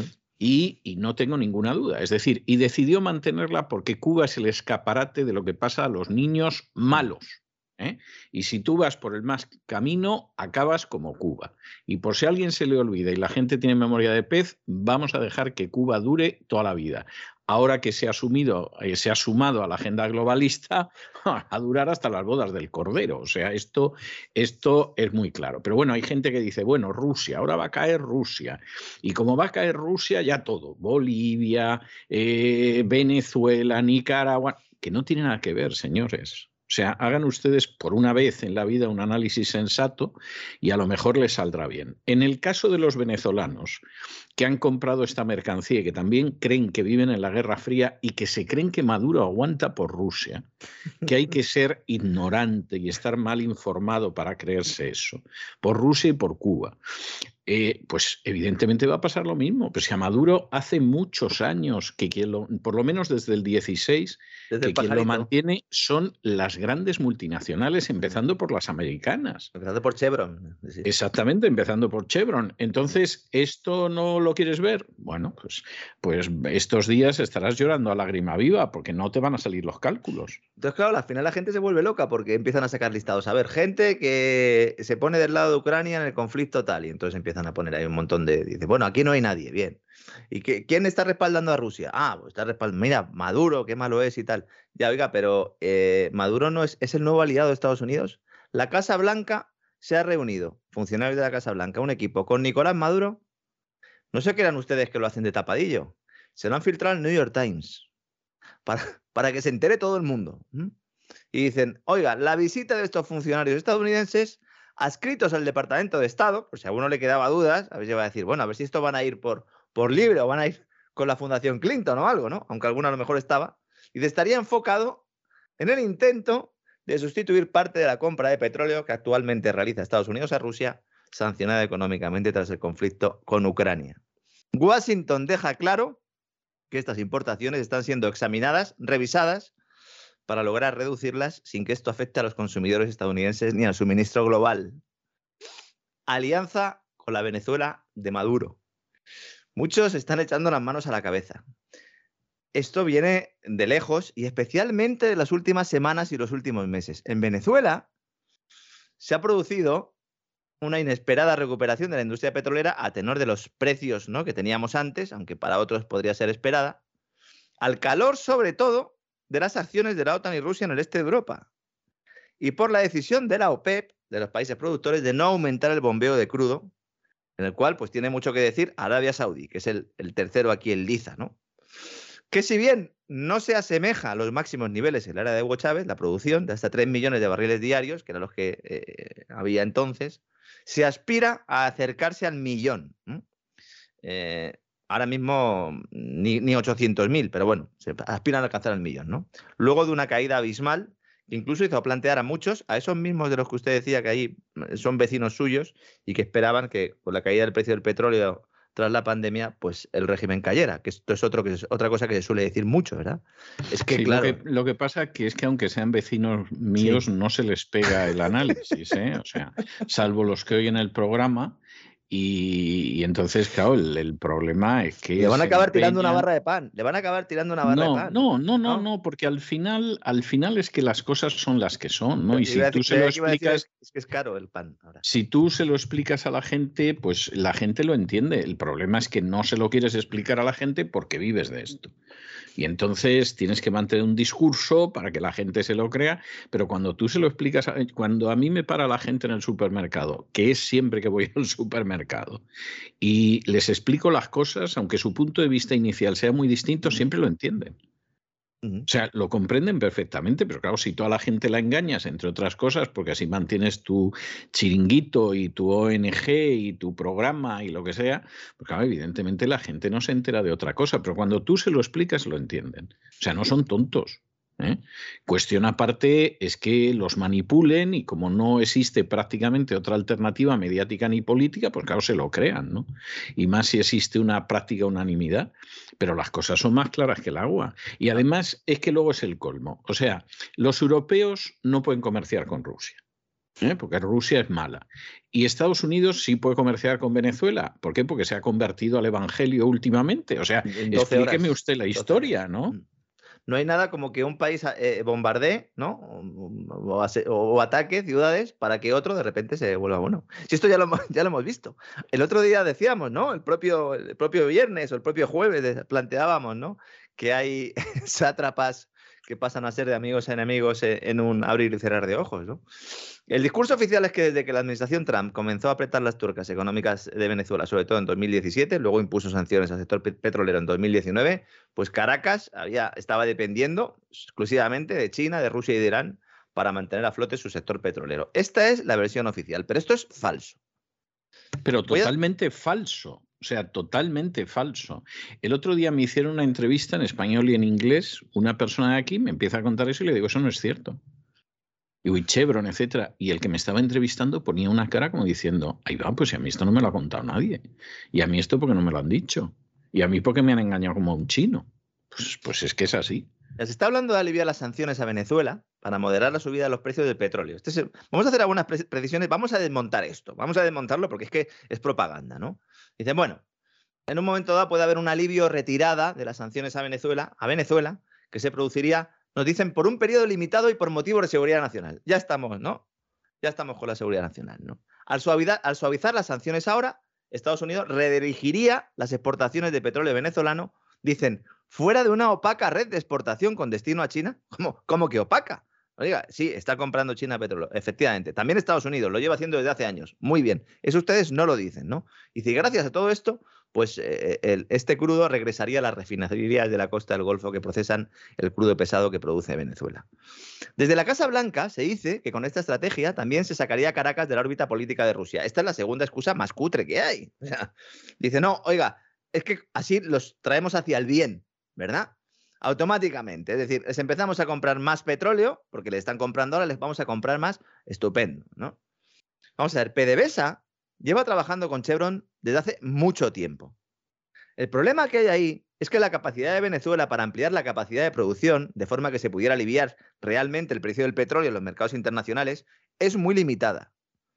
y no tengo ninguna duda. Es decir, y decidió mantenerla porque Cuba es el escaparate de lo que pasa a los niños malos. Y si tú vas por el mal camino, acabas como Cuba. Y por si a alguien se le olvida y la gente tiene memoria de pez, vamos a dejar que Cuba dure toda la vida. Ahora que se ha sumado a la agenda globalista, a durar hasta las bodas del Cordero. O sea, esto es muy claro. Pero bueno, hay gente que dice, bueno, Rusia, ahora va a caer Rusia. Y como va a caer Rusia, ya todo. Bolivia, Venezuela, Nicaragua, que no tiene nada que ver, señores. O sea, hagan ustedes por una vez en la vida un análisis sensato y a lo mejor les saldrá bien. En el caso de los venezolanos que han comprado esta mercancía y que también creen que viven en la Guerra Fría y que se creen que Maduro aguanta por Rusia, que hay que ser ignorante y estar mal informado para creerse eso, por Rusia y por Cuba. pues evidentemente va a pasar lo mismo. Pues si a Maduro hace muchos años que por lo menos desde el 16, que quien lo mantiene son las grandes multinacionales, empezando por las americanas. Empezando por Chevron. Sí. Exactamente, empezando por Chevron. Entonces, ¿esto no lo quieres ver? Bueno, pues estos días estarás llorando a lágrima viva porque no te van a salir los cálculos. Entonces, claro, al final la gente se vuelve loca porque empiezan a sacar listados. A ver, gente que se pone del lado de Ucrania en el conflicto tal, y entonces empiezan a poner ahí un montón de... Dice, bueno, aquí no hay nadie, bien. ¿Y quién está respaldando a Rusia? Pues está respaldando... Mira, Maduro, qué malo es y tal. Ya, oiga, pero Maduro no es el nuevo aliado de Estados Unidos. La Casa Blanca se ha reunido, funcionarios de la Casa Blanca, un equipo con Nicolás Maduro. No se crean ustedes que lo hacen de tapadillo. Se lo han filtrado al New York Times para que se entere todo el mundo. Y dicen, oiga, la visita de estos funcionarios estadounidenses adscritos al Departamento de Estado, por si a uno le quedaba dudas, a ver si va a decir, bueno, a ver si esto van a ir por libre o van a ir con la Fundación Clinton o algo, ¿no? Aunque alguna a lo mejor estaba. Y estaría enfocado en el intento de sustituir parte de la compra de petróleo que actualmente realiza Estados Unidos a Rusia, sancionada económicamente tras el conflicto con Ucrania. Washington deja claro que estas importaciones están siendo examinadas, revisadas, para lograr reducirlas sin que esto afecte a los consumidores estadounidenses ni al suministro global. Alianza con la Venezuela de Maduro. Muchos están echando las manos a la cabeza. Esto viene de lejos y especialmente de las últimas semanas y los últimos meses. En Venezuela se ha producido una inesperada recuperación de la industria petrolera a tenor de los precios, ¿no?, que teníamos antes, aunque para otros podría ser esperada, al calor sobre todo de las acciones de la OTAN y Rusia en el este de Europa y por la decisión de la OPEP, de los países productores, de no aumentar el bombeo de crudo, en el cual pues tiene mucho que decir Arabia Saudí, que es el tercero aquí en liza, ¿no? Que si bien no se asemeja a los máximos niveles en la era de Hugo Chávez, la producción de hasta 3 millones de barriles diarios, que eran los que había entonces, se aspira a acercarse al millón. Ahora mismo ni 800.000, pero bueno, se aspiran a alcanzar el millón, ¿no? Luego de una caída abismal que incluso hizo plantear a muchos, a esos mismos de los que usted decía que ahí son vecinos suyos y que esperaban que con la caída del precio del petróleo tras la pandemia, pues el régimen cayera, que esto es otra cosa que se suele decir mucho, ¿verdad? Es que, sí, claro... Lo que pasa es que aunque sean vecinos míos, sí, no se les pega el análisis, ¿eh? O sea, salvo los que oyen el programa. Y entonces, claro, el problema es que... Le van a acabar tirando una barra de pan. Le van a acabar tirando una barra de pan. No, porque al final es que las cosas son las que son, ¿no? Y si tú se lo explicas... Es que es caro el pan ahora. Si tú se lo explicas a la gente, pues la gente lo entiende. El problema es que no se lo quieres explicar a la gente porque vives de esto. Y entonces tienes que mantener un discurso para que la gente se lo crea, pero cuando tú se lo explicas, cuando a mí me para la gente en el supermercado, que es siempre que voy al supermercado, y les explico las cosas, aunque su punto de vista inicial sea muy distinto, siempre lo entienden. O sea, lo comprenden perfectamente, pero claro, si tú a la gente la engañas, entre otras cosas, porque así mantienes tu chiringuito y tu ONG y tu programa y lo que sea, pues claro, evidentemente la gente no se entera de otra cosa, pero cuando tú se lo explicas, lo entienden. O sea, no son tontos. Cuestión aparte es que los manipulen y como no existe prácticamente otra alternativa mediática ni política, pues claro, se lo crean, ¿no? Y más si existe una práctica unanimidad, pero las cosas son más claras que el agua. Y además es que luego es el colmo. O sea, los europeos no pueden comerciar con Rusia, porque Rusia es mala. Y Estados Unidos sí puede comerciar con Venezuela. ¿Por qué? Porque se ha convertido al evangelio últimamente. O sea, explíqueme usted la historia, ¿no? No hay nada como que un país bombardee, ¿no? O ataque ciudades para que otro de repente se vuelva bueno. Si esto ya lo hemos visto. El otro día decíamos, ¿no? El propio viernes o el propio jueves planteábamos, ¿no?, que hay sátrapas que pasan a ser de amigos a enemigos en un abrir y cerrar de ojos, ¿no? El discurso oficial es que desde que la administración Trump comenzó a apretar las tuercas económicas de Venezuela, sobre todo en 2017, luego impuso sanciones al sector petrolero en 2019, pues Caracas estaba dependiendo exclusivamente de China, de Rusia y de Irán para mantener a flote su sector petrolero. Esta es la versión oficial, pero esto es falso. Pero totalmente falso. O sea, totalmente falso. El otro día me hicieron una entrevista en español y en inglés. Una persona de aquí me empieza a contar eso y le digo, eso no es cierto. y Chevron, etcétera, y el que me estaba entrevistando ponía una cara como diciendo, ahí va, pues si a mí esto no me lo ha contado nadie, y a mí esto porque no me lo han dicho, y a mí porque me han engañado como a un chino. Pues es que es así. Se está hablando de aliviar las sanciones a Venezuela para moderar la subida de los precios del petróleo. Vamos a hacer algunas precisiones, vamos a desmontar esto, vamos a desmontarlo porque es que es propaganda, ¿no? Dicen, bueno, en un momento dado puede haber un alivio retirada de las sanciones a Venezuela, que se produciría, nos dicen, por un periodo limitado y por motivos de seguridad nacional. Ya estamos, ¿no? Ya estamos con la seguridad nacional, ¿no? Al suavizar las sanciones ahora, Estados Unidos redirigiría las exportaciones de petróleo venezolano, dicen, fuera de una opaca red de exportación con destino a China. ¿Cómo que opaca? Oiga, sí, está comprando China petróleo, efectivamente. También Estados Unidos, lo lleva haciendo desde hace años. Muy bien. Eso ustedes no lo dicen, ¿no? Y si gracias a todo esto, pues este crudo regresaría a las refinerías de la costa del Golfo que procesan el crudo pesado que produce Venezuela. Desde la Casa Blanca se dice que con esta estrategia también se sacaría a Caracas de la órbita política de Rusia. Esta es la segunda excusa más cutre que hay. O sea, dice, no, oiga, es que así los traemos hacia el bien, ¿verdad? Automáticamente. Es decir, les empezamos a comprar más petróleo, porque le están comprando ahora, les vamos a comprar más. Estupendo, ¿no? Vamos a ver, PDVSA lleva trabajando con Chevron desde hace mucho tiempo. El problema que hay ahí es que la capacidad de Venezuela para ampliar la capacidad de producción, de forma que se pudiera aliviar realmente el precio del petróleo en los mercados internacionales, es muy limitada.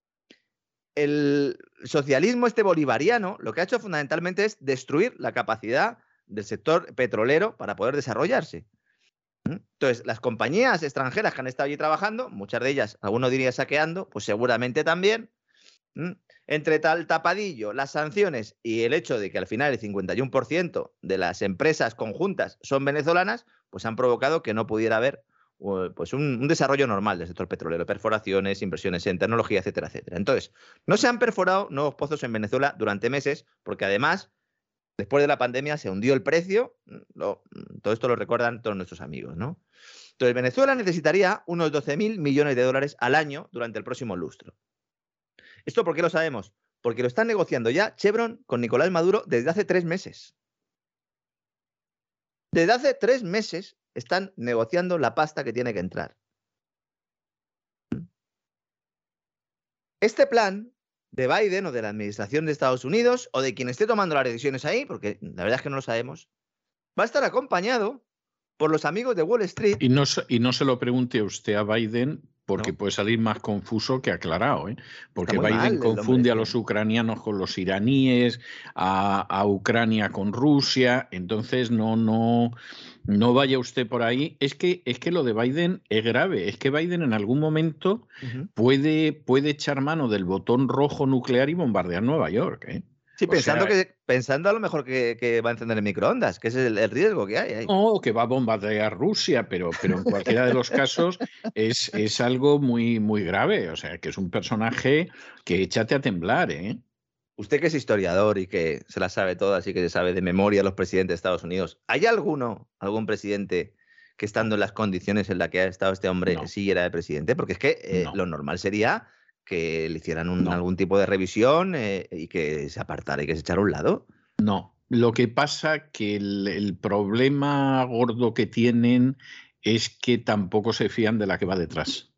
El socialismo bolivariano lo que ha hecho fundamentalmente es destruir la capacidad del sector petrolero para poder desarrollarse. Entonces, las compañías extranjeras que han estado allí trabajando, muchas de ellas, alguno diría saqueando, pues seguramente también, entre tal tapadillo, las sanciones y el hecho de que al final el 51% de las empresas conjuntas son venezolanas, pues han provocado que no pudiera haber pues un desarrollo normal del sector petrolero, perforaciones, inversiones en tecnología, etcétera, etcétera. Entonces, no se han perforado nuevos pozos en Venezuela durante meses, porque además, después de la pandemia, se hundió el precio. Todo esto lo recuerdan todos nuestros amigos, ¿no? Entonces, Venezuela necesitaría unos 12.000 millones de dólares al año durante el próximo lustro. ¿Esto por qué lo sabemos? Porque lo están negociando ya Chevron con Nicolás Maduro desde hace 3 meses. Desde hace 3 meses están negociando la pasta que tiene que entrar. Este plan de Biden o de la administración de Estados Unidos o de quien esté tomando las decisiones ahí, porque la verdad es que no lo sabemos, va a estar acompañado por los amigos de Wall Street. Y no se lo pregunte usted a Biden, porque puede salir más confuso que aclarado, ¿eh? Porque Biden confunde a los ucranianos con los iraníes, a Ucrania con Rusia, entonces no vaya usted por ahí. Es que lo de Biden es grave, es que Biden en algún momento puede echar mano del botón rojo nuclear y bombardear Nueva York, ¿eh? Sí, pensando a lo mejor que va a encender el microondas, que ese es el riesgo que hay ahí. No, que va a bombardear Rusia, pero en cualquiera de los casos es algo muy, muy grave. O sea, que es un personaje que échate a temblar, ¿eh? Usted que es historiador y que se la sabe todas y que se sabe de memoria los presidentes de Estados Unidos, ¿hay algún presidente que estando en las condiciones en las que ha estado este hombre siguiera de presidente? Porque es que lo normal sería que le hicieran algún tipo de revisión y que se apartara y que se echara a un lado. No, lo que pasa que el problema gordo que tienen es que tampoco se fían de la que va detrás.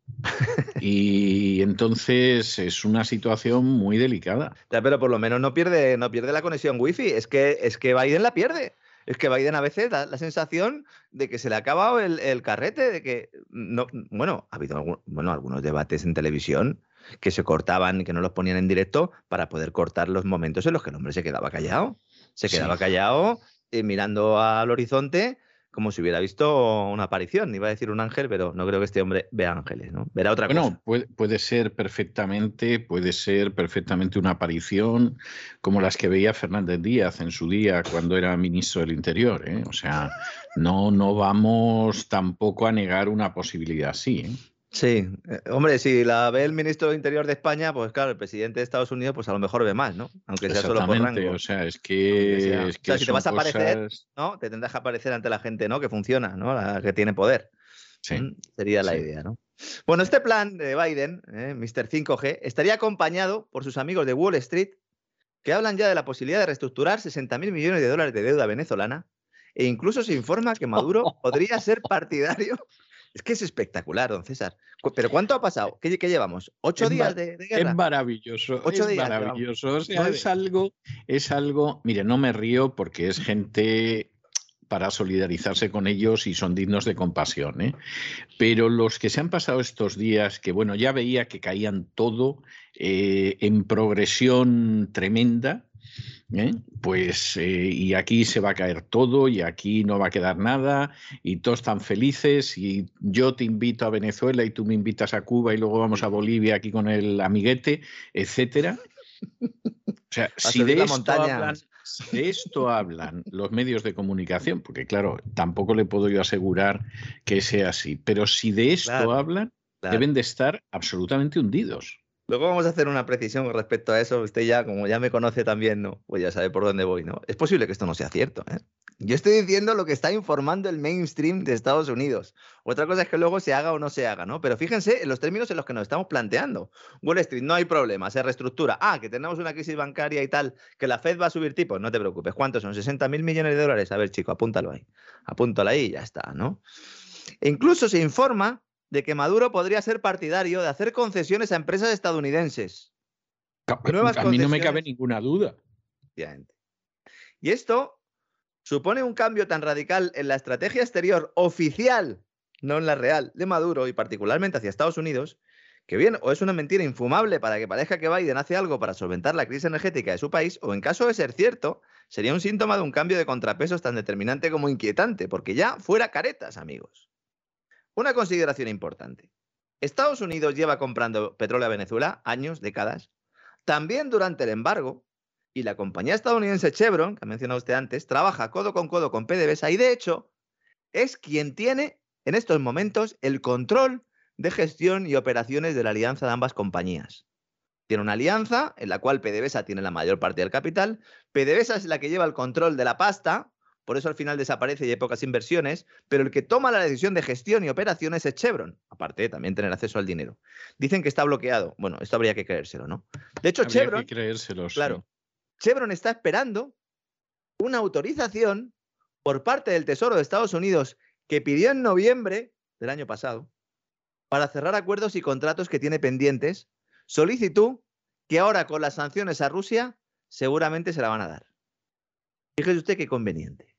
Y entonces es una situación muy delicada. Ya, pero por lo menos no pierde la conexión wifi. Es que Biden la pierde. Es que Biden a veces da la sensación de que se le ha acabado el carrete, de que ha habido algunos debates en televisión que se cortaban, que no los ponían en directo para poder cortar los momentos en los que el hombre se quedaba callado. Se quedaba callado mirando al horizonte como si hubiera visto una aparición. Iba a decir un ángel, pero no creo que este hombre vea ángeles, ¿no? Verá otra cosa. Bueno, puede ser perfectamente una aparición como las que veía Fernández Díaz en su día cuando era ministro del Interior, ¿eh? O sea, no vamos tampoco a negar una posibilidad así, ¿eh? Sí, hombre, si la ve el ministro del Interior de España, pues claro, el presidente de Estados Unidos, pues a lo mejor ve más, ¿no? Aunque sea solo por rango. O sea, es que si te vas a aparecer, ¿no? Te tendrás que aparecer ante la gente, ¿no? Que funciona, ¿no? La que tiene poder. Sí. Sería la idea, ¿no? Bueno, este plan de Biden, Mr. 5G, estaría acompañado por sus amigos de Wall Street, que hablan ya de la posibilidad de reestructurar 60.000 millones de dólares de deuda venezolana, e incluso se informa que Maduro podría ser partidario Es que es espectacular, don César. ¿Pero cuánto ha pasado? ¿Qué llevamos? ¿8 días de guerra? Es maravilloso. 8 días. Maravilloso. O sea, es algo. Mire, no me río porque es gente para solidarizarse con ellos y son dignos de compasión, ¿eh? Pero los que se han pasado estos días, que bueno, ya veía que caían todo en progresión tremenda. Pues y aquí se va a caer todo y aquí no va a quedar nada y todos están felices y yo te invito a Venezuela y tú me invitas a Cuba y luego vamos a Bolivia aquí con el amiguete, etcétera. O sea, si de esto hablan los medios de comunicación, porque claro, tampoco le puedo yo asegurar que sea así, pero si de esto hablan, deben de estar absolutamente hundidos. Luego vamos a hacer una precisión con respecto a eso. Usted ya, como ya me conoce también, ¿no? Pues ya sabe por dónde voy, ¿no? Es posible que esto no sea cierto, ¿eh? Yo estoy diciendo lo que está informando el mainstream de Estados Unidos. Otra cosa es que luego se haga o no se haga, ¿no? Pero fíjense en los términos en los que nos estamos planteando. Wall Street, no hay problema, se reestructura. Ah, que tenemos una crisis bancaria y tal, que la Fed va a subir tipos. No te preocupes. ¿Cuántos son? ¿60.000 millones de dólares? A ver, chico, apúntalo ahí. Apúntalo ahí y ya está, ¿no? E incluso se informa de que Maduro podría ser partidario de hacer concesiones a empresas estadounidenses. A mí no me cabe ninguna duda. Y esto supone un cambio tan radical en la estrategia exterior oficial, no en la real, de Maduro y particularmente hacia Estados Unidos, que bien o es una mentira infumable para que parezca que Biden hace algo para solventar la crisis energética de su país, o en caso de ser cierto, sería un síntoma de un cambio de contrapesos tan determinante como inquietante, porque ya fuera caretas, amigos. Una consideración importante. Estados Unidos lleva comprando petróleo a Venezuela años, décadas, también durante el embargo, y la compañía estadounidense Chevron, que ha mencionado usted antes, trabaja codo con PDVSA y de hecho es quien tiene en estos momentos el control de gestión y operaciones de la alianza de ambas compañías. Tiene una alianza en la cual PDVSA tiene la mayor parte del capital, PDVSA es la que lleva el control de la pasta. Por eso al final desaparece y hay pocas inversiones, pero el que toma la decisión de gestión y operaciones es Chevron, aparte de también tener acceso al dinero. Dicen que está bloqueado. Bueno, esto habría que creérselo, ¿no? De hecho, Chevron, que creérselo, claro, sí. Chevron está esperando una autorización por parte del Tesoro de Estados Unidos que pidió en noviembre del año pasado para cerrar acuerdos y contratos que tiene pendientes, solicitud que ahora con las sanciones a Rusia seguramente se la van a dar. Fíjese usted qué conveniente.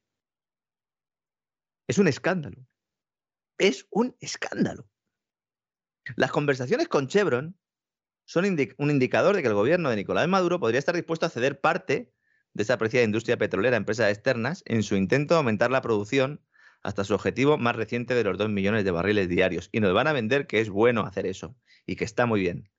Es un escándalo. Es un escándalo. Las conversaciones con Chevron son un indicador de que el gobierno de Nicolás Maduro podría estar dispuesto a ceder parte de esa apreciada industria petrolera a empresas externas en su intento de aumentar la producción hasta su objetivo más reciente de los 2 millones de barriles diarios. Y nos van a vender que es bueno hacer eso y que está muy bien.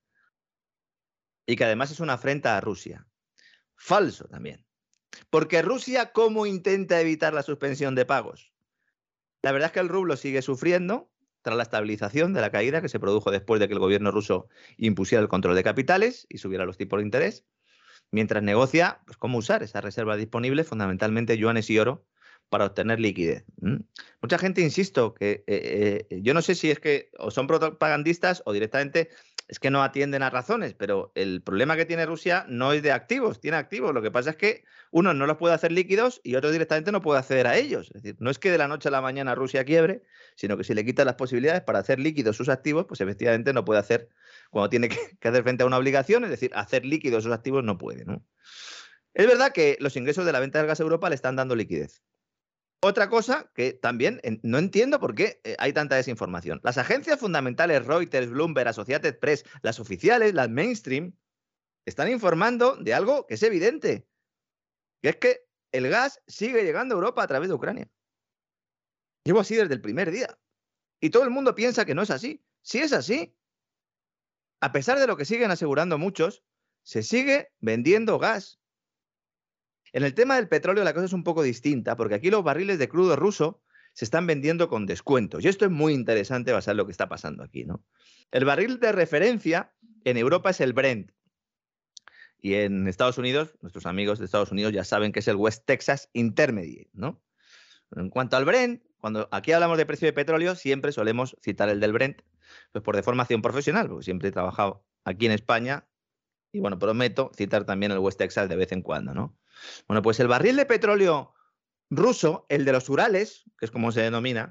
Y que además es una afrenta a Rusia. Falso también. Porque Rusia, ¿cómo intenta evitar la suspensión de pagos? La verdad es que el rublo sigue sufriendo tras la estabilización de la caída que se produjo después de que el gobierno ruso impusiera el control de capitales y subiera los tipos de interés, mientras negocia pues, cómo usar esas reservas disponibles, fundamentalmente yuanes y oro, para obtener liquidez. Mucha gente, insisto, que yo no sé si es que o son propagandistas o directamente es que no atienden a razones, pero el problema que tiene Rusia no es de activos, tiene activos. Lo que pasa es que unos no los puede hacer líquidos y otros directamente no puede acceder a ellos. Es decir, no es que de la noche a la mañana Rusia quiebre, sino que si le quitan las posibilidades para hacer líquidos sus activos, pues efectivamente no puede hacer cuando tiene que hacer frente a una obligación, es decir, hacer líquidos sus activos no puede, ¿no? Es verdad que los ingresos de la venta del gas a Europa le están dando liquidez. Otra cosa que también no entiendo por qué hay tanta desinformación. Las agencias fundamentales Reuters, Bloomberg, Associated Press, las oficiales, las mainstream, están informando de algo que es evidente, que es que el gas sigue llegando a Europa a través de Ucrania. Llevo así desde el primer día. Y todo el mundo piensa que no es así. Sí es así. A pesar de lo que siguen asegurando muchos, se sigue vendiendo gas. En el tema del petróleo la cosa es un poco distinta, porque aquí los barriles de crudo ruso se están vendiendo con descuentos. Y esto es muy interesante basar lo que está pasando aquí, ¿no? El barril de referencia en Europa es el Brent. Y en Estados Unidos, nuestros amigos de Estados Unidos ya saben que es el West Texas Intermediate, ¿no? En cuanto al Brent, cuando aquí hablamos de precio de petróleo, siempre solemos citar el del Brent, pues por deformación profesional, porque siempre he trabajado aquí en España y, bueno, prometo citar también el West Texas de vez en cuando, ¿no? Bueno, pues el barril de petróleo ruso, el de los Urales, que es como se denomina,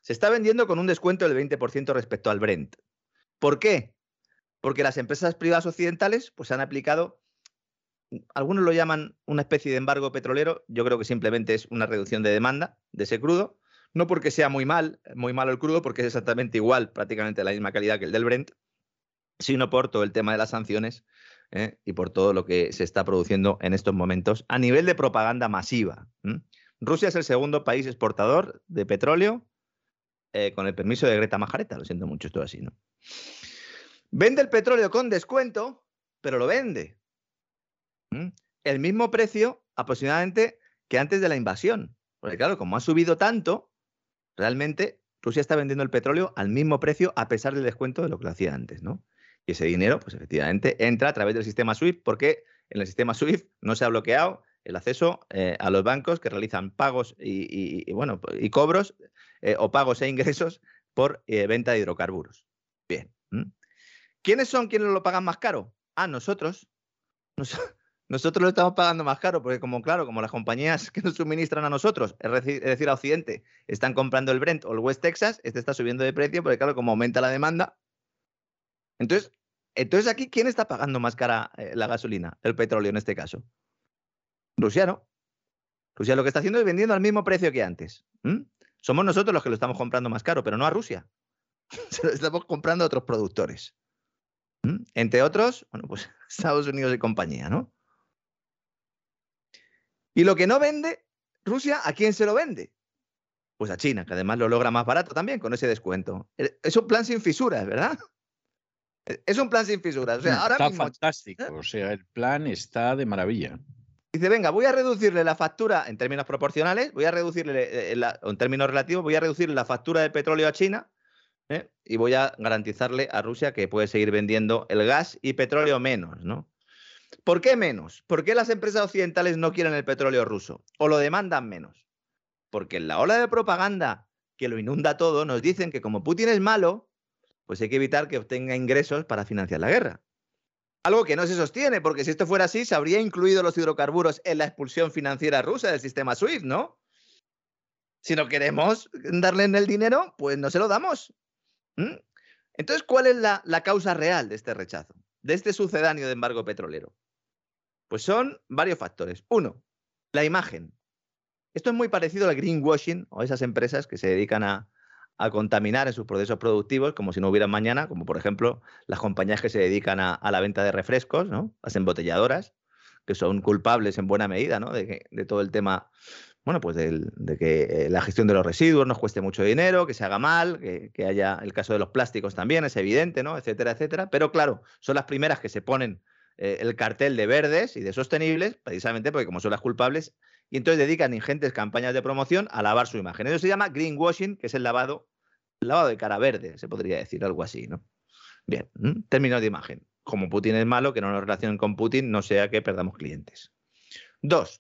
Se está vendiendo con un descuento del 20% respecto al Brent. ¿Por qué? Porque las empresas privadas occidentales pues, han aplicado, algunos lo llaman una especie de embargo petrolero, yo creo que simplemente es una reducción de demanda de ese crudo, no porque sea muy malo el crudo, porque es exactamente igual, prácticamente la misma calidad que el del Brent, sino por todo el tema de las sanciones y por todo lo que se está produciendo en estos momentos a nivel de propaganda masiva. Rusia es el segundo país exportador de petróleo con el permiso de Greta Majareta, lo siento mucho, esto así, ¿no? Vende el petróleo con descuento, pero lo vende. El mismo precio aproximadamente que antes de la invasión. Porque claro, como ha subido tanto, realmente Rusia está vendiendo el petróleo al mismo precio a pesar del descuento de lo que lo hacía antes, ¿no? Y ese dinero, pues efectivamente, entra a través del sistema SWIFT porque en el sistema SWIFT no se ha bloqueado el acceso a los bancos que realizan pagos y cobros o pagos e ingresos por venta de hidrocarburos. Bien. ¿Quiénes son quienes lo pagan más caro? Nosotros. Nosotros lo estamos pagando más caro porque como las compañías que nos suministran a nosotros, es decir, a Occidente, están comprando el Brent o el West Texas, este está subiendo de precio porque claro, como aumenta la demanda. Entonces aquí, ¿quién está pagando más cara la gasolina, el petróleo en este caso? Rusia no. Rusia lo que está haciendo es vendiendo al mismo precio que antes. Somos nosotros los que lo estamos comprando más caro, pero no a Rusia. Se lo estamos comprando a otros productores. Entre otros, pues Estados Unidos y compañía, ¿no? Y lo que no vende Rusia, ¿a quién se lo vende? Pues a China, que además lo logra más barato también con ese descuento. Es un plan sin fisuras, ¿verdad? Es un plan sin fisuras. O sea, ahora está mismo, fantástico. O sea, el plan está de maravilla. Dice, venga, voy a reducirle la factura en términos proporcionales, voy a reducirle, en términos relativos, voy a reducirle la factura de petróleo a China y voy a garantizarle a Rusia que puede seguir vendiendo el gas y petróleo menos, ¿no? ¿Por qué menos? ¿Por qué las empresas occidentales no quieren el petróleo ruso? ¿O lo demandan menos? Porque en la ola de propaganda que lo inunda todo nos dicen que como Putin es malo, pues hay que evitar que obtenga ingresos para financiar la guerra. Algo que no se sostiene, porque si esto fuera así, se habría incluido los hidrocarburos en la expulsión financiera rusa del sistema SWIFT, ¿no? Si no queremos darle el dinero, pues no se lo damos. Entonces, ¿cuál es la causa real de este rechazo? De este sucedáneo de embargo petrolero. Pues son varios factores. Uno, la imagen. Esto es muy parecido al greenwashing o a esas empresas que se dedican a contaminar en sus procesos productivos como si no hubiera mañana, como por ejemplo las compañías que se dedican a la venta de refrescos, ¿no? Las embotelladoras, que son culpables en buena medida, ¿no? de todo el tema, bueno, pues de que la gestión de los residuos nos cueste mucho dinero, que se haga mal, que haya el caso de los plásticos también, es evidente, ¿no? Etcétera, etcétera. Pero claro, son las primeras que se ponen el cartel de verdes y de sostenibles, precisamente porque como son las culpables, y entonces dedican ingentes campañas de promoción a lavar su imagen. Eso se llama greenwashing, que es el lavado de cara verde, se podría decir, algo así, ¿no? Bien, términos de imagen. Como Putin es malo, que no nos relacionen con Putin, no sea que perdamos clientes. 2.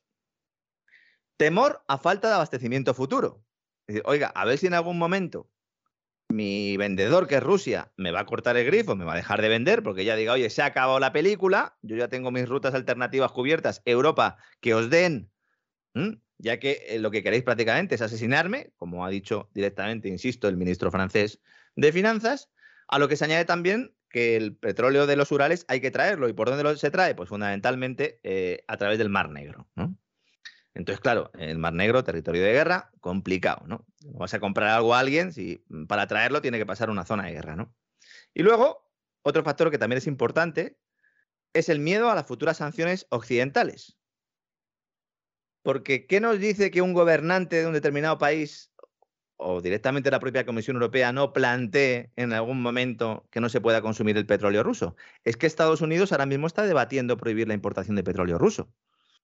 Temor a falta de abastecimiento futuro. Es decir, oiga, a ver si en algún momento mi vendedor, que es Rusia, me va a cortar el grifo, me va a dejar de vender, porque ya diga, oye, se ha acabado la película, yo ya tengo mis rutas alternativas cubiertas, Europa, que os den, ya que lo que queréis prácticamente es asesinarme, como ha dicho directamente, insisto, el ministro francés de Finanzas, a lo que se añade también que el petróleo de los Urales hay que traerlo. ¿Y por dónde se trae? Pues fundamentalmente a través del Mar Negro, ¿no? Entonces, claro, el Mar Negro, territorio de guerra, complicado, ¿no? Vas a comprar algo a alguien, si para traerlo tiene que pasar una zona de guerra, ¿no? Y luego, otro factor que también es importante es el miedo a las futuras sanciones occidentales. Porque, ¿qué nos dice que un gobernante de un determinado país o directamente la propia Comisión Europea no plantee en algún momento que no se pueda consumir el petróleo ruso? Es que Estados Unidos ahora mismo está debatiendo prohibir la importación de petróleo ruso.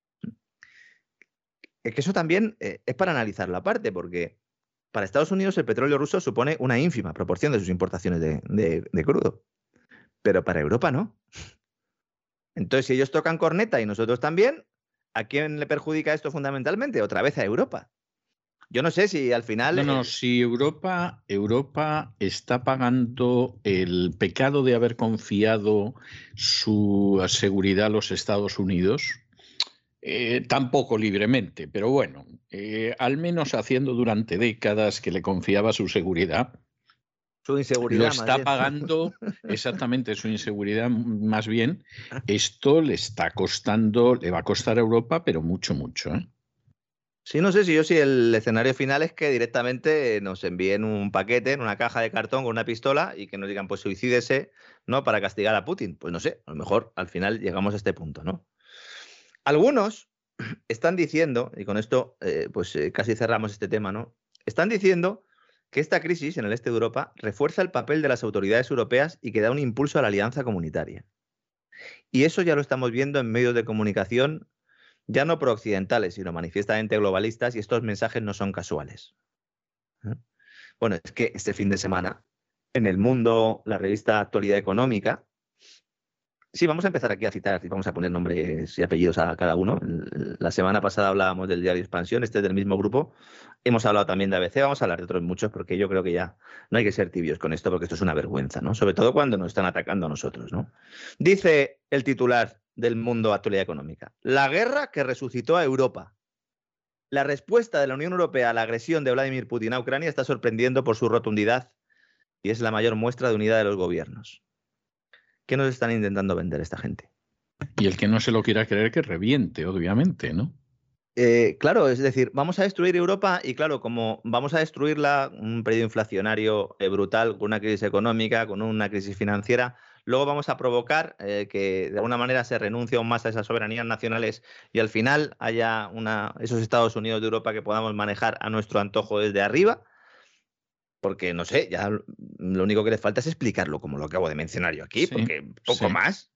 Es que eso también es para analizarlo aparte, porque para Estados Unidos el petróleo ruso supone una ínfima proporción de sus importaciones de crudo. Pero para Europa no. Entonces, si ellos tocan corneta y nosotros también, ¿a quién le perjudica esto fundamentalmente? Otra vez a Europa. Yo no sé si al final... No, si Europa está pagando el pecado de haber confiado su seguridad a los Estados Unidos, Tampoco libremente, pero bueno, al menos haciendo durante décadas que le confiaba su seguridad. Su inseguridad. Lo está pagando, exactamente, su inseguridad más bien. Esto le está costando, le va a costar a Europa, pero mucho, mucho, ¿eh? Sí, no sé si el escenario final es que directamente nos envíen un paquete en una caja de cartón con una pistola y que nos digan, pues suicídese, ¿no? Para castigar a Putin. Pues no sé, a lo mejor al final llegamos a este punto, ¿no? Algunos están diciendo, y con esto casi cerramos este tema, ¿no? Están diciendo que esta crisis en el este de Europa refuerza el papel de las autoridades europeas y que da un impulso a la alianza comunitaria. Y eso ya lo estamos viendo en medios de comunicación, ya no prooccidentales, sino manifiestamente globalistas, y estos mensajes no son casuales. Bueno, es que este fin de semana, en El Mundo, la revista Actualidad Económica, sí, vamos a empezar aquí a citar y vamos a poner nombres y apellidos a cada uno. La semana pasada hablábamos del diario Expansión, este es del mismo grupo. Hemos hablado también de ABC, vamos a hablar de otros muchos porque yo creo que ya no hay que ser tibios con esto porque esto es una vergüenza, ¿no? Sobre todo cuando nos están atacando a nosotros, ¿no? Dice el titular del Mundo Actualidad Económica: la guerra que resucitó a Europa. La respuesta de la Unión Europea a la agresión de Vladimir Putin a Ucrania está sorprendiendo por su rotundidad y es la mayor muestra de unidad de los gobiernos. ¿Qué nos están intentando vender esta gente? Y el que no se lo quiera creer que reviente, obviamente, ¿no? Claro, es decir, vamos a destruir Europa y claro, como vamos a destruirla, un periodo inflacionario brutal, con una crisis económica, con una crisis financiera, luego vamos a provocar que de alguna manera se renuncie aún más a esas soberanías nacionales y al final haya esos Estados Unidos de Europa que podamos manejar a nuestro antojo desde arriba. Porque, no sé, ya lo único que les falta es explicarlo, como lo acabo de mencionar yo aquí, sí, porque poco más.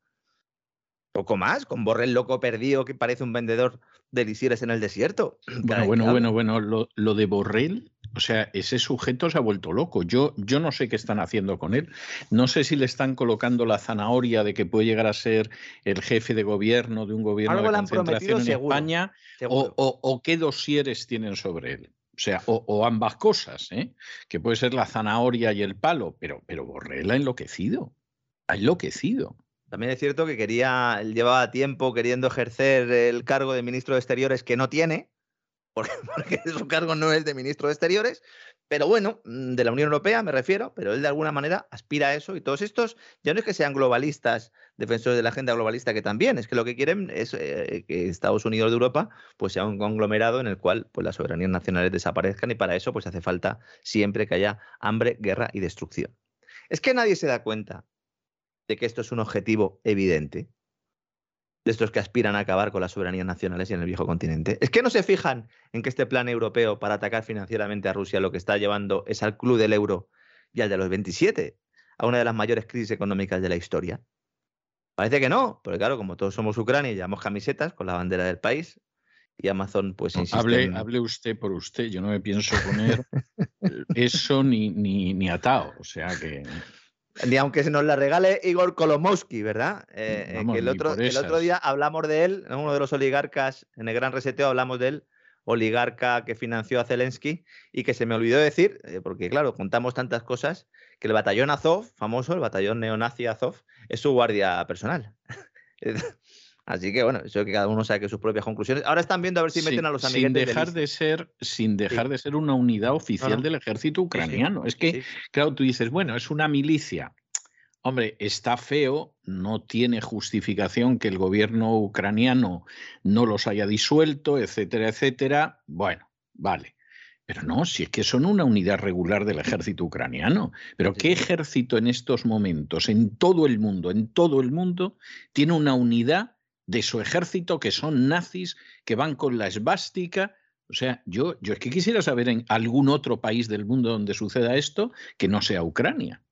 Poco más, con Borrell loco perdido que parece un vendedor de elixires en el desierto. Bueno, lo de Borrell, o sea, ese sujeto se ha vuelto loco. Yo no sé qué están haciendo con él. No sé si le están colocando la zanahoria de que puede llegar a ser el jefe de gobierno de un gobierno de concentración en España, o qué dosieres tienen sobre él. O sea, o ambas cosas, ¿eh? Que puede ser la zanahoria y el palo, pero Borrell ha enloquecido. Ha enloquecido. También es cierto que él llevaba tiempo queriendo ejercer el cargo de ministro de Exteriores que no tiene, porque su cargo no es de ministro de Exteriores, pero bueno, de la Unión Europea me refiero, pero él de alguna manera aspira a eso y todos estos ya no es que sean globalistas, defensores de la agenda globalista, que también es que lo que quieren es que Estados Unidos de Europa pues sea un conglomerado en el cual pues las soberanías nacionales desaparezcan y para eso pues hace falta siempre que haya hambre, guerra y destrucción. Es que nadie se da cuenta de que esto es un objetivo evidente, de estos que aspiran a acabar con las soberanías nacionales y en el viejo continente. Es que no se fijan en que este plan europeo para atacar financieramente a Rusia lo que está llevando es al club del euro y al de los 27, a una de las mayores crisis económicas de la historia. Parece que no, porque claro, como todos somos Ucrania y llevamos camisetas con la bandera del país y Amazon pues insiste hable usted por usted, yo no me pienso poner eso ni atado, o sea que... Ni aunque se nos la regale Igor Kolomowski, ¿verdad? Vamos, que el otro día hablamos de él, en uno de los oligarcas, en el Gran Reseteo hablamos del oligarca que financió a Zelensky y que se me olvidó decir, porque claro, contamos tantas cosas, que el batallón Azov, famoso, el batallón neonazi Azov, es su guardia personal. Así que bueno, eso que cada uno saque sus propias conclusiones. Ahora están viendo a ver si meten a los amiguetes sin dejar de ser una unidad oficial del ejército ucraniano. Es que, claro, tú dices, bueno, es una milicia. Hombre, está feo, no tiene justificación que el gobierno ucraniano no los haya disuelto, etcétera, etcétera. Bueno, vale. Pero no, si es que son una unidad regular del ejército ucraniano. Pero ¿qué ejército en estos momentos, en todo el mundo, tiene una unidad de su ejército que son nazis, que van con la esvástica? O sea, yo es que quisiera saber en algún otro país del mundo donde suceda esto que no sea Ucrania.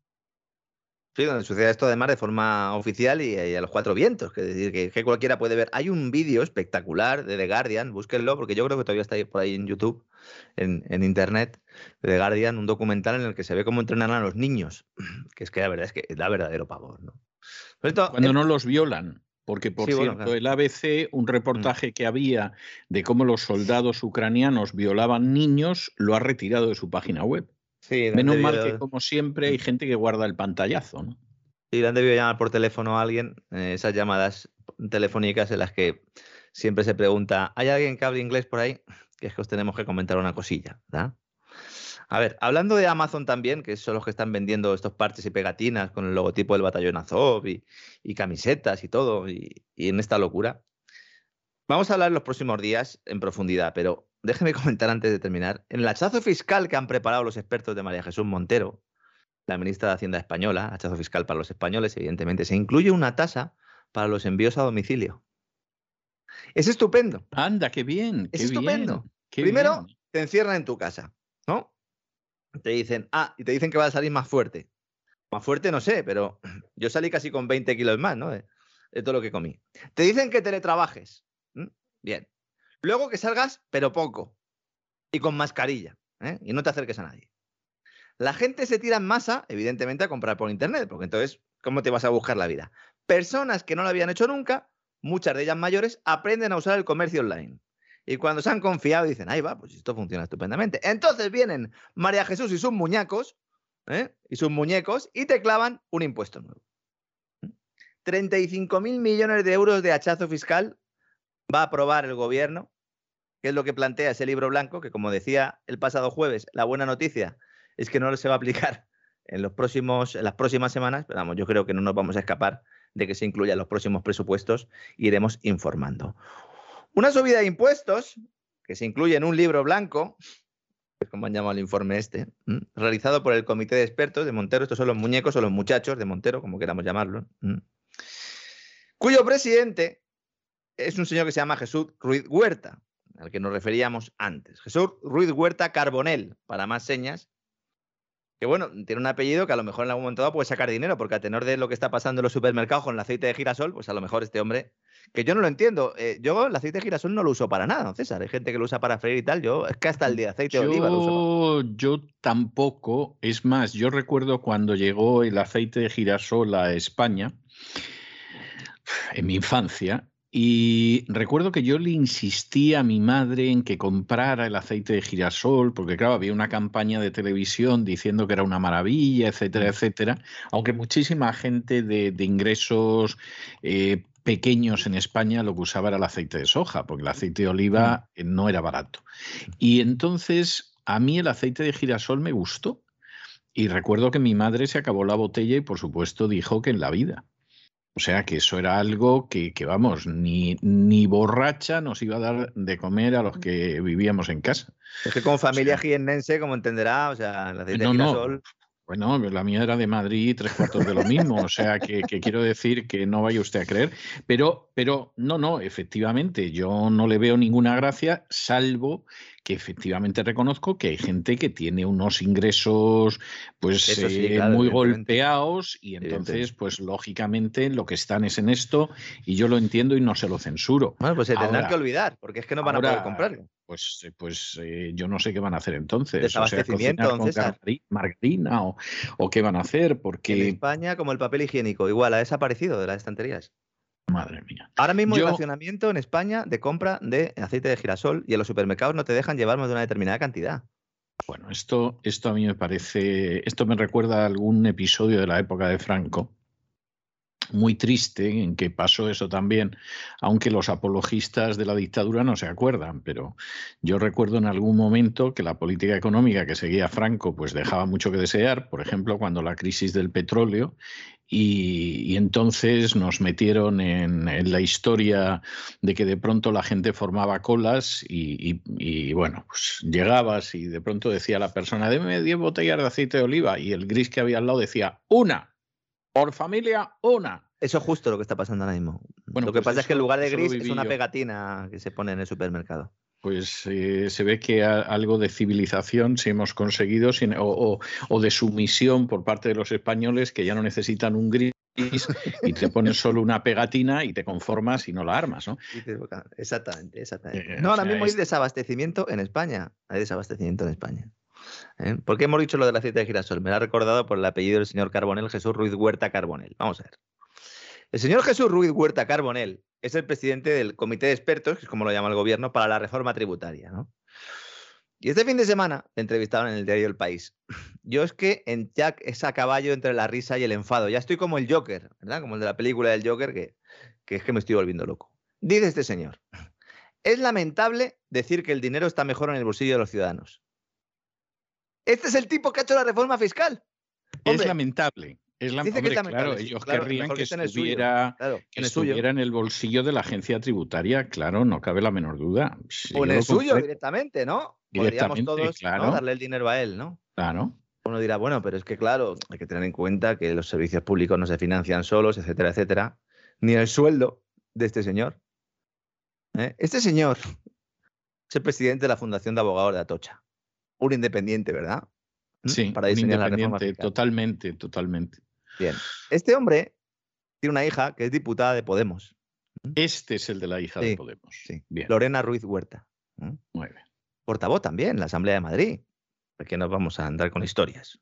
Sí, donde sucede esto además de forma oficial y a los cuatro vientos, que es decir, que cualquiera puede ver. Hay un vídeo espectacular de The Guardian, búsquenlo, porque yo creo que todavía está por ahí en YouTube, en Internet, de The Guardian, un documental en el que se ve cómo entrenan a los niños, que es que la verdad es que da verdadero pavor, ¿no? Cuando no los violan. Porque, por cierto, claro, el ABC, un reportaje que había de cómo los soldados ucranianos violaban niños, lo ha retirado de su página web. Sí, menos mal que, como siempre, hay gente que guarda el pantallazo, ¿no? Sí, le han debido llamar por teléfono a alguien. Esas llamadas telefónicas en las que siempre se pregunta, ¿hay alguien que hable inglés por ahí? Que es que os tenemos que comentar una cosilla, ¿verdad? A ver, hablando de Amazon también, que son los que están vendiendo estos parches y pegatinas con el logotipo del batallón Azov y camisetas y todo, y en esta locura. Vamos a hablar en los próximos días en profundidad, pero déjeme comentar antes de terminar. En el hachazo fiscal que han preparado los expertos de María Jesús Montero, la ministra de Hacienda española, hachazo fiscal para los españoles, evidentemente, se incluye una tasa para los envíos a domicilio. Es estupendo. Anda, qué bien. Es qué estupendo. Bien, qué Primero, bien. te encierran en tu casa, ¿no? Te dicen, y te dicen que vas a salir más fuerte. Más fuerte no sé, pero yo salí casi con 20 kilos más, ¿no? De todo lo que comí. Te dicen que teletrabajes. Bien. Luego que salgas, pero poco. Y con mascarilla. Y no te acerques a nadie. La gente se tira en masa, evidentemente, a comprar por internet, porque entonces, ¿cómo te vas a buscar la vida? Personas que no lo habían hecho nunca, muchas de ellas mayores, aprenden a usar el comercio online. Y cuando se han confiado dicen, ahí va, pues esto funciona estupendamente. Entonces vienen María Jesús y sus muñecos, y sus muñecos, y te clavan un impuesto nuevo. 35.000 millones de euros de hachazo fiscal va a aprobar el gobierno, que es lo que plantea ese libro blanco, que como decía el pasado jueves, la buena noticia es que no se va a aplicar en las próximas semanas, pero vamos, yo creo que no nos vamos a escapar de que se incluya en los próximos presupuestos, iremos informando. Una subida de impuestos, que se incluye en un libro blanco, que es como han llamado el informe realizado por el comité de expertos de Montero, estos son los muñecos o los muchachos de Montero, como queramos llamarlo, cuyo presidente es un señor que se llama Jesús Ruiz Huerta, al que nos referíamos antes. Jesús Ruiz Huerta Carbonell, para más señas, que bueno, tiene un apellido que a lo mejor en algún momento dado puede sacar dinero, porque a tenor de lo que está pasando en los supermercados con el aceite de girasol, pues a lo mejor este hombre, que yo no lo entiendo, yo el aceite de girasol no lo uso para nada, ¿no, César? Hay gente que lo usa para freír y tal, yo es que hasta el de aceite de oliva lo uso. Yo tampoco, es más, yo recuerdo cuando llegó el aceite de girasol a España, en mi infancia, y recuerdo que yo le insistí a mi madre en que comprara el aceite de girasol, porque claro, había una campaña de televisión diciendo que era una maravilla, etcétera, etcétera, aunque muchísima gente de ingresos pequeños en España lo que usaba era el aceite de soja, porque el aceite de oliva no era barato. Y entonces a mí el aceite de girasol me gustó, y recuerdo que mi madre se acabó la botella y por supuesto dijo que en la vida. O sea que eso era algo que vamos, ni borracha nos iba a dar de comer a los que vivíamos en casa. Es que como familia jiennense, como entenderá, o sea, el aceite de girasol... Bueno, la mía era de Madrid, 3/4 de lo mismo, o sea que quiero decir que no vaya usted a creer, pero no, efectivamente, yo no le veo ninguna gracia, salvo que efectivamente reconozco que hay gente que tiene unos ingresos pues sí, claro, muy golpeados y entonces pues lógicamente lo que están es en esto y yo lo entiendo y no se lo censuro. Bueno, pues se tendrán que olvidar, porque es que no van a poder comprarlo. Pues yo no sé qué van a hacer entonces. Desabastecimiento, o sea, margarina o qué van a hacer, porque... En España, como el papel higiénico, igual ha desaparecido de las estanterías. Madre mía. Ahora mismo hay racionamiento en España de compra de aceite de girasol y en los supermercados no te dejan llevar más de una determinada cantidad. Bueno, esto a mí me parece... Esto me recuerda a algún episodio de la época de Franco, muy triste, en que pasó eso también, aunque los apologistas de la dictadura no se acuerdan, pero yo recuerdo en algún momento que la política económica que seguía Franco pues dejaba mucho que desear, por ejemplo, cuando la crisis del petróleo, y entonces nos metieron en la historia de que de pronto la gente formaba colas y bueno, pues llegabas y de pronto decía la persona, deme 10 botellas de aceite de oliva, y el gris que había al lado decía, una. Por familia, una. Eso es justo lo que está pasando ahora mismo. Bueno, lo que pasa es que en lugar de gris es una pegatina que se pone en el supermercado. Pues se ve que algo de civilización sí hemos conseguido o de sumisión por parte de los españoles, que ya no necesitan un gris y te pones solo una pegatina y te conformas y no la armas, ¿no? Exactamente. No, ahora mismo hay desabastecimiento en España. ¿Por qué hemos dicho lo del aceite de girasol? Me lo ha recordado por el apellido del señor Carbonell, Jesús Ruiz Huerta Carbonell. Vamos a ver. El señor Jesús Ruiz Huerta Carbonell es el presidente del comité de expertos, que es como lo llama el gobierno, para la reforma tributaria, ¿no? Y este fin de semana le entrevistaron en el diario El País. Yo es que en Jack es a caballo entre la risa y el enfado. Ya estoy como el Joker, ¿verdad? Como el de la película del Joker, que que es que me estoy volviendo loco. Dice este señor: es lamentable decir que el dinero está mejor en el bolsillo de los ciudadanos. Este es el tipo que ha hecho la reforma fiscal. Hombre, es lamentable. Dice que es lamentable. Claro, ellos querrían que estuviera, en el bolsillo de la agencia tributaria, claro, no cabe la menor duda. O en el suyo directamente, ¿no? Podríamos todos, claro, ¿no?, darle el dinero a él, ¿no? Claro. Uno dirá, bueno, pero es que claro, hay que tener en cuenta que los servicios públicos no se financian solos, etcétera, etcétera. Ni el sueldo de este señor. Este señor es el presidente de la Fundación de Abogados de Atocha. Un independiente, ¿verdad? Sí, para diseñar la reforma fiscal. Totalmente. Bien. Este hombre tiene una hija que es diputada de Podemos. Este es el de la hija de Podemos. Sí. Bien. Lorena Ruiz Huerta. Muy bien. Portavoz también en la Asamblea de Madrid. Porque nos vamos a andar con historias.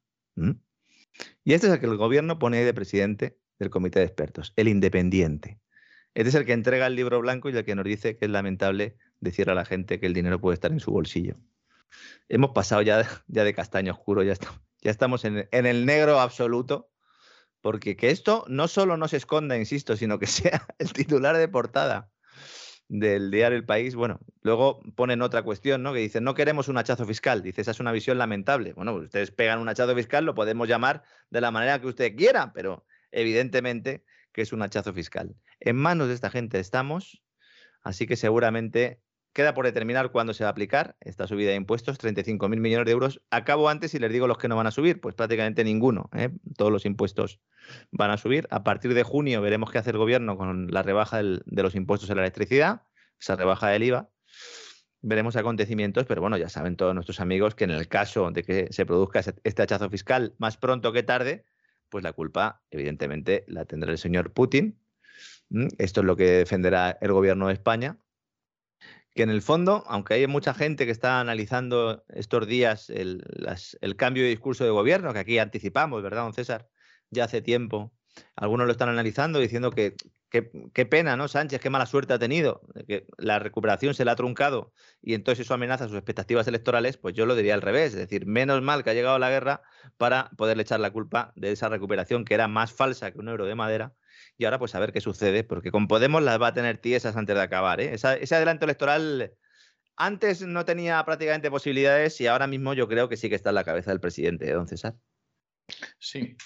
Y este es el que el gobierno pone de presidente del comité de expertos, el independiente. Este es el que entrega el libro blanco y el que nos dice que es lamentable decirle a la gente que el dinero puede estar en su bolsillo. Hemos pasado ya de castaño oscuro, ya estamos en el negro absoluto, porque que esto no solo no se esconda, insisto, sino que sea el titular de portada del diario El País. Bueno, luego ponen otra cuestión, ¿no?, que dicen, no queremos un hachazo fiscal. Dice, esa es una visión lamentable. Bueno, pues ustedes pegan un hachazo fiscal, lo podemos llamar de la manera que usted quiera, pero evidentemente que es un hachazo fiscal. En manos de esta gente estamos, así que seguramente queda por determinar cuándo se va a aplicar esta subida de impuestos, 35.000 millones de euros. Acabo antes y les digo los que no van a subir, pues prácticamente ninguno, ¿eh? Todos los impuestos van a subir. A partir de junio veremos qué hace el gobierno con la rebaja de los impuestos en la electricidad, esa rebaja del IVA. Veremos acontecimientos, pero bueno, ya saben todos nuestros amigos que en el caso de que se produzca este hachazo fiscal más pronto que tarde, pues la culpa, evidentemente, la tendrá el señor Putin. Esto es lo que defenderá el gobierno de España. Que en el fondo, aunque hay mucha gente que está analizando estos días el cambio de discurso de gobierno, que aquí anticipamos, ¿verdad, don César? Ya hace tiempo. Algunos lo están analizando diciendo que qué pena, ¿no? Sánchez, qué mala suerte ha tenido, que la recuperación se le ha truncado y entonces eso amenaza sus expectativas electorales. Pues yo lo diría al revés, es decir, menos mal que ha llegado la guerra para poderle echar la culpa de esa recuperación que era más falsa que un euro de madera. Y ahora pues a ver qué sucede, porque con Podemos las va a tener tiesas antes de acabar, ¿eh? Ese adelanto electoral antes no tenía prácticamente posibilidades y ahora mismo yo creo que sí que está en la cabeza del presidente, don César. Sí.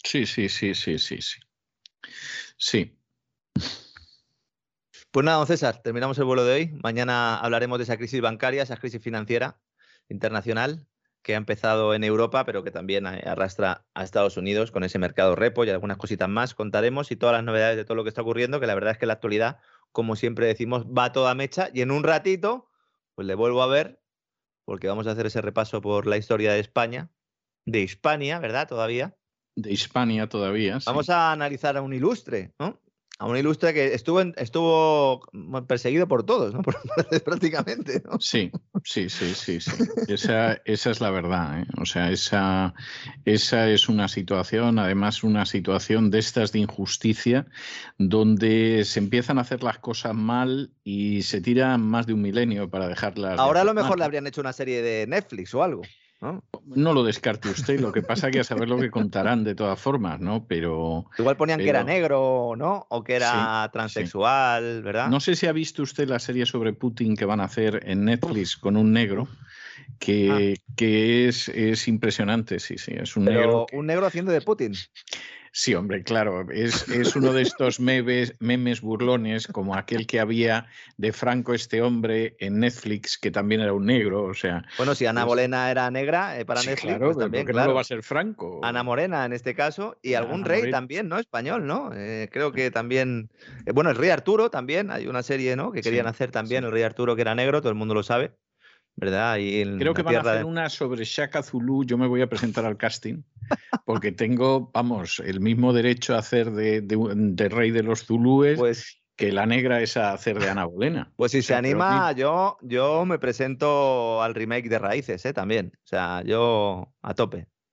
Pues nada, don César, terminamos el vuelo de hoy. Mañana hablaremos de esa crisis bancaria, esa crisis financiera internacional que ha empezado en Europa, pero que también arrastra a Estados Unidos con ese mercado repo y algunas cositas más. Contaremos y todas las novedades de todo lo que está ocurriendo, que la verdad es que la actualidad, como siempre decimos, va toda mecha y en un ratito pues le vuelvo a ver, porque vamos a hacer ese repaso por la historia de España, de Hispania, ¿verdad? Todavía. De Hispania todavía, sí. Vamos a analizar a un ilustre, ¿no? A un ilustre que estuvo perseguido por todos, ¿no? Prácticamente, ¿no? Sí. Esa es la verdad, ¿eh? O sea, esa es una situación, además una situación de estas de injusticia, donde se empiezan a hacer las cosas mal y se tiran más de un milenio para dejarlas. Ahora a lo mejor le habrían hecho una serie de Netflix o algo. No lo descarte usted, lo que pasa es que a saber lo que contarán de todas formas, ¿no? Pero igual ponían que era negro, ¿no? O que era transexual, ¿verdad? No sé si ha visto usted la serie sobre Putin que van a hacer en Netflix con un negro, que es impresionante, sí, es un negro. Un negro haciendo de Putin. Sí, hombre, claro, es uno de estos memes burlones como aquel que había de Franco, este hombre en Netflix, que también era un negro, o sea... Bueno, si Ana Bolena era negra para Netflix, claro, pues también, claro. No lo va a ser Franco. Ana Morena en este caso, y algún rey Morena también, ¿no? Español, ¿no? Creo que también... bueno, el rey Arturo también, hay una serie, ¿no? Que querían hacer también, el rey Arturo que era negro, todo el mundo lo sabe. ¿Verdad? Creo que van a hacer una sobre Shaka Zulu. Yo me voy a presentar al casting porque tengo, vamos, el mismo derecho a hacer de rey de los zulúes que la negra es a hacer de Ana Bolena. Pues si se anima, yo me presento al remake de Raíces, también. O sea, yo a tope.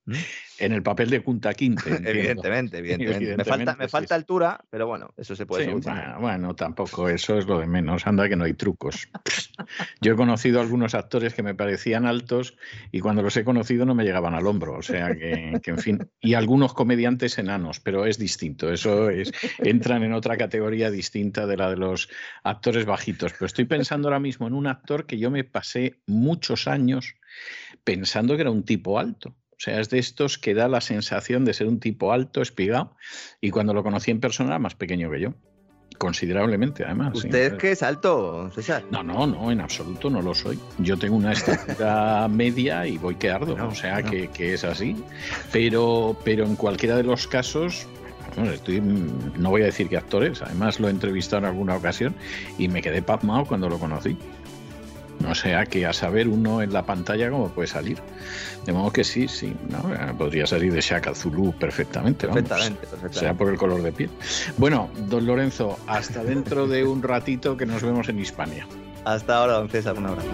En el papel de Kunta Kinte. Evidentemente. Me falta altura, pero bueno, eso se puede solucionar. Bueno, tampoco, eso es lo de menos. Anda que no hay trucos. Yo he conocido a algunos actores que me parecían altos y cuando los he conocido no me llegaban al hombro. O sea que en fin. Y algunos comediantes enanos, pero es distinto. Entran en otra categoría distinta de la de los actores bajitos. Pero estoy pensando ahora mismo en un actor que yo me pasé muchos años pensando que era un tipo alto. O sea, es de estos que da la sensación de ser un tipo alto, espigado, y cuando lo conocí en persona era más pequeño que yo. Considerablemente, además. ¿Usted es que es alto, César? No, en absoluto no lo soy. Yo tengo una estatura media y voy que ardo, que es así. Pero en cualquiera de los casos... no voy a decir que actores, además lo he entrevistado en alguna ocasión y me quedé pasmado cuando lo conocí. O sea que a saber uno en la pantalla cómo puede salir. De modo que sí, ¿no? Podría salir de Shaka Zulu perfectamente. Perfectamente. Sea por el color de piel. Bueno, don Lorenzo, hasta dentro de un ratito que nos vemos en Hispania. Hasta ahora, don César, un abrazo.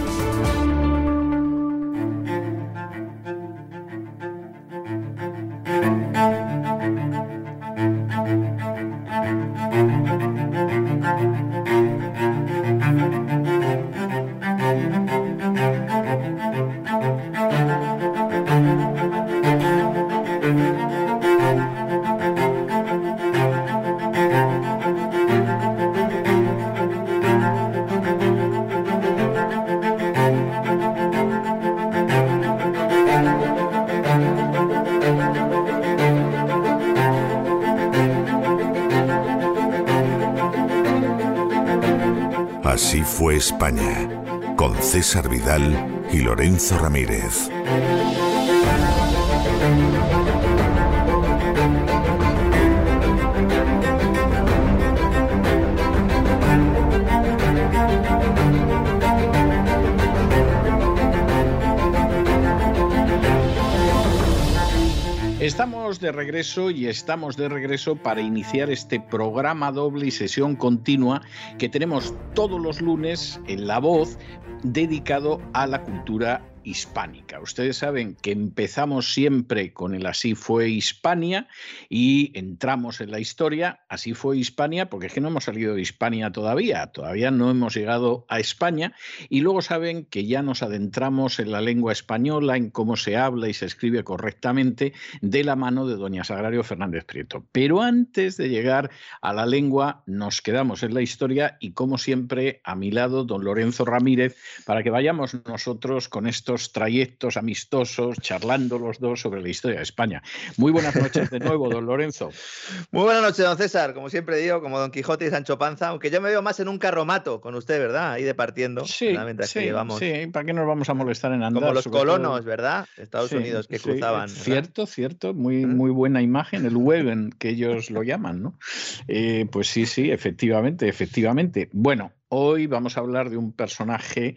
Así fue España, con César Vidal y Lorenzo Ramírez. Estamos de regreso para iniciar este programa doble y sesión continua que tenemos todos los lunes en La Voz, dedicado a la cultura hispánica. Ustedes saben que empezamos siempre con el Así fue Hispania y entramos en la historia. Así fue Hispania, porque es que no hemos salido de Hispania todavía no hemos llegado a España, y luego saben que ya nos adentramos en la lengua española, en cómo se habla y se escribe correctamente, de la mano de doña Sagrario Fernández Prieto. Pero antes de llegar a la lengua, nos quedamos en la historia y, como siempre, a mi lado, don Lorenzo Ramírez, para que vayamos nosotros con estos trayectos amistosos, charlando los dos sobre la historia de España. Muy buenas noches de nuevo, don Lorenzo. Muy buenas noches, don César. Como siempre digo, como Don Quijote y Sancho Panza, aunque yo me veo más en un carromato con usted, ¿verdad? Ahí departiendo. Sí, ¿para qué nos vamos a molestar en andar? Como los colonos, ¿verdad? Estados Unidos que cruzaban. Cierto, muy buena imagen, el Wegen, que ellos lo llaman, ¿no? Pues sí, efectivamente. Bueno, hoy vamos a hablar de un personaje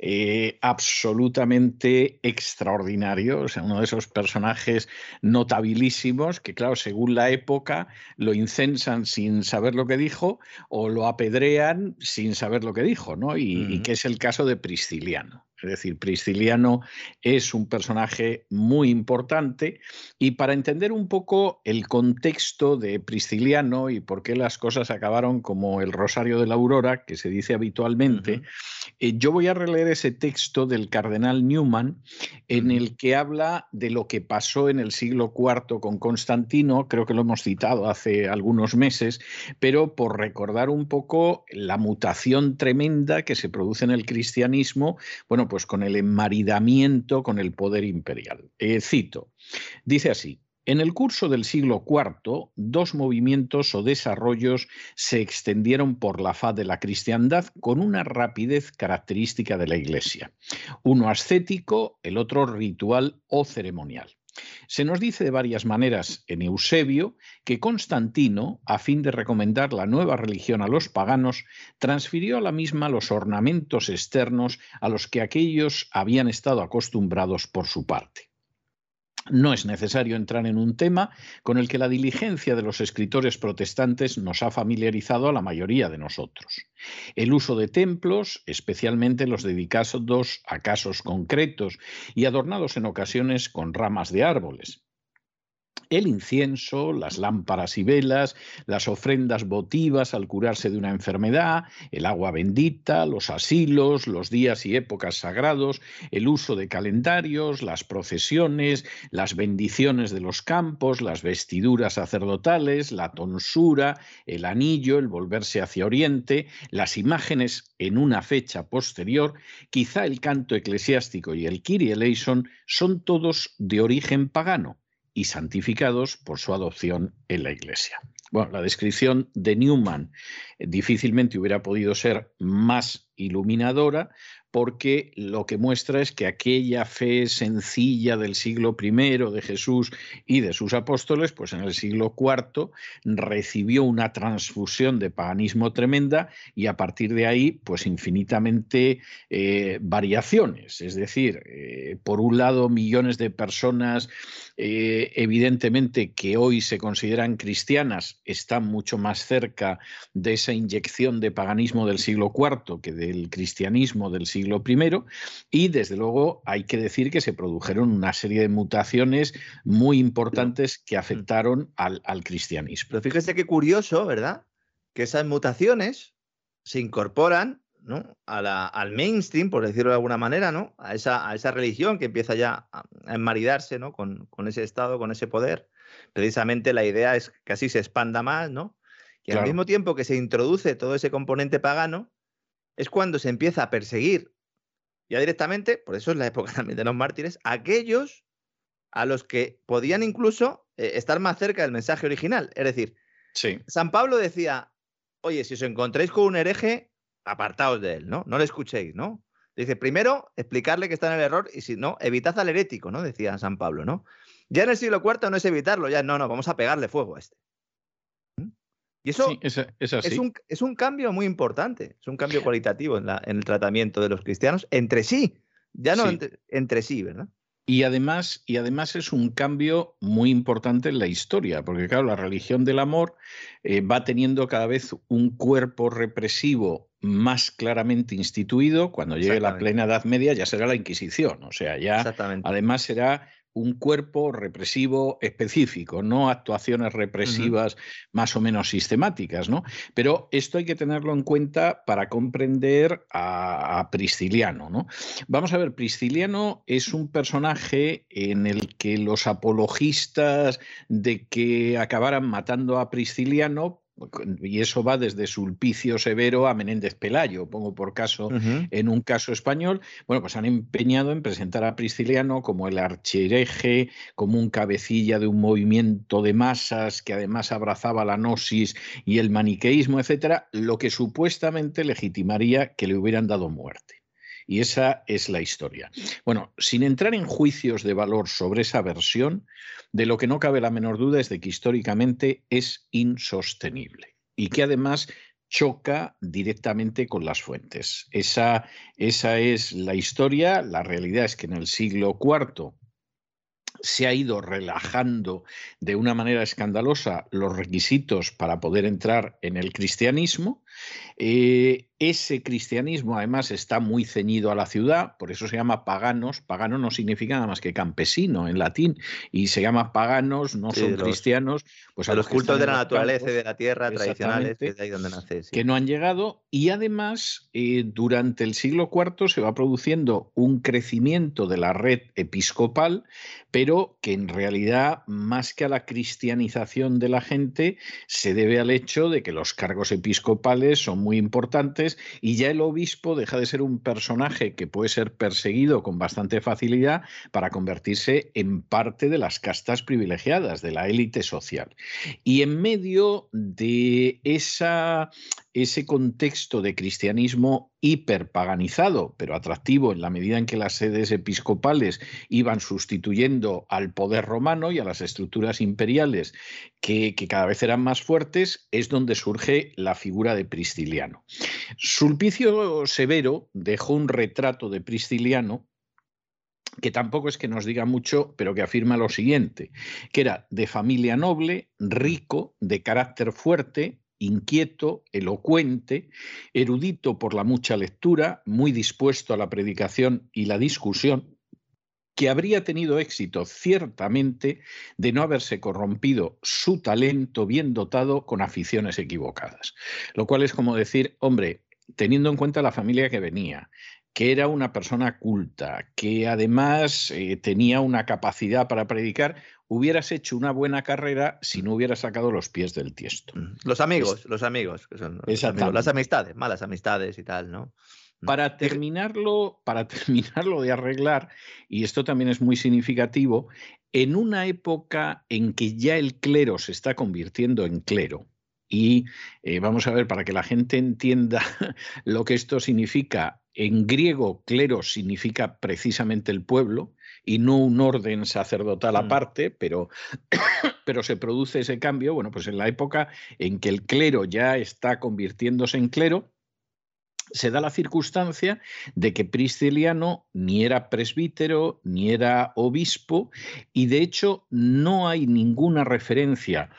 absolutamente extraordinario, o sea, uno de esos personajes notabilísimos que, claro, según la época, lo incensan sin saber lo que dijo o lo apedrean sin saber lo que dijo, ¿no? Y que es el caso de Prisciliano. Es decir, Prisciliano es un personaje muy importante, y para entender un poco el contexto de Prisciliano y por qué las cosas acabaron como el Rosario de la Aurora, que se dice habitualmente, yo voy a releer ese texto del cardenal Newman en el que habla de lo que pasó en el siglo IV con Constantino. Creo que lo hemos citado hace algunos meses, pero por recordar un poco la mutación tremenda que se produce en el cristianismo, bueno, pues con el enmaridamiento con el poder imperial. Cito, dice así: en el curso del siglo IV, dos movimientos o desarrollos se extendieron por la faz de la cristiandad con una rapidez característica de la Iglesia. Uno ascético, el otro ritual o ceremonial. Se nos dice de varias maneras en Eusebio que Constantino, a fin de recomendar la nueva religión a los paganos, transfirió a la misma los ornamentos externos a los que aquellos habían estado acostumbrados por su parte. No es necesario entrar en un tema con el que la diligencia de los escritores protestantes nos ha familiarizado a la mayoría de nosotros. El uso de templos, especialmente los dedicados a casos concretos y adornados en ocasiones con ramas de árboles. El incienso, las lámparas y velas, las ofrendas votivas al curarse de una enfermedad, el agua bendita, los asilos, los días y épocas sagrados, el uso de calendarios, las procesiones, las bendiciones de los campos, las vestiduras sacerdotales, la tonsura, el anillo, el volverse hacia oriente, las imágenes en una fecha posterior, quizá el canto eclesiástico y el Kyrie eleison son todos de origen pagano y santificados por su adopción en la Iglesia. Bueno, la descripción de Newman difícilmente hubiera podido ser más iluminadora, porque lo que muestra es que aquella fe sencilla del siglo I de Jesús y de sus apóstoles, pues en el siglo IV recibió una transfusión de paganismo tremenda y a partir de ahí, pues infinitamente variaciones. Es decir, por un lado, millones de personas evidentemente que hoy se consideran cristianas están mucho más cerca de esa inyección de paganismo del siglo IV que del cristianismo del siglo I, y desde luego hay que decir que se produjeron una serie de mutaciones muy importantes que afectaron al cristianismo. Pero fíjese qué curioso, ¿verdad? Que esas mutaciones se incorporan, ¿no?, al mainstream, por decirlo de alguna manera, ¿no?, a esa religión que empieza ya a enmaridarse, ¿no?, con ese Estado, con ese poder. Precisamente la idea es que así se expanda más, ¿no? Y al mismo tiempo que se introduce todo ese componente pagano, es cuando se empieza a perseguir ya directamente, por eso es la época también de los mártires, a aquellos a los que podían incluso estar más cerca del mensaje original. Es decir, sí. San Pablo decía, oye, si os encontráis con un hereje, apartaos de él, ¿no? No le escuchéis, ¿no? Dice, primero, explicarle que está en el error y si no, evitad al herético, ¿no? Decía San Pablo, ¿no? Ya en el siglo IV no es evitarlo, ya no, vamos a pegarle fuego a este. Y eso sí, es así. Es un cambio muy importante, es un cambio cualitativo en el tratamiento de los cristianos entre sí, ya no sí. entre sí, ¿verdad? Y además es un cambio muy importante en la historia, porque claro, la religión del amor va teniendo cada vez un cuerpo represivo más claramente instituido. Cuando llegue la plena Edad Media ya será la Inquisición, o sea, ya además será un cuerpo represivo específico, no actuaciones represivas más o menos sistemáticas, ¿no? Pero esto hay que tenerlo en cuenta para comprender a Prisciliano, ¿no? Vamos a ver, Prisciliano es un personaje en el que los apologistas de que acabaran matando a Prisciliano, y eso va desde Sulpicio Severo a Menéndez Pelayo, pongo por caso en un caso español, bueno, pues han empeñado en presentar a Prisciliano como el archihereje, como un cabecilla de un movimiento de masas que además abrazaba la gnosis y el maniqueísmo, etcétera, lo que supuestamente legitimaría que le hubieran dado muerte. Y esa es la historia. Bueno, sin entrar en juicios de valor sobre esa versión, de lo que no cabe la menor duda es de que históricamente es insostenible y que además choca directamente con las fuentes. Esa es la historia. La realidad es que en el siglo IV se ha ido relajando de una manera escandalosa los requisitos para poder entrar en el cristianismo. Ese cristianismo además está muy ceñido a la ciudad, por eso se llama paganos. Pagano no significa nada más que campesino en latín, y se llama paganos, no son cristianos. Pues a los cultos de la naturaleza y de la tierra tradicionales, que es de ahí donde nace. Sí. Que no han llegado, y además durante el siglo IV se va produciendo un crecimiento de la red episcopal, pero que en realidad, más que a la cristianización de la gente, se debe al hecho de que los cargos episcopales son muy importantes y ya el obispo deja de ser un personaje que puede ser perseguido con bastante facilidad para convertirse en parte de las castas privilegiadas, de la élite social. Y en medio de ese contexto de cristianismo hiperpaganizado, pero atractivo en la medida en que las sedes episcopales iban sustituyendo al poder romano y a las estructuras imperiales que cada vez eran más fuertes, es donde surge la figura de Prisciliano. Sulpicio Severo dejó un retrato de Prisciliano que tampoco es que nos diga mucho, pero que afirma lo siguiente, que era de familia noble, rico, de carácter fuerte, inquieto, elocuente, erudito por la mucha lectura, muy dispuesto a la predicación y la discusión, que habría tenido éxito ciertamente de no haberse corrompido su talento bien dotado con aficiones equivocadas. Lo cual es como decir, hombre, teniendo en cuenta la familia que venía, que era una persona culta, que además tenía una capacidad para predicar, hubieras hecho una buena carrera si no hubieras sacado los pies del tiesto. Los amigos, que son los amigos, las amistades, malas amistades y tal, ¿no? Para terminarlo de arreglar, y esto también es muy significativo, en una época en que ya el clero se está convirtiendo en clero, y vamos a ver, para que la gente entienda lo que esto significa, en griego clero significa precisamente el pueblo y no un orden sacerdotal aparte, pero se produce ese cambio, bueno, pues en la época en que el clero ya está convirtiéndose en clero, se da la circunstancia de que Prisciliano ni era presbítero ni era obispo y de hecho no hay ninguna referencia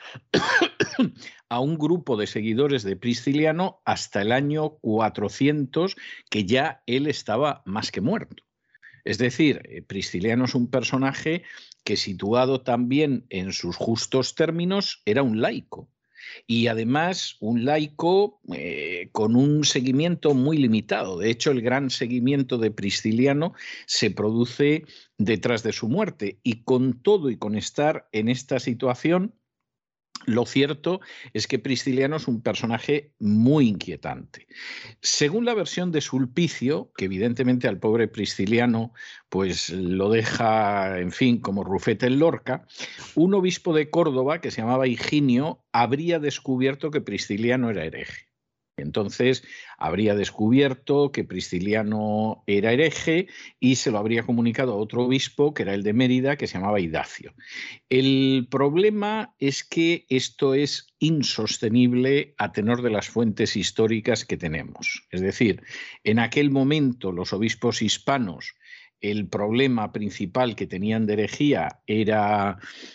a un grupo de seguidores de Prisciliano hasta el año 400, que ya él estaba más que muerto. Es decir, Prisciliano es un personaje que, situado también en sus justos términos, era un laico. Y además un laico con un seguimiento muy limitado. De hecho, el gran seguimiento de Prisciliano se produce detrás de su muerte. Y con todo y con estar en esta situación, lo cierto es que Prisciliano es un personaje muy inquietante. Según la versión de Sulpicio, que evidentemente al pobre Prisciliano pues lo deja, en fin, como Rufete en Lorca, un obispo de Córdoba que se llamaba Higinio habría descubierto que Prisciliano era hereje. Entonces habría descubierto que Prisciliano era hereje y se lo habría comunicado a otro obispo, que era el de Mérida, que se llamaba Idacio. El problema es que esto es insostenible a tenor de las fuentes históricas que tenemos. Es decir, en aquel momento los obispos hispanos, el problema principal que tenían de herejía era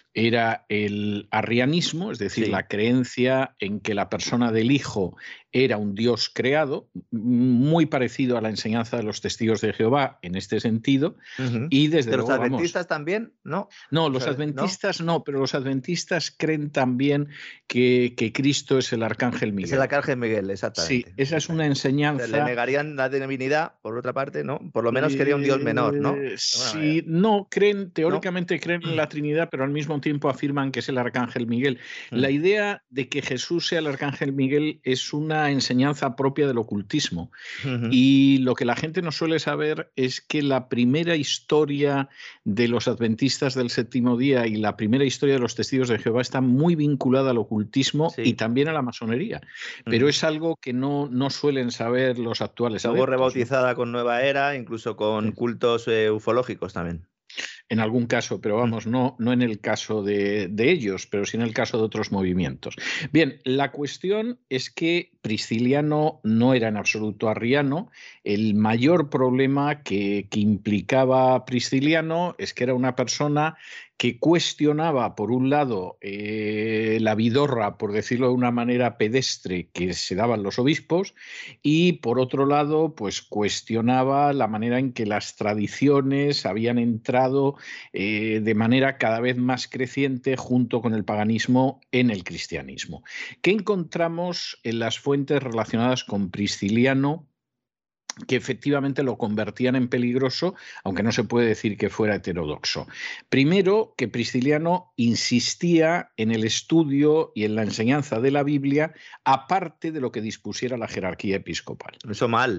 el arrianismo, es decir, la creencia en que la persona del Hijo era un Dios creado, muy parecido a la enseñanza de los testigos de Jehová en este sentido. Y desde ¿De los adventistas también? No, los adventistas no, pero los adventistas creen también que Cristo es el arcángel Miguel. Es el arcángel Miguel, exactamente. Sí, esa es una enseñanza. Le negarían la divinidad, por otra parte, ¿no? Por lo menos quería un Dios menor, ¿no? Sí, no, teóricamente creen en la Trinidad, pero al mismo tiempo afirman que es el arcángel Miguel. La idea de que Jesús sea el arcángel Miguel es una enseñanza propia del ocultismo. Y lo que la gente no suele saber es que la primera historia de los adventistas del séptimo día y la primera historia de los testigos de Jehová está muy vinculada al ocultismo y también a la masonería. Pero es algo que no suelen saber los actuales adeptos. Luego rebautizada con Nueva Era, incluso con cultos ufológicos también. En algún caso, pero vamos, no en el caso de ellos, pero sí en el caso de otros movimientos. Bien, la cuestión es que Prisciliano no era en absoluto arriano. El mayor problema que implicaba Prisciliano es que era una persona que cuestionaba, por un lado, la vidorra, por decirlo de una manera pedestre, que se daban los obispos, y por otro lado, pues cuestionaba la manera en que las tradiciones habían entrado de manera cada vez más creciente junto con el paganismo en el cristianismo. ¿Qué encontramos en las fuentes relacionadas con Prisciliano que efectivamente lo convertían en peligroso, aunque no se puede decir que fuera heterodoxo? Primero, que Prisciliano insistía en el estudio y en la enseñanza de la Biblia, aparte de lo que dispusiera la jerarquía episcopal. Eso mal.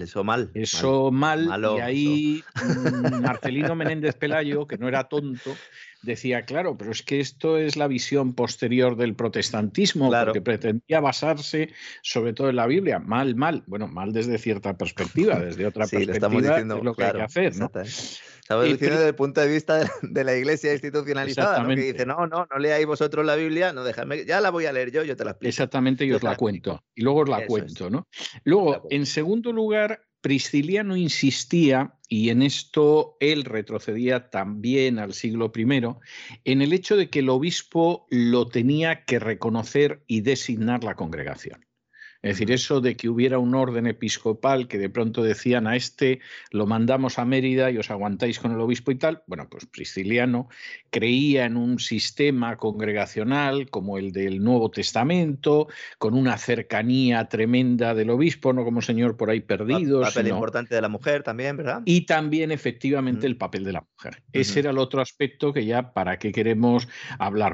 Malo, y ahí Marcelino Menéndez Pelayo, que no era tonto, decía, claro, pero es que esto es la visión posterior del protestantismo, porque pretendía basarse sobre todo en la Biblia. Mal. Bueno, mal desde cierta perspectiva, desde otra perspectiva es lo que hay que hacer, ¿no? Estamos diciendo desde el punto de vista de la iglesia institucionalizada, ¿no? Que dice, no leáis vosotros la Biblia, no, dejadme, ya la voy a leer yo te la explico. Exactamente, y os la cuento. Y luego os la cuento, ¿no? Luego, en segundo lugar, Prisciliano insistía, y en esto él retrocedía también al siglo I, en el hecho de que el obispo lo tenía que reconocer y designar la congregación. Es decir, eso de que hubiera un orden episcopal que de pronto decían a este lo mandamos a Mérida y os aguantáis con el obispo y tal, bueno, pues Prisciliano creía en un sistema congregacional como el del Nuevo Testamento, con una cercanía tremenda del obispo, no como señor por ahí perdido. Papel importante de la mujer también, ¿verdad? Y también, efectivamente, el papel de la mujer. Ese era el otro aspecto que ya, ¿para qué queremos hablar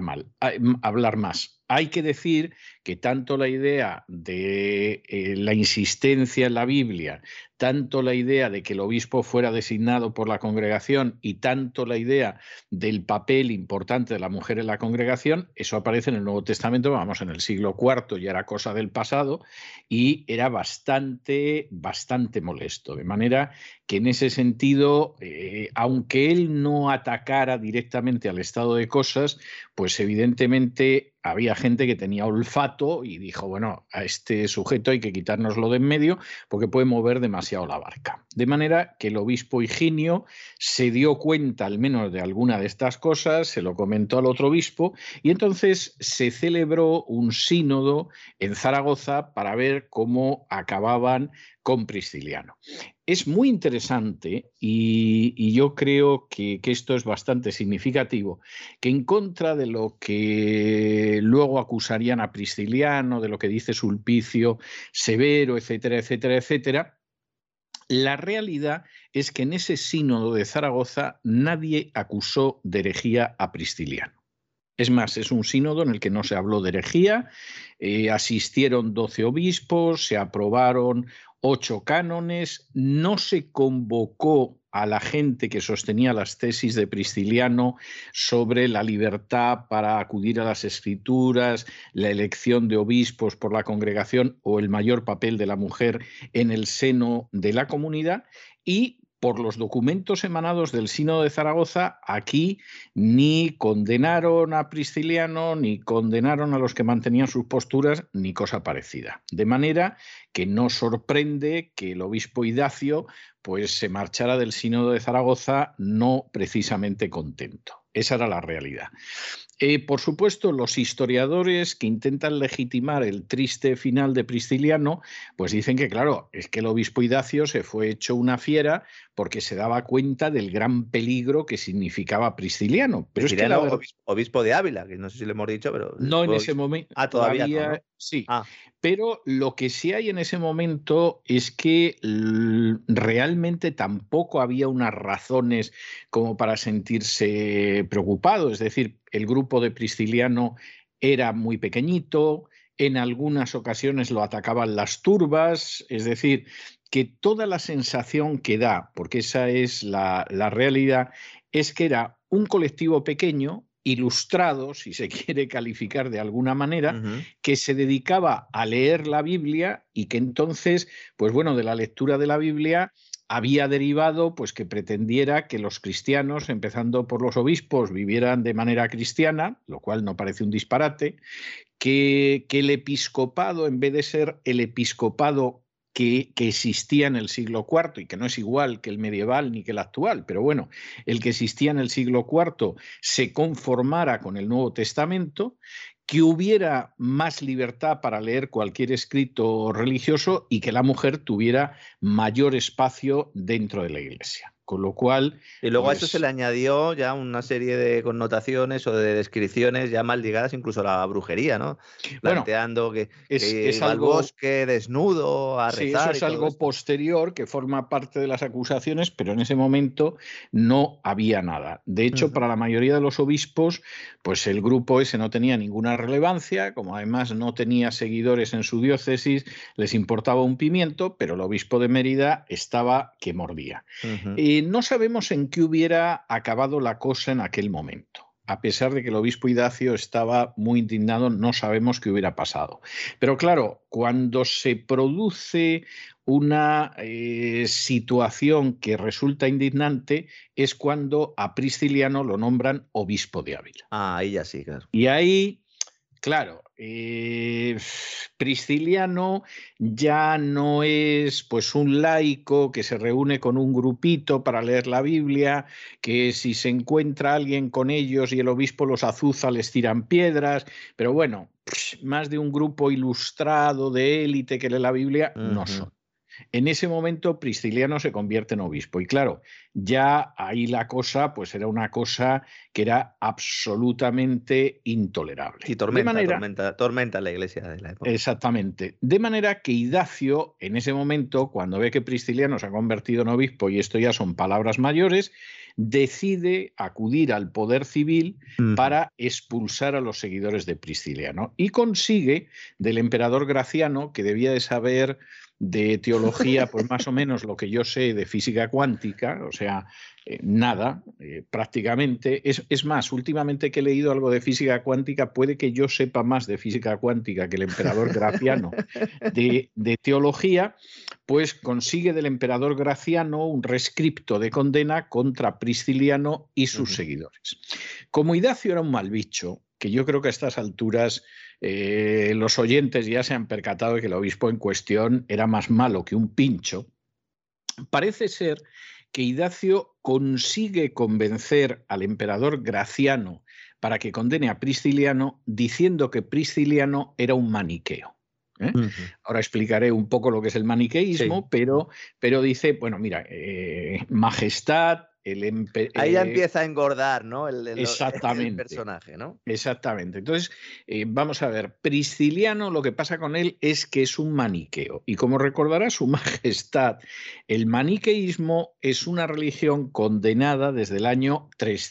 más? Hay que decir que tanto la idea de la insistencia en la Biblia, tanto la idea de que el obispo fuera designado por la congregación y tanto la idea del papel importante de la mujer en la congregación, eso aparece en el Nuevo Testamento, vamos, en el siglo IV, ya era cosa del pasado y era bastante molesto. De manera que en ese sentido, aunque él no atacara directamente al estado de cosas, pues evidentemente había gente que tenía olfato y dijo, bueno, a este sujeto hay que quitárnoslo de en medio porque puede mover demasiado la barca. De manera que el obispo Higinio se dio cuenta al menos de alguna de estas cosas, se lo comentó al otro obispo y entonces se celebró un sínodo en Zaragoza para ver cómo acababan con Prisciliano. Es muy interesante y yo creo que esto es bastante significativo, que en contra de lo que luego acusarían a Prisciliano, de lo que dice Sulpicio Severo, etcétera, etcétera, etcétera, la realidad es que en ese sínodo de Zaragoza nadie acusó de herejía a Prisciliano. Es más, es un sínodo en el que no se habló de herejía, asistieron 12 obispos, se aprobaron 8 cánones, no se convocó a la gente que sostenía las tesis de Prisciliano sobre la libertad para acudir a las escrituras, la elección de obispos por la congregación o el mayor papel de la mujer en el seno de la comunidad y por los documentos emanados del Sínodo de Zaragoza, aquí ni condenaron a Prisciliano, ni condenaron a los que mantenían sus posturas, ni cosa parecida. De manera que no sorprende que el obispo Idacio pues, se marchara del Sínodo de Zaragoza no precisamente contento. Esa era la realidad. Por supuesto, los historiadores que intentan legitimar el triste final de Prisciliano, pues dicen que, claro, es que el obispo Idacio se fue hecho una fiera porque se daba cuenta del gran peligro que significaba Prisciliano. Pero Prisciliano, es que obispo de Ávila, que no sé si le hemos dicho, pero... No, en ese momento. Todavía no, ¿no? Sí. Pero lo que sí hay en ese momento es que realmente tampoco había unas razones como para sentirse preocupado. Es decir, el grupo de Prisciliano era muy pequeñito, en algunas ocasiones lo atacaban las turbas, es decir, que toda la sensación que da, porque esa es la realidad, es que era un colectivo pequeño, ilustrado, si se quiere calificar de alguna manera, que se dedicaba a leer la Biblia y que entonces, pues bueno, de la lectura de la Biblia había derivado pues que pretendiera que los cristianos, empezando por los obispos, vivieran de manera cristiana, lo cual no parece un disparate, que el episcopado, en vez de ser el episcopado que existía en el siglo IV y que no es igual que el medieval ni que el actual, pero bueno, el que existía en el siglo IV se conformara con el Nuevo Testamento, que hubiera más libertad para leer cualquier escrito religioso y que la mujer tuviera mayor espacio dentro de la Iglesia. Con lo cual... Y luego pues, a eso se le añadió ya una serie de connotaciones o de descripciones ya más ligadas incluso a la brujería, ¿no? Planteando que es algo, al bosque desnudo, a rezar. Sí, eso es algo esto posterior que forma parte de las acusaciones, pero en ese momento no había nada. De hecho, para la mayoría de los obispos, pues el grupo ese no tenía ninguna relevancia, como además no tenía seguidores en su diócesis, les importaba un pimiento, pero el obispo de Mérida estaba que mordía. No sabemos en qué hubiera acabado la cosa en aquel momento. A pesar de que el obispo Idacio estaba muy indignado, no sabemos qué hubiera pasado. Pero claro, cuando se produce una situación que resulta indignante es cuando a Prisciliano lo nombran obispo de Ávila. Ahí ya sí, claro. Y ahí... Claro, Prisciliano ya no es pues un laico que se reúne con un grupito para leer la Biblia, que si se encuentra alguien con ellos y el obispo los azuza les tiran piedras, pero bueno, más de un grupo ilustrado de élite que lee la Biblia no son. En ese momento Prisciliano se convierte en obispo y claro, ya ahí la cosa pues era una cosa que era absolutamente intolerable. Sí, tormenta la iglesia de la época. Exactamente. De manera que Idacio en ese momento, cuando ve que Prisciliano se ha convertido en obispo, y esto ya son palabras mayores, decide acudir al poder civil para expulsar a los seguidores de Prisciliano y consigue del emperador Graciano, que debía de saber de teología, pues más o menos lo que yo sé de física cuántica, o sea, nada, prácticamente. Es más, últimamente que he leído algo de física cuántica, puede que yo sepa más de física cuántica que el emperador Graciano de teología, pues consigue del emperador Graciano un rescripto de condena contra Prisciliano y sus seguidores. Como Idacio era un mal bicho, que yo creo que a estas alturas los oyentes ya se han percatado de que el obispo en cuestión era más malo que un pincho, parece ser que Idacio consigue convencer al emperador Graciano para que condene a Prisciliano diciendo que Prisciliano era un maniqueo. Ahora explicaré un poco lo que es el maniqueísmo, sí. pero dice, bueno, mira, majestad, ahí ya empieza a engordar, ¿no? Exactamente. El personaje, ¿no? Exactamente. Entonces, vamos a ver, Prisciliano, lo que pasa con él es que es un maniqueo. Y como recordará su majestad, el maniqueísmo es una religión condenada desde el año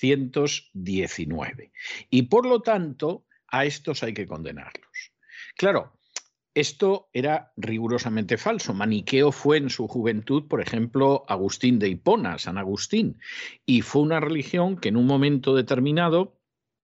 319. Y por lo tanto, a estos hay que condenarlos. Claro, esto era rigurosamente falso. Maniqueo fue en su juventud, por ejemplo, Agustín de Hipona, San Agustín, y fue una religión que en un momento determinado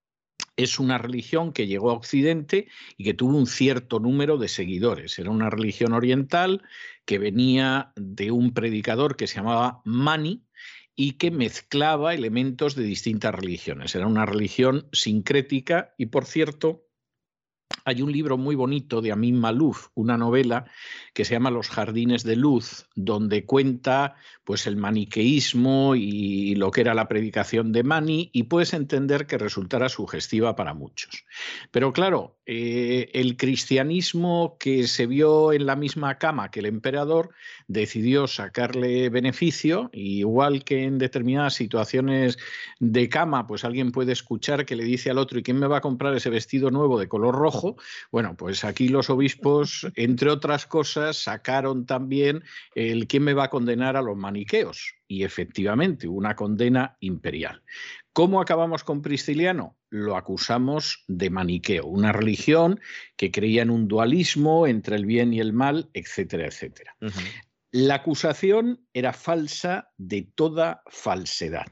es una religión que llegó a Occidente y que tuvo un cierto número de seguidores. Era una religión oriental que venía de un predicador que se llamaba Mani y que mezclaba elementos de distintas religiones. Era una religión sincrética y, por cierto, hay un libro muy bonito de Amin Maalouf, una novela que se llama Los jardines de luz, donde cuenta pues, el maniqueísmo y lo que era la predicación de Mani, y puedes entender que resultara sugestiva para muchos. Pero claro, el cristianismo, que se vio en la misma cama que el emperador, decidió sacarle beneficio, igual que en determinadas situaciones de cama, pues alguien puede escuchar que le dice al otro: ¿y quién me va a comprar ese vestido nuevo de color rojo? Bueno, pues aquí los obispos, entre otras cosas, sacaron también el quién me va a condenar a los maniqueos. Y efectivamente, hubo una condena imperial. ¿Cómo acabamos con Prisciliano? Lo acusamos de maniqueo, una religión que creía en un dualismo entre el bien y el mal, etcétera, etcétera. La acusación era falsa de toda falsedad.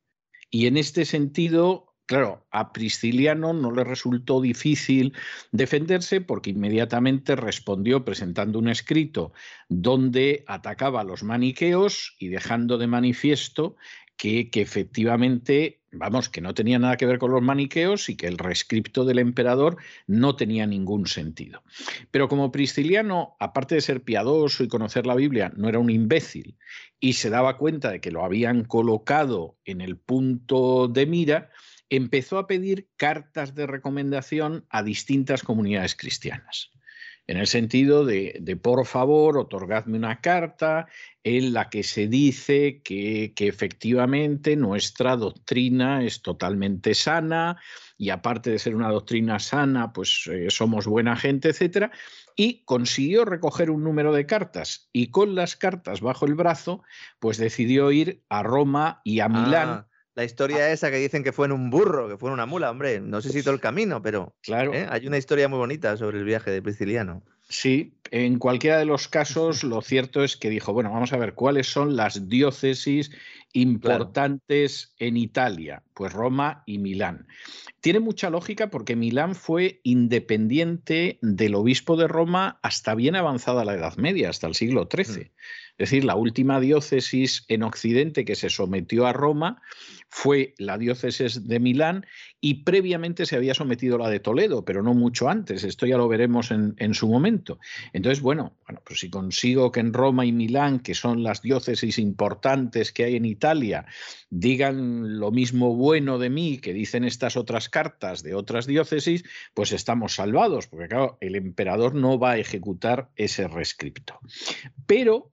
Y en este sentido, claro, a Prisciliano no le resultó difícil defenderse porque inmediatamente respondió presentando un escrito donde atacaba a los maniqueos y dejando de manifiesto que efectivamente, vamos, que no tenía nada que ver con los maniqueos y que el rescripto del emperador no tenía ningún sentido. Pero como Prisciliano, aparte de ser piadoso y conocer la Biblia, no era un imbécil y se daba cuenta de que lo habían colocado en el punto de mira, empezó a pedir cartas de recomendación a distintas comunidades cristianas, en el sentido de por favor, otorgadme una carta en la que se dice que efectivamente nuestra doctrina es totalmente sana y aparte de ser una doctrina sana, pues somos buena gente, etcétera. Y consiguió recoger un número de cartas y con las cartas bajo el brazo, pues decidió ir a Roma y a Milán. La historia esa que dicen que fue en un burro, que fue en una mula, hombre, no sé si todo el camino, pero claro. Hay una historia muy bonita sobre el viaje de Prisciliano. Sí, en cualquiera de los casos lo cierto es que dijo, bueno, vamos a ver cuáles son las diócesis importantes en Italia. pues Roma y Milán. Tiene mucha lógica porque Milán fue independiente del obispo de Roma hasta bien avanzada la Edad Media, hasta el siglo XIII. Es decir, la última diócesis en Occidente que se sometió a Roma fue la diócesis de Milán y previamente se había sometido la de Toledo, pero no mucho antes. Esto ya lo veremos en su momento. Entonces, bueno, pues si consigo que en Roma y Milán, que son las diócesis importantes que hay en Italia, digan lo mismo bueno de mí que dicen estas otras cartas de otras diócesis, pues estamos salvados, porque claro, el emperador no va a ejecutar ese rescripto. Pero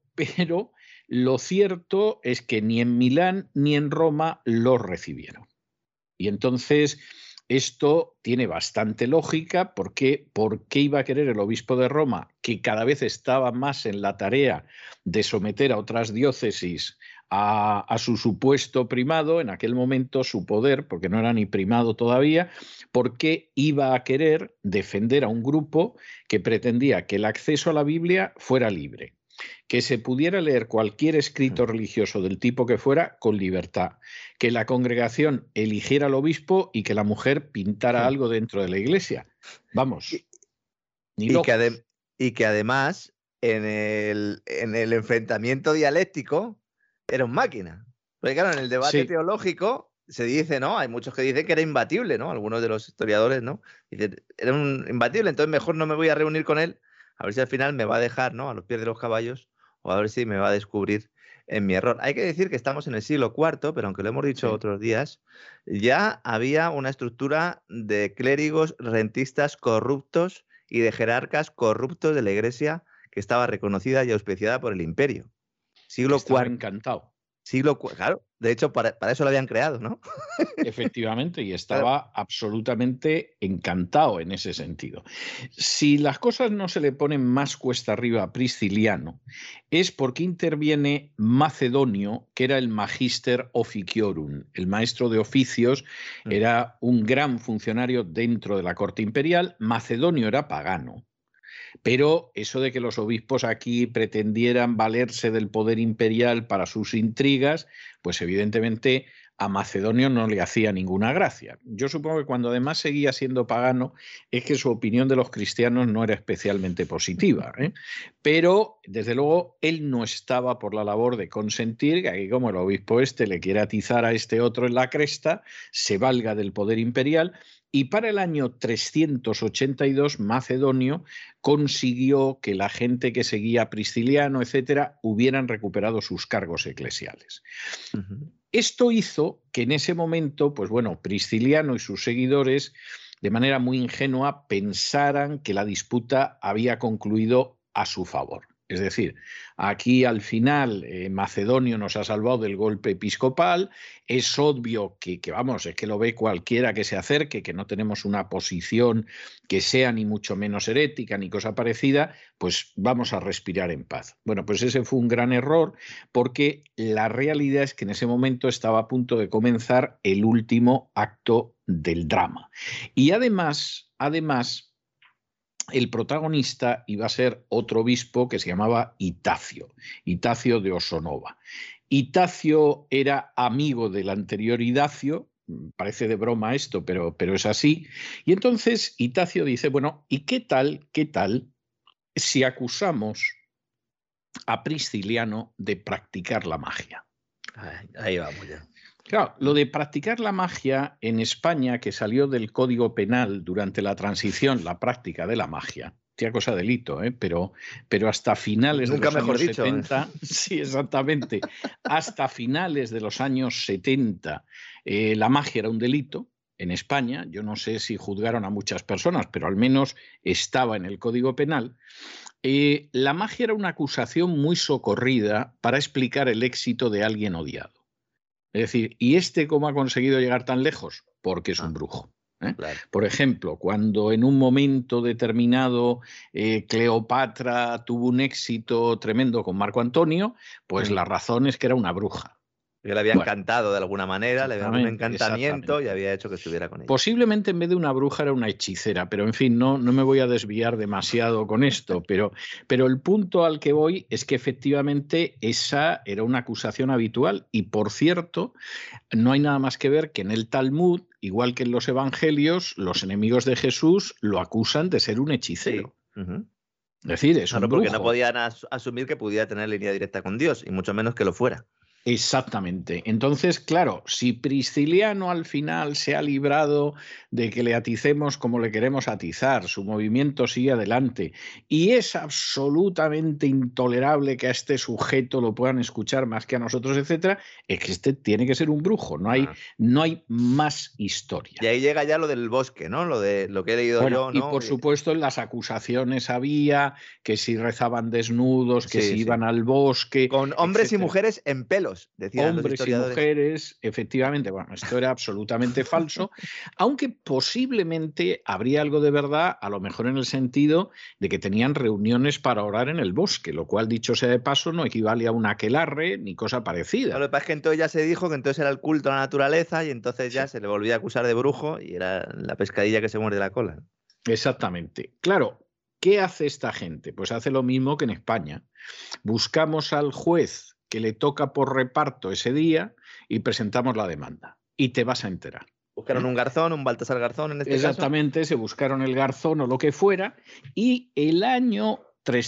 lo cierto es que ni en Milán ni en Roma lo recibieron. Y entonces esto tiene bastante lógica porque ¿por qué iba a querer el obispo de Roma, que cada vez estaba más en la tarea de someter a otras diócesis a su supuesto primado, en aquel momento su poder, porque no era ni primado todavía, por qué iba a querer defender a un grupo que pretendía que el acceso a la Biblia fuera libre, que se pudiera leer cualquier escrito religioso del tipo que fuera con libertad, que la congregación eligiera al obispo y que la mujer pintara algo dentro de la iglesia? Vamos. Y que además en el enfrentamiento dialéctico era un máquina. Porque claro, en el debate teológico se dice, ¿no? Hay muchos que dicen que era imbatible, ¿no? Algunos de los historiadores, ¿no? Dicen, era un imbatible, entonces mejor no me voy a reunir con él, a ver si al final me va a dejar, ¿no?, a los pies de los caballos, o a ver si me va a descubrir en mi error. Hay que decir que estamos en el siglo IV, pero aunque lo hemos dicho otros días, ya había una estructura de clérigos rentistas corruptos y de jerarcas corruptos de la Iglesia que estaba reconocida y auspiciada por el imperio. Siglo IV. Encantado. Claro, de hecho para eso lo habían creado, ¿no? Efectivamente, y estaba absolutamente encantado en ese sentido. Si las cosas no se le ponen más cuesta arriba a Prisciliano, es porque interviene Macedonio, que era el Magister Officiorum, el maestro de oficios, era un gran funcionario dentro de la corte imperial. Macedonio era pagano. Pero eso de que los obispos aquí pretendieran valerse del poder imperial para sus intrigas, pues evidentemente a Macedonio no le hacía ninguna gracia. Yo supongo que cuando además seguía siendo pagano es que su opinión de los cristianos no era especialmente positiva, ¿eh? Pero desde luego él no estaba por la labor de consentir que aquí, como el obispo este le quiere atizar a este otro en la cresta, se valga del poder imperial. Y para el año 382, Macedonio consiguió que la gente que seguía a Prisciliano, etcétera, hubieran recuperado sus cargos eclesiales. Esto hizo que en ese momento, pues bueno, Prisciliano y sus seguidores, de manera muy ingenua, pensaran que la disputa había concluido a su favor. Es decir, aquí al final Macedonio nos ha salvado del golpe episcopal. Es obvio que vamos, es que lo ve cualquiera que se acerque, que no tenemos una posición que sea ni mucho menos herética ni cosa parecida, pues vamos a respirar en paz. Bueno, pues ese fue un gran error porque la realidad es que en ese momento estaba a punto de comenzar el último acto del drama. Y además, el protagonista iba a ser otro obispo que se llamaba Itacio de Osonova. Itacio era amigo del anterior Idacio, parece de broma esto, pero es así. Y entonces Itacio dice, bueno, ¿y qué tal si acusamos a Prisciliano de practicar la magia? Ahí vamos ya. Claro, lo de practicar la magia en España, que salió del Código Penal durante la transición, la práctica de la magia, tía cosa delito, pero hasta finales de los años 70, sí, exactamente, hasta finales de los años 70, la magia era un delito en España. Yo no sé si juzgaron a muchas personas, pero al menos estaba en el Código Penal. La magia era una acusación muy socorrida para explicar el éxito de alguien odiado. Es decir, ¿y este cómo ha conseguido llegar tan lejos? Porque es un brujo. Claro. Por ejemplo, cuando en un momento determinado Cleopatra tuvo un éxito tremendo con Marco Antonio, pues la razón es que era una bruja. Que le había encantado de alguna manera, le había dado un encantamiento y había hecho que estuviera con ella. Posiblemente en vez de una bruja era una hechicera, pero en fin, no me voy a desviar demasiado con esto, pero el punto al que voy es que efectivamente esa era una acusación habitual y, por cierto, no hay nada más que ver que en el Talmud, igual que en los evangelios, los enemigos de Jesús lo acusan de ser un hechicero. Sí. Es decir, es un brujo. Porque no podían asumir que pudiera tener línea directa con Dios, y mucho menos que lo fuera. Exactamente. Entonces, claro, si Prisciliano al final se ha librado de que le aticemos como le queremos atizar, su movimiento sigue adelante, y es absolutamente intolerable que a este sujeto lo puedan escuchar más que a nosotros, etcétera, es que este tiene que ser un brujo, no hay más historia. Y ahí llega ya lo del bosque, ¿no? Lo que he leído yo, ¿no? Y por supuesto en las acusaciones había que si rezaban desnudos, que si iban al bosque. Con hombres etcétera. Y mujeres en pelo. Hombres y mujeres, efectivamente, bueno, esto era absolutamente falso, aunque posiblemente habría algo de verdad, a lo mejor en el sentido de que tenían reuniones para orar en el bosque, lo cual, dicho sea de paso, no equivale a un aquelarre ni cosa parecida. Lo que pasa es que entonces ya se dijo que entonces era el culto a la naturaleza y entonces ya se le volvía a acusar de brujo y era la pescadilla que se muerde la cola. Exactamente. Claro, ¿qué hace esta gente? Pues hace lo mismo que en España. Buscamos al juez que le toca por reparto ese día y presentamos la demanda. Y te vas a enterar. Buscaron un Garzón, un Baltasar Garzón en este Exactamente, caso. Se buscaron el Garzón o lo que fuera. Y el año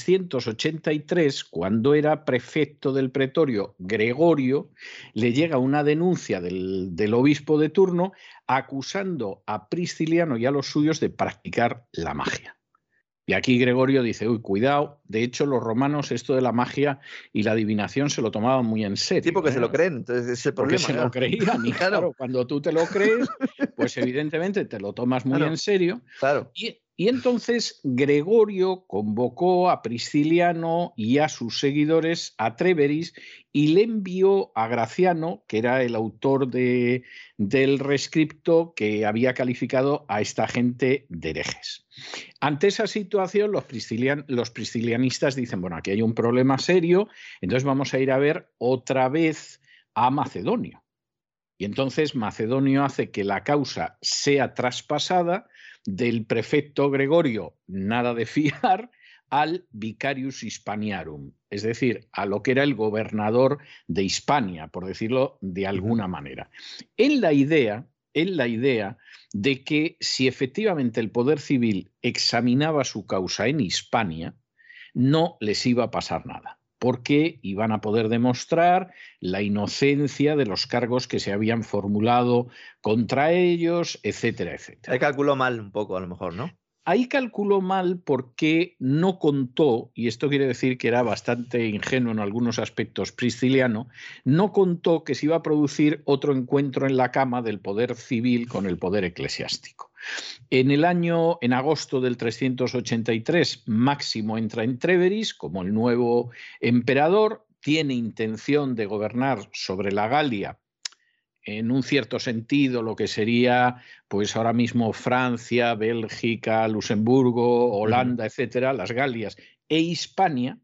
383, cuando era prefecto del pretorio Gregorio, le llega una denuncia del obispo de turno acusando a Prisciliano y a los suyos de practicar la magia. Y aquí Gregorio dice, uy, cuidado, de hecho los romanos esto de la magia y la adivinación se lo tomaban muy en serio. Sí, porque se lo creen, entonces es el problema. Porque se lo creían y claro, cuando tú te lo crees, pues evidentemente te lo tomas muy en serio. Claro. Y entonces Gregorio convocó a Prisciliano y a sus seguidores a Tréveris y le envió a Graciano, que era el autor del rescripto que había calificado a esta gente de herejes. Ante esa situación, los priscilianistas dicen, bueno, aquí hay un problema serio, entonces vamos a ir a ver otra vez a Macedonio. Y entonces Macedonio hace que la causa sea traspasada del prefecto Gregorio, nada de fiar, al Vicarius Hispaniarum, es decir, a lo que era el gobernador de Hispania, por decirlo de alguna manera. En la idea de que si efectivamente el poder civil examinaba su causa en Hispania, no les iba a pasar nada, porque iban a poder demostrar la inocencia de los cargos que se habían formulado contra ellos, etcétera, etcétera. Ahí calculó mal un poco, a lo mejor, ¿no? Ahí calculó mal porque no contó, y esto quiere decir que era bastante ingenuo en algunos aspectos Prisciliano, no contó que se iba a producir otro encuentro en la cama del poder civil con el poder eclesiástico. En agosto del 383, Máximo entra en Tréveris como el nuevo emperador, tiene intención de gobernar sobre la Galia, en un cierto sentido lo que sería pues ahora mismo Francia, Bélgica, Luxemburgo, Holanda, etcétera, las Galias e Hispania.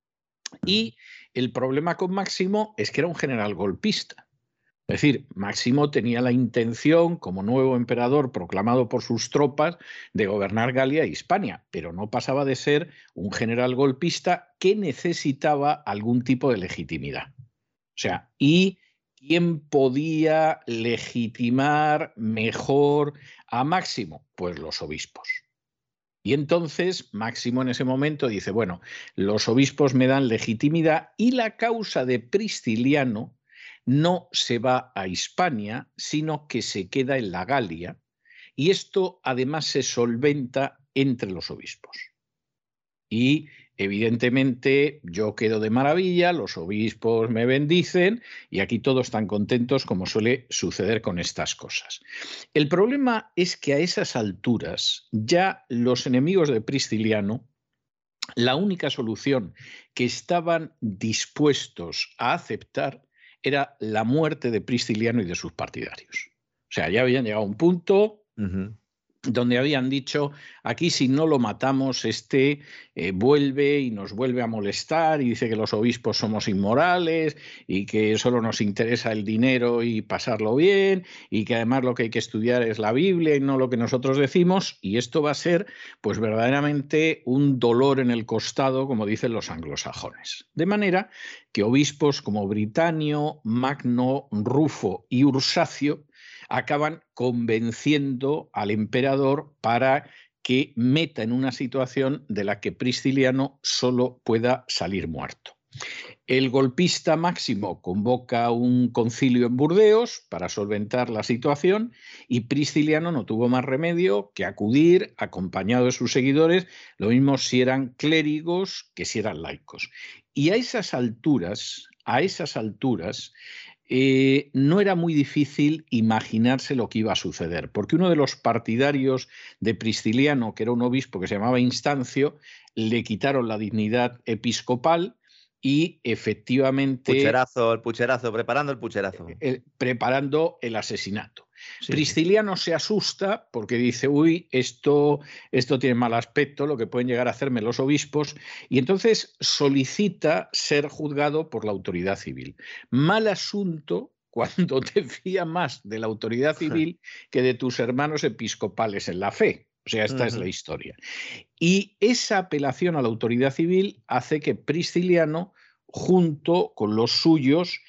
Y el problema con Máximo es que era un general golpista. Es decir, Máximo tenía la intención, como nuevo emperador proclamado por sus tropas, de gobernar Galia e Hispania, pero no pasaba de ser un general golpista que necesitaba algún tipo de legitimidad. O sea, ¿quién podía legitimar mejor a Máximo? Pues los obispos. Y entonces Máximo en ese momento dice, bueno, los obispos me dan legitimidad y la causa de Prisciliano no se va a Hispania, sino que se queda en la Galia. Y esto además se solventa entre los obispos. Y evidentemente yo quedo de maravilla, los obispos me bendicen y aquí todos están contentos como suele suceder con estas cosas. El problema es que a esas alturas ya los enemigos de Prisciliano, la única solución que estaban dispuestos a aceptar era la muerte de Prisciliano y de sus partidarios. O sea, ya habían llegado a un punto donde habían dicho, aquí si no lo matamos, vuelve y nos vuelve a molestar y dice que los obispos somos inmorales y que solo nos interesa el dinero y pasarlo bien y que además lo que hay que estudiar es la Biblia y no lo que nosotros decimos, y esto va a ser pues verdaderamente un dolor en el costado, como dicen los anglosajones. De manera que obispos como Britanio, Magno, Rufo y Ursacio acaban convenciendo al emperador para que meta en una situación de la que Prisciliano solo pueda salir muerto. El golpista Máximo convoca un concilio en Burdeos para solventar la situación y Prisciliano no tuvo más remedio que acudir acompañado de sus seguidores, lo mismo si eran clérigos que si eran laicos. Y a esas alturas, no era muy difícil imaginarse lo que iba a suceder, porque uno de los partidarios de Prisciliano, que era un obispo que se llamaba Instancio, le quitaron la dignidad episcopal y efectivamente... El pucherazo, preparando el pucherazo. Preparando el asesinato. Sí. Prisciliano se asusta porque dice, uy, esto tiene mal aspecto, lo que pueden llegar a hacerme los obispos, y entonces solicita ser juzgado por la autoridad civil. Mal asunto cuando te fía más de la autoridad civil que de tus hermanos episcopales en la fe. O sea, esta es la historia. Y esa apelación a la autoridad civil hace que Prisciliano, junto con los suyos,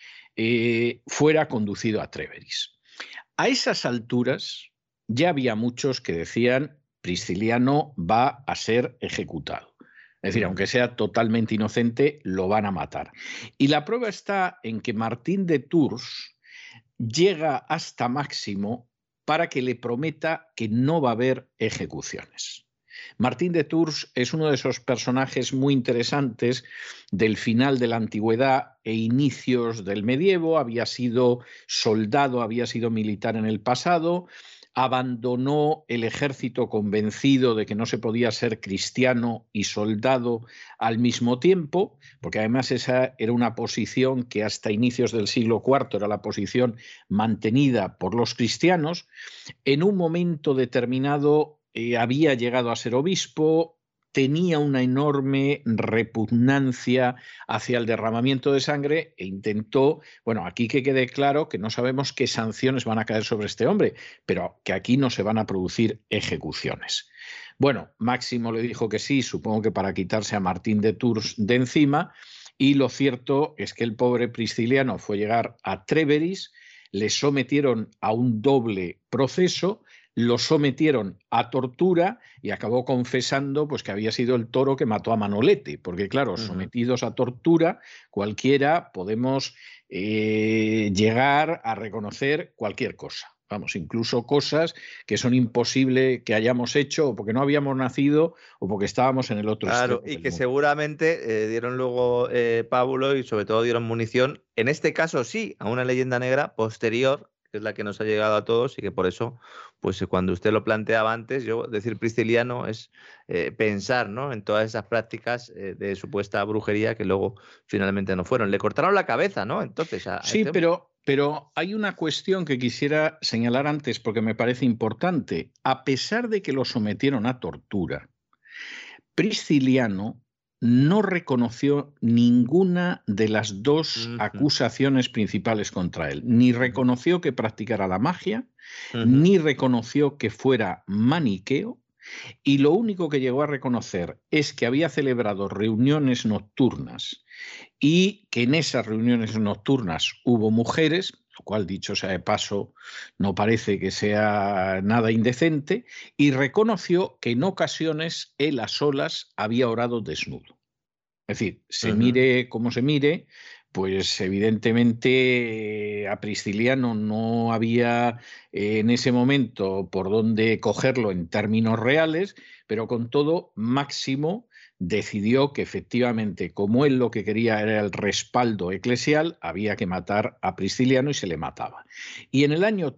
fuera conducido a Tréveris. A esas alturas ya había muchos que decían Prisciliano va a ser ejecutado. Es decir, aunque sea totalmente inocente, lo van a matar. Y la prueba está en que Martín de Tours llega hasta Máximo para que le prometa que no va a haber ejecuciones. Martín de Tours es uno de esos personajes muy interesantes del final de la antigüedad e inicios del medievo. Había sido soldado, había sido militar en el pasado, abandonó el ejército convencido de que no se podía ser cristiano y soldado al mismo tiempo, porque además esa era una posición que hasta inicios del siglo IV era la posición mantenida por los cristianos. En un momento determinado había llegado a ser obispo, tenía una enorme repugnancia hacia el derramamiento de sangre e intentó, bueno, aquí que quede claro que no sabemos qué sanciones van a caer sobre este hombre, pero que aquí no se van a producir ejecuciones. Bueno, Máximo le dijo que sí, supongo que para quitarse a Martín de Tours de encima, y lo cierto es que el pobre Prisciliano fue llegar a Tréveris, le sometieron a un doble proceso, lo sometieron a tortura y acabó confesando pues, que había sido el toro que mató a Manolete, porque claro, sometidos a tortura, cualquiera podemos llegar a reconocer cualquier cosa. Vamos, incluso cosas que son imposibles que hayamos hecho o porque no habíamos nacido o porque estábamos en el otro extremo. Claro, y que seguramente dieron luego pábulo y sobre todo dieron munición, en este caso sí, a una leyenda negra posterior, que es la que nos ha llegado a todos y que por eso, pues cuando usted lo planteaba antes, yo decir Prisciliano es pensar, ¿no?, en todas esas prácticas de supuesta brujería que luego finalmente no fueron. Le cortaron la cabeza, ¿no? Entonces sí, pero hay una cuestión que quisiera señalar antes porque me parece importante. A pesar de que lo sometieron a tortura, Prisciliano no reconoció ninguna de las dos acusaciones principales contra él. Ni reconoció que practicara la magia, ni reconoció que fuera maniqueo, y lo único que llegó a reconocer es que había celebrado reuniones nocturnas y que en esas reuniones nocturnas hubo mujeres, lo cual, dicho sea de paso, no parece que sea nada indecente, y reconoció que en ocasiones él a solas había orado desnudo. Es decir, se mire como se mire, pues evidentemente a Prisciliano no había en ese momento por dónde cogerlo en términos reales, pero con todo Máximo decidió que efectivamente, como él lo que quería era el respaldo eclesial, había que matar a Prisciliano y se le mataba. Y en el año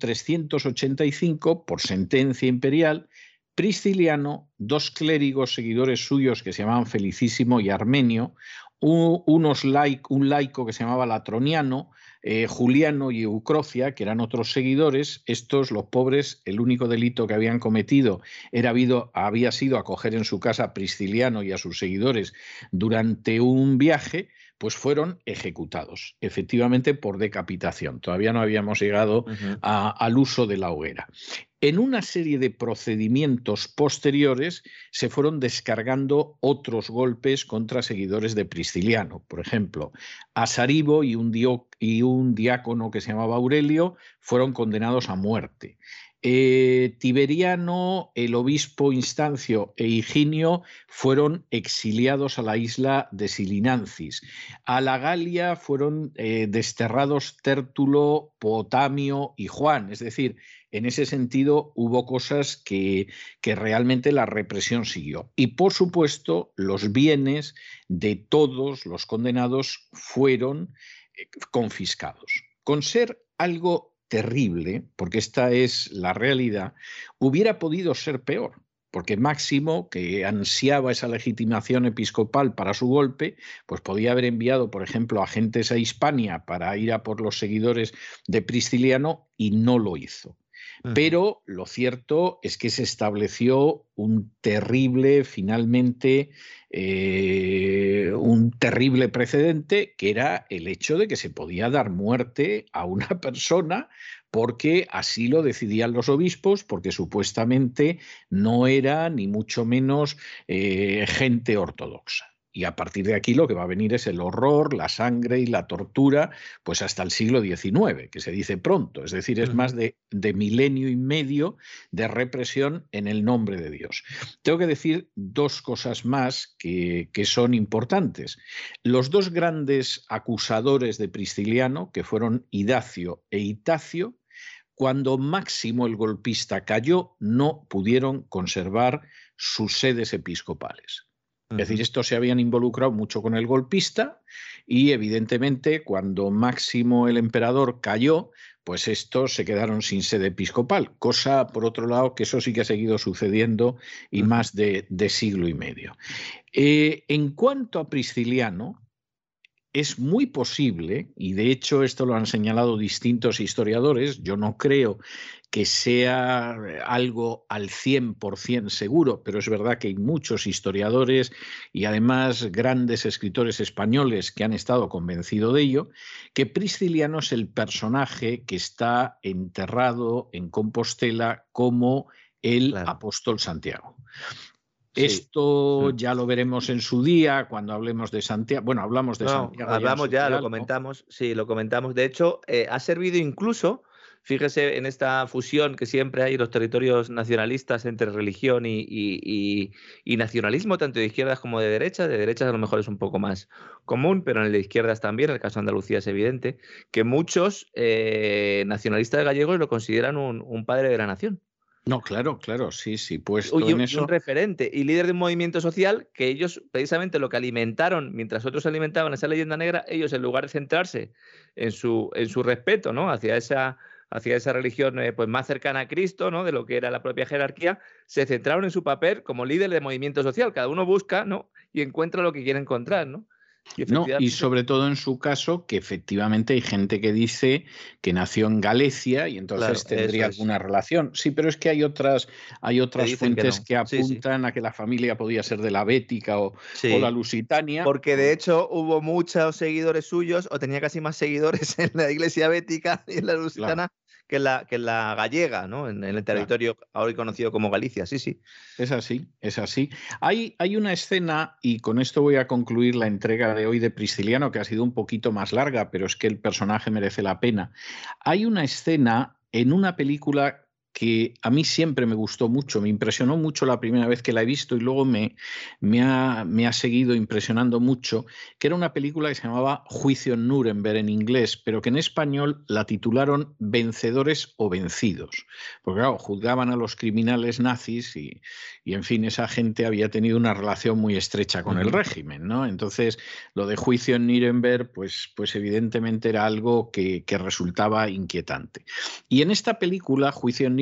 385, por sentencia imperial, Prisciliano, dos clérigos seguidores suyos que se llamaban Felicísimo y Armenio, un laico que se llamaba Latroniano, Juliano y Eucrocia, que eran otros seguidores. Estos, los pobres, el único delito que habían cometido había sido acoger en su casa a Prisciliano y a sus seguidores durante un viaje, pues fueron ejecutados, efectivamente por decapitación. Todavía no habíamos llegado al uso de la hoguera. En una serie de procedimientos posteriores se fueron descargando otros golpes contra seguidores de Prisciliano. Por ejemplo, Asaribo y un diácono que se llamaba Aurelio fueron condenados a muerte. Tiberiano, el obispo Instancio e Higinio fueron exiliados a la isla de Silinancis. A la Galia fueron desterrados Tértulo, Potamio y Juan. Es decir, en ese sentido hubo cosas que realmente la represión siguió. Y por supuesto, los bienes de todos los condenados fueron confiscados. Con ser algo terrible, porque esta es la realidad, hubiera podido ser peor, porque Máximo, que ansiaba esa legitimación episcopal para su golpe, pues podía haber enviado, por ejemplo, agentes a Hispania para ir a por los seguidores de Prisciliano y no lo hizo. Pero lo cierto es que se estableció un terrible precedente, que era el hecho de que se podía dar muerte a una persona porque así lo decidían los obispos, porque supuestamente no era ni mucho menos gente ortodoxa. Y a partir de aquí lo que va a venir es el horror, la sangre y la tortura, pues hasta el siglo XIX, que se dice pronto. Es decir, es más de milenio y medio de represión en el nombre de Dios. Tengo que decir dos cosas más que son importantes. Los dos grandes acusadores de Prisciliano, que fueron Idacio e Itacio, cuando Máximo el golpista cayó, no pudieron conservar sus sedes episcopales. Es decir, estos se habían involucrado mucho con el golpista y evidentemente cuando Máximo el emperador cayó, pues estos se quedaron sin sede episcopal, cosa por otro lado que eso sí que ha seguido sucediendo y más de siglo y medio. En cuanto a Prisciliano, es muy posible, y de hecho esto lo han señalado distintos historiadores, yo no creo que sea algo al 100% seguro, pero es verdad que hay muchos historiadores y además grandes escritores españoles que han estado convencidos de ello, que Prisciliano es el personaje que está enterrado en Compostela como el apóstol Santiago. Sí. Esto ya lo veremos en su día cuando hablemos de Santiago. Bueno, hablamos de Santiago. Hablamos ya, lo comentamos. Sí, lo comentamos. De hecho, ha servido incluso, fíjese en esta fusión que siempre hay en los territorios nacionalistas entre religión y nacionalismo, tanto de izquierdas como de derechas. De derechas a lo mejor es un poco más común, pero en el de izquierdas también, en el caso de Andalucía es evidente, que muchos nacionalistas gallegos lo consideran un padre de la nación. No, claro, sí, puesto en eso. Un referente y líder de un movimiento social que ellos, precisamente lo que alimentaron, mientras otros alimentaban esa leyenda negra, ellos en lugar de centrarse en su respeto, ¿no?, hacia esa religión pues más cercana a Cristo, ¿no?, de lo que era la propia jerarquía, se centraron en su papel como líder de movimiento social. Cada uno busca, ¿no?, y encuentra lo que quiere encontrar, ¿no? Y sobre todo en su caso, que efectivamente hay gente que dice que nació en Galicia y entonces tendría alguna relación. Sí, pero es que hay otras fuentes que apuntan a que la familia podía ser de la Bética o la Lusitania. Porque de hecho hubo muchos seguidores suyos, o tenía casi más seguidores en la iglesia bética y en la lusitana que en la gallega, ¿no?, en el territorio ahora conocido como Galicia. Sí. Es así. Hay una escena, y con esto voy a concluir la entrega de hoy de Prisciliano, que ha sido un poquito más larga, pero es que el personaje merece la pena. Hay una escena en una película que a mí siempre me gustó mucho, me impresionó mucho la primera vez que la he visto y luego me ha seguido impresionando mucho, que era una película que se llamaba Juicio en Nuremberg en inglés, pero que en español la titularon Vencedores o Vencidos, porque claro, juzgaban a los criminales nazis y en fin, esa gente había tenido una relación muy estrecha con el régimen, ¿no? Entonces, lo de Juicio en Nuremberg, pues evidentemente era algo que resultaba inquietante. Y en esta película, Juicio en Nuremberg,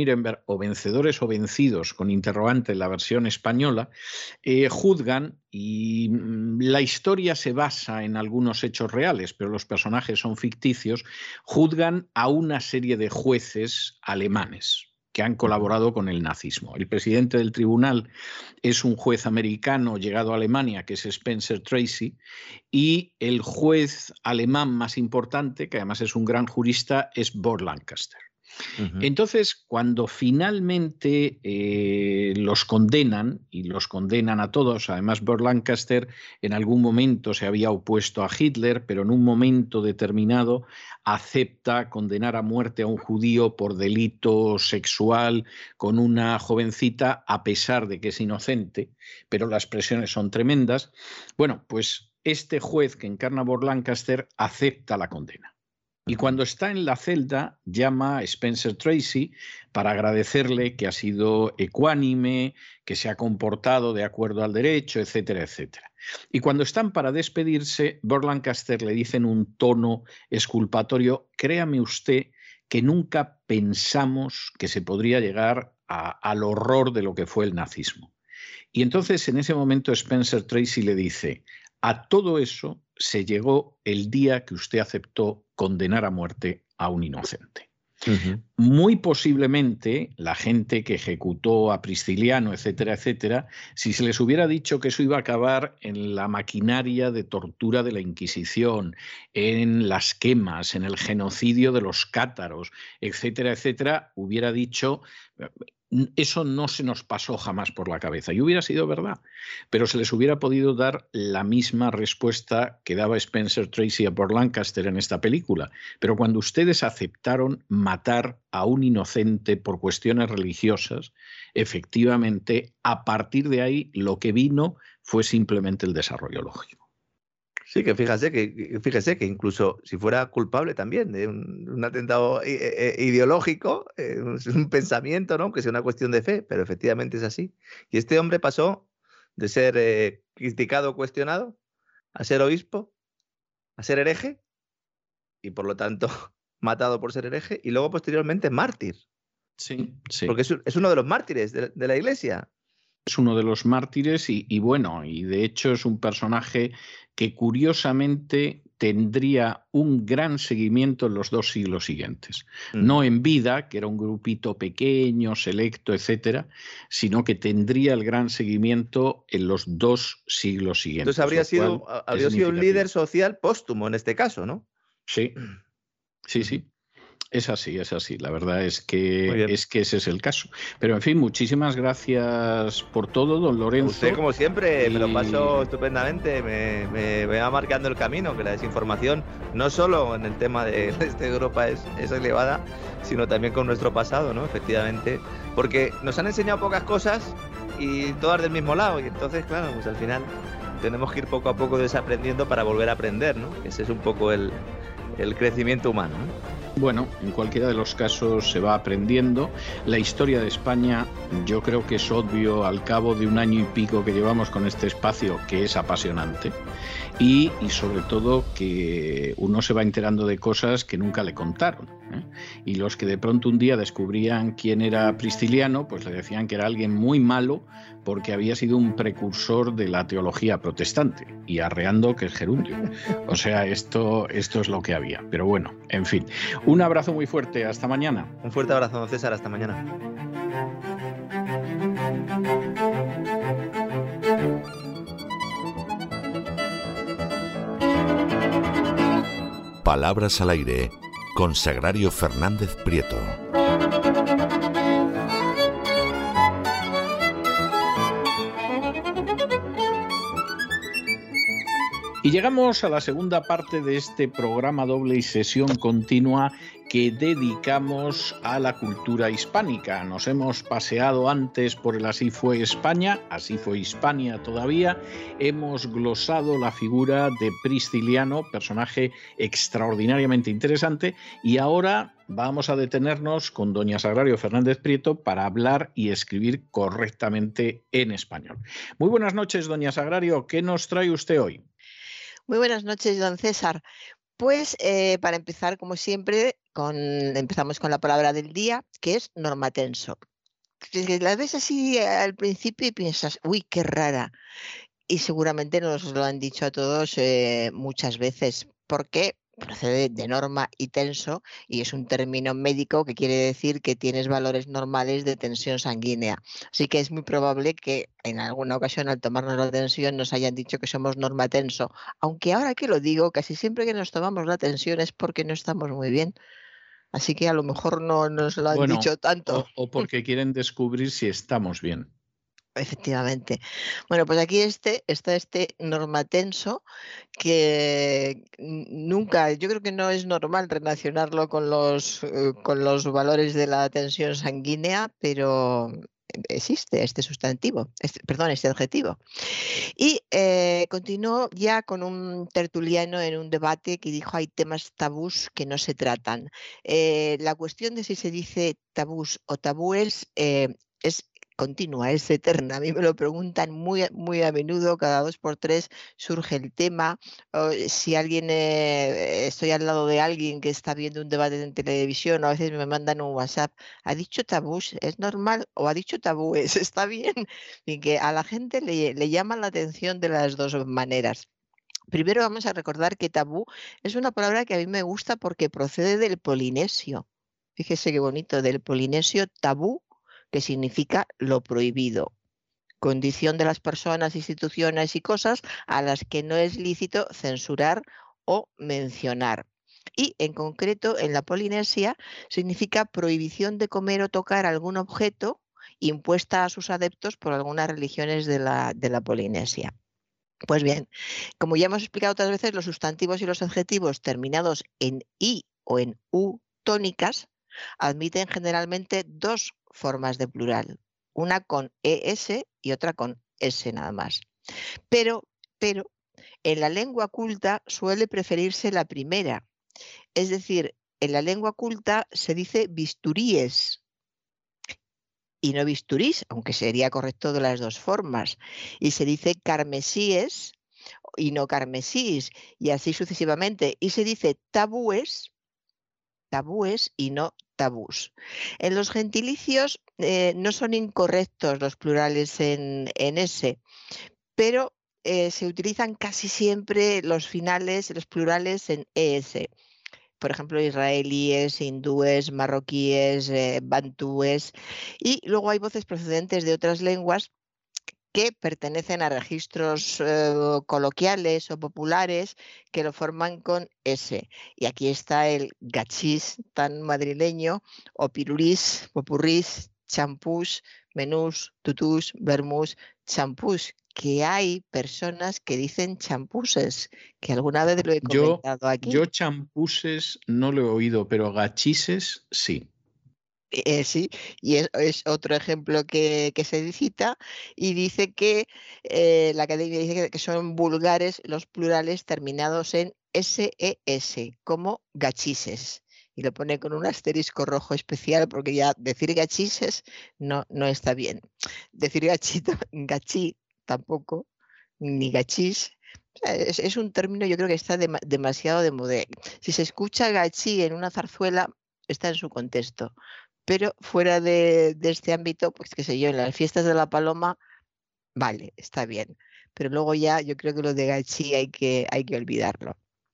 Nuremberg, o Vencedores o Vencidos, con interrogante en la versión española, juzgan, y la historia se basa en algunos hechos reales, pero los personajes son ficticios, juzgan a una serie de jueces alemanes que han colaborado con el nazismo. El presidente del tribunal es un juez americano llegado a Alemania, que es Spencer Tracy, y el juez alemán más importante, que además es un gran jurista, es Burt Lancaster. Entonces, cuando finalmente los condenan, y los condenan a todos, además Burt Lancaster en algún momento se había opuesto a Hitler, pero en un momento determinado acepta condenar a muerte a un judío por delito sexual con una jovencita, a pesar de que es inocente, pero las presiones son tremendas. Bueno, pues este juez que encarna a Burt Lancaster acepta la condena. Y cuando está en la celda, llama a Spencer Tracy para agradecerle que ha sido ecuánime, que se ha comportado de acuerdo al derecho, etcétera, etcétera. Y cuando están para despedirse, Burt Lancaster le dice en un tono exculpatorio: créame usted que nunca pensamos que se podría llegar al horror de lo que fue el nazismo. Y entonces en ese momento Spencer Tracy le dice: a todo eso se llegó el día que usted aceptó condenar a muerte a un inocente. Muy posiblemente la gente que ejecutó a Prisciliano, etcétera, etcétera, si se les hubiera dicho que eso iba a acabar en la maquinaria de tortura de la Inquisición, en las quemas, en el genocidio de los cátaros, etcétera, etcétera, hubiera dicho: eso no se nos pasó jamás por la cabeza. Y hubiera sido verdad, pero se les hubiera podido dar la misma respuesta que daba Spencer Tracy a Burt Lancaster en esta película. Pero cuando ustedes aceptaron matar a un inocente por cuestiones religiosas, efectivamente, a partir de ahí lo que vino fue simplemente el desarrollo lógico. Sí, que fíjese que incluso si fuera culpable también de un atentado ideológico, un pensamiento, ¿no? Que sea una cuestión de fe, pero efectivamente es así. Y este hombre pasó de ser criticado, cuestionado, a ser obispo, a ser hereje, y por lo tanto matado por ser hereje, y luego posteriormente mártir. Sí, sí. Porque es uno de los mártires de la Iglesia. Es uno de los mártires y bueno, y de hecho es un personaje que curiosamente tendría un gran seguimiento en los 2 siglos siguientes. No en vida, que era un grupito pequeño, selecto, etcétera, sino que tendría el gran seguimiento en los 2 siglos siguientes. Entonces habría sido un líder social póstumo en este caso, ¿no? Sí, sí, sí. Es así, es así. La verdad es que ese es el caso. Pero, en fin, muchísimas gracias por todo, don Lorenzo. Usted, como siempre, me lo paso estupendamente. Me va marcando el camino, que la desinformación, no solo en el tema de Europa es elevada, sino también con nuestro pasado, ¿no? Efectivamente. Porque nos han enseñado pocas cosas y todas del mismo lado. Y entonces, claro, pues al final tenemos que ir poco a poco desaprendiendo para volver a aprender, ¿no? Ese es un poco el crecimiento humano, ¿no? Bueno, en cualquiera de los casos se va aprendiendo. La historia de España, yo creo que es obvio al cabo de 1 año y pico que llevamos con este espacio, que es apasionante, y sobre todo que uno se va enterando de cosas que nunca le contaron, ¿eh? Y los que de pronto un día descubrían quién era Prisciliano, pues le decían que era alguien muy malo porque había sido un precursor de la teología protestante, y arreando que es gerundio. O sea, esto es lo que había. Pero bueno, en fin. Un abrazo muy fuerte. Hasta mañana. Un fuerte abrazo, don César. Hasta mañana. Palabras al aire con Sagrario Fernández Prieto. Y llegamos a la segunda parte de este programa doble y sesión continua que dedicamos a la cultura hispánica. Nos hemos paseado antes por el Así fue España, Así fue Hispania todavía. Hemos glosado la figura de Prisciliano, personaje extraordinariamente interesante, y ahora vamos a detenernos con doña Sagrario Fernández Prieto para hablar y escribir correctamente en español. Muy buenas noches, doña Sagrario. ¿Qué nos trae usted hoy? Muy buenas noches, don César. Pues para empezar, como siempre, empezamos con la palabra del día, que es normatenso. La ves así al principio y piensas, uy, qué rara. Y seguramente nos lo han dicho a todos muchas veces, porque procede de norma y tenso, y es un término médico que quiere decir que tienes valores normales de tensión sanguínea. Así que es muy probable que en alguna ocasión al tomarnos la tensión nos hayan dicho que somos normatenso, aunque ahora que lo digo, casi siempre que nos tomamos la tensión es porque no estamos muy bien. Así que a lo mejor no nos lo han dicho tanto. O porque quieren descubrir si estamos bien. Efectivamente. Bueno, pues aquí está este normatenso que nunca, yo creo que no es normal relacionarlo con los valores de la tensión sanguínea, pero existe este sustantivo, este adjetivo. Y continuó ya con un tertuliano en un debate que dijo hay temas tabús que no se tratan. La cuestión de si se dice tabús o tabúes es continua, es eterna. A mí me lo preguntan muy, muy a menudo, cada 2 por 3 surge el tema. Si estoy al lado de alguien que está viendo un debate en televisión, a veces me mandan un WhatsApp, ¿ha dicho tabús? ¿Es normal? ¿O ha dicho tabúes? ¿Está bien? Y que a la gente le llama la atención de las dos maneras. Primero vamos a recordar que tabú es una palabra que a mí me gusta porque procede del polinesio. Fíjese qué bonito, del polinesio tabú, que significa lo prohibido, condición de las personas, instituciones y cosas a las que no es lícito censurar o mencionar. Y en concreto en la Polinesia significa prohibición de comer o tocar algún objeto impuesta a sus adeptos por algunas religiones de la Polinesia. Pues bien, como ya hemos explicado otras veces, los sustantivos y los adjetivos terminados en i o en u tónicas admiten generalmente dos formas de plural, una con es y otra con s nada más. Pero en la lengua culta suele preferirse la primera, es decir, en la lengua culta se dice bisturíes y no bisturís, aunque sería correcto de las dos formas, y se dice carmesíes y no carmesís, y así sucesivamente, y se dice tabúes y no tabús. En los gentilicios no son incorrectos los plurales en S, pero se utilizan casi siempre los plurales en ES. Por ejemplo, israelíes, hindúes, marroquíes, bantúes. Y luego hay voces procedentes de otras lenguas que pertenecen a registros coloquiales o populares que lo forman con S. Y aquí está el gachís tan madrileño, o pirulís, popurrís, champús, menús, tutús, vermús, champús, que hay personas que dicen champuses, que alguna vez lo he comentado aquí. Yo champuses no lo he oído, pero gachises sí. Sí, y es otro ejemplo que se cita y dice que la academia dice que son vulgares los plurales terminados en SES, como gachises. Y lo pone con un asterisco rojo especial porque ya decir gachises no está bien. Decir gachí tampoco, ni gachís. Es un término, yo creo que está demasiado de moda. Si se escucha gachí en una zarzuela, está en su contexto. Pero fuera de este ámbito, pues qué sé yo, en las fiestas de la Paloma, vale, está bien. Pero luego ya yo creo que lo de gachí hay que olvidarlo.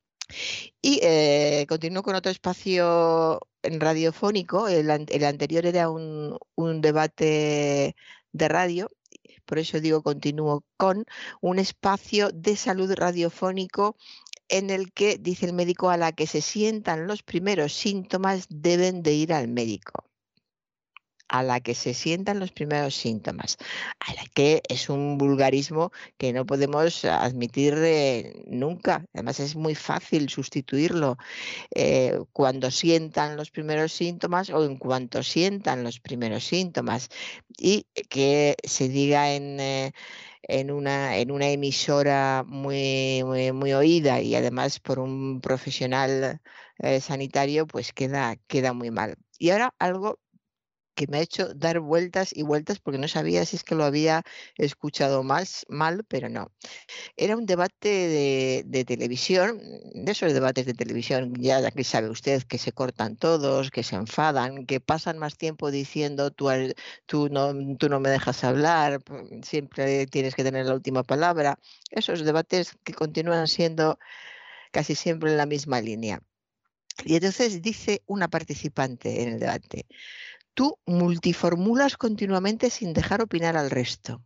Y continúo con otro espacio radiofónico. El anterior era un debate de radio, por eso digo continúo con un espacio de salud radiofónico en el que dice el médico a la que se sientan los primeros síntomas deben de ir al médico. A la que se sientan los primeros síntomas, a la que es un vulgarismo que no podemos admitir nunca. Además es muy fácil sustituirlo cuando sientan los primeros síntomas o en cuanto sientan los primeros síntomas, y que se diga en una emisora muy oída y además por un profesional sanitario, pues queda muy mal. Y ahora algo que me ha hecho dar vueltas y vueltas porque no sabía si es que lo había escuchado mal, pero no. Era un debate de televisión, de esos debates de televisión, ya que sabe usted que se cortan todos, que se enfadan, que pasan más tiempo diciendo tú no me dejas hablar, siempre tienes que tener la última palabra. Esos debates que continúan siendo casi siempre en la misma línea. Y entonces dice una participante en el debate: tú multiformulas continuamente sin dejar opinar al resto.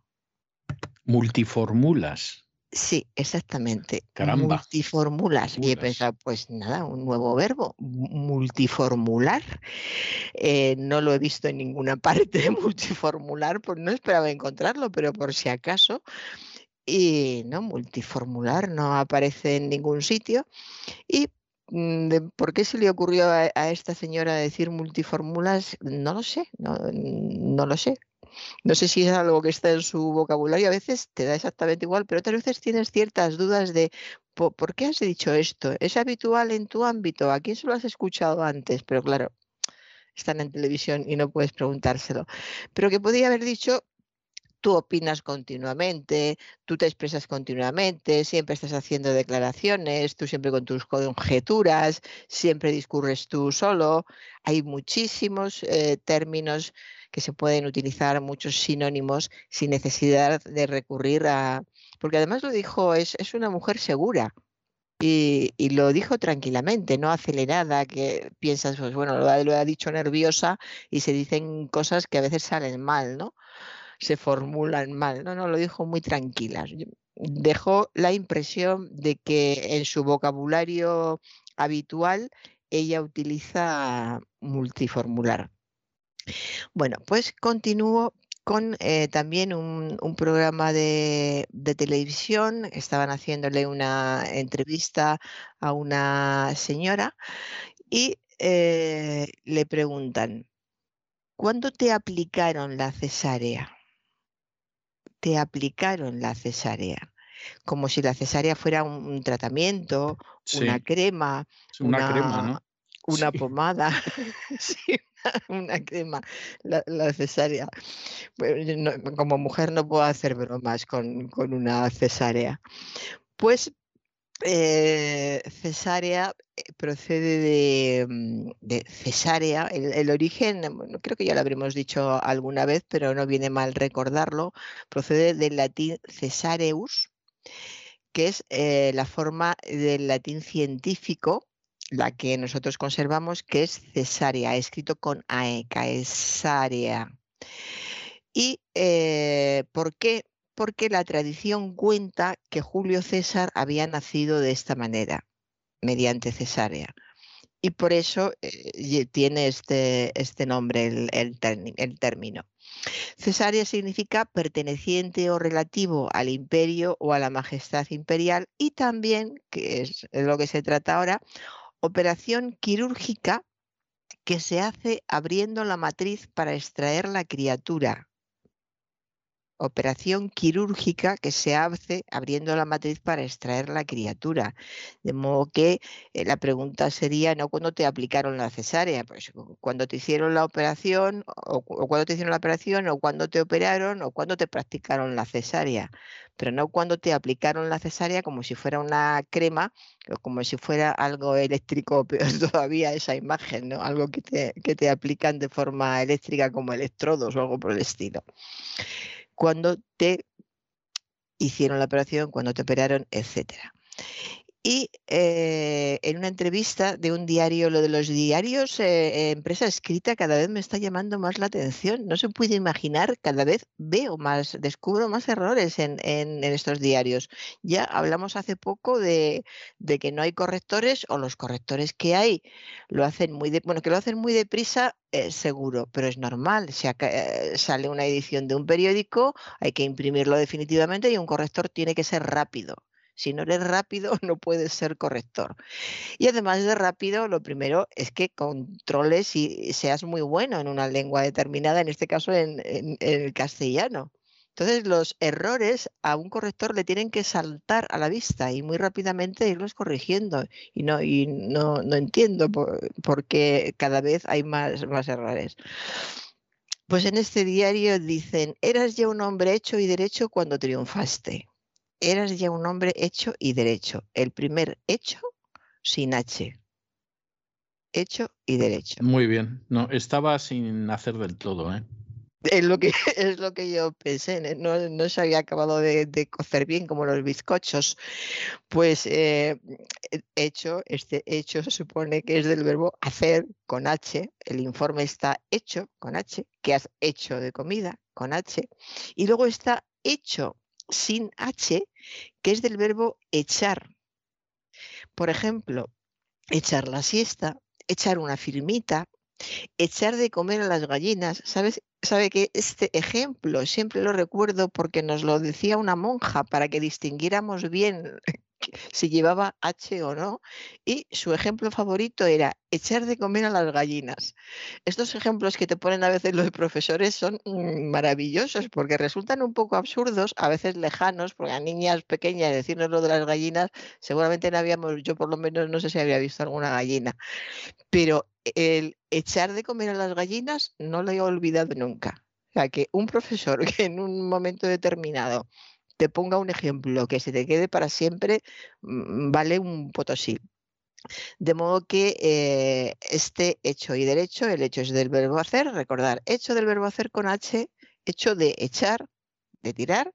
Multiformulas. Sí, exactamente. Caramba. Multiformulas. Y he pensado, pues nada, un nuevo verbo, multiformular. No lo he visto en ninguna parte, multiformular, pues no esperaba encontrarlo, pero por si acaso. Y no, multiformular no aparece en ningún sitio. Y ¿por qué se le ocurrió a esta señora decir multiformulas? No lo sé, no lo sé. No sé si es algo que está en su vocabulario, a veces te da exactamente igual, pero otras veces tienes ciertas dudas de ¿por qué has dicho esto? ¿Es habitual en tu ámbito? ¿A quién se lo has escuchado antes? Pero claro, están en televisión y no puedes preguntárselo. Pero que podía haber dicho: tú opinas continuamente, tú te expresas continuamente, siempre estás haciendo declaraciones, tú siempre con tus conjeturas, siempre discurres tú solo. Hay muchísimos términos que se pueden utilizar, muchos sinónimos, sin necesidad de recurrir a... Porque además lo dijo, es una mujer segura. Y lo dijo tranquilamente, no acelerada, que piensas, pues bueno, lo ha dicho nerviosa y se dicen cosas que a veces salen mal, ¿no? Se formulan mal. No, lo dijo muy tranquila. Dejó la impresión de que en su vocabulario habitual ella utiliza multiformular. Bueno, pues continúo con también un programa de televisión. Estaban haciéndole una entrevista a una señora y le preguntan: ¿cuándo te aplicaron la cesárea? Te aplicaron la cesárea, como si la cesárea fuera un tratamiento, Sí. una crema, Una crema, ¿no? una Sí. pomada. Sí, una crema, la cesárea. Pues yo como mujer no puedo hacer bromas con una cesárea. Pues cesárea procede de cesárea. El origen, bueno, creo que ya lo habremos dicho alguna vez, pero no viene mal recordarlo. Procede del latín cesareus, que es la forma del latín científico, la que nosotros conservamos, que es cesárea, escrito con AE, caesárea. ¿Y por qué? Porque la tradición cuenta que Julio César había nacido de esta manera, mediante cesárea. Y por eso tiene este nombre el término. Cesárea significa perteneciente o relativo al imperio o a la majestad imperial, y también, que es lo que se trata ahora, operación quirúrgica que se hace abriendo la matriz para extraer la criatura. Operación quirúrgica que se hace abriendo la matriz para extraer la criatura. De modo que la pregunta sería no cuándo te aplicaron la cesárea, pues cuando te hicieron la operación, o cuándo te hicieron la operación, o cuándo te operaron, o cuándo te practicaron la cesárea, pero no cuándo te aplicaron la cesárea como si fuera una crema o como si fuera algo eléctrico, peor todavía esa imagen, ¿no? Algo que te aplican de forma eléctrica como electrodos o algo por el estilo. Cuando te hicieron la operación, cuando te operaron, etcétera. Y en una entrevista de un diario, lo de los diarios, empresa escrita, cada vez me está llamando más la atención. No se puede imaginar, cada vez descubro más errores en estos diarios. Ya hablamos hace poco de que no hay correctores, o los correctores que hay lo hacen que lo hacen muy deprisa, seguro, pero es normal. Sale una edición de un periódico, hay que imprimirlo definitivamente y un corrector tiene que ser rápido. Si no eres rápido, no puedes ser corrector. Y además de rápido, lo primero es que controles y seas muy bueno en una lengua determinada, en este caso en el castellano. Entonces, los errores a un corrector le tienen que saltar a la vista y muy rápidamente irlos corrigiendo. Y no entiendo por qué cada vez hay más errores. Pues en este diario dicen, eras ya un hombre hecho y derecho cuando triunfaste. Eras ya un hombre hecho y derecho. El primer hecho sin H. Hecho y derecho. Muy bien. No, estaba sin hacer del todo, ¿eh? Es lo que yo pensé, no se había acabado de cocer bien como los bizcochos. Pues este hecho se supone que es del verbo hacer con H, el informe está hecho con H, que has hecho de comida con H, y luego está hecho sin H, que es del verbo echar. Por ejemplo, echar la siesta, echar una firmita, echar de comer a las gallinas. Sabe que este ejemplo siempre lo recuerdo porque nos lo decía una monja para que distinguiéramos bien si llevaba H o no, y su ejemplo favorito era echar de comer a las gallinas. Estos ejemplos que te ponen a veces los profesores son maravillosos porque resultan un poco absurdos, a veces lejanos, porque a niñas pequeñas decirnos lo de las gallinas, seguramente no habíamos, yo por lo menos no sé si había visto alguna gallina, pero el echar de comer a las gallinas no lo he olvidado nunca. O sea, que un profesor que en un momento determinado te ponga un ejemplo que se te quede para siempre, vale un potosí. De modo que este hecho y derecho, el hecho es del verbo hacer, recordar, hecho del verbo hacer con H, hecho de echar, de tirar,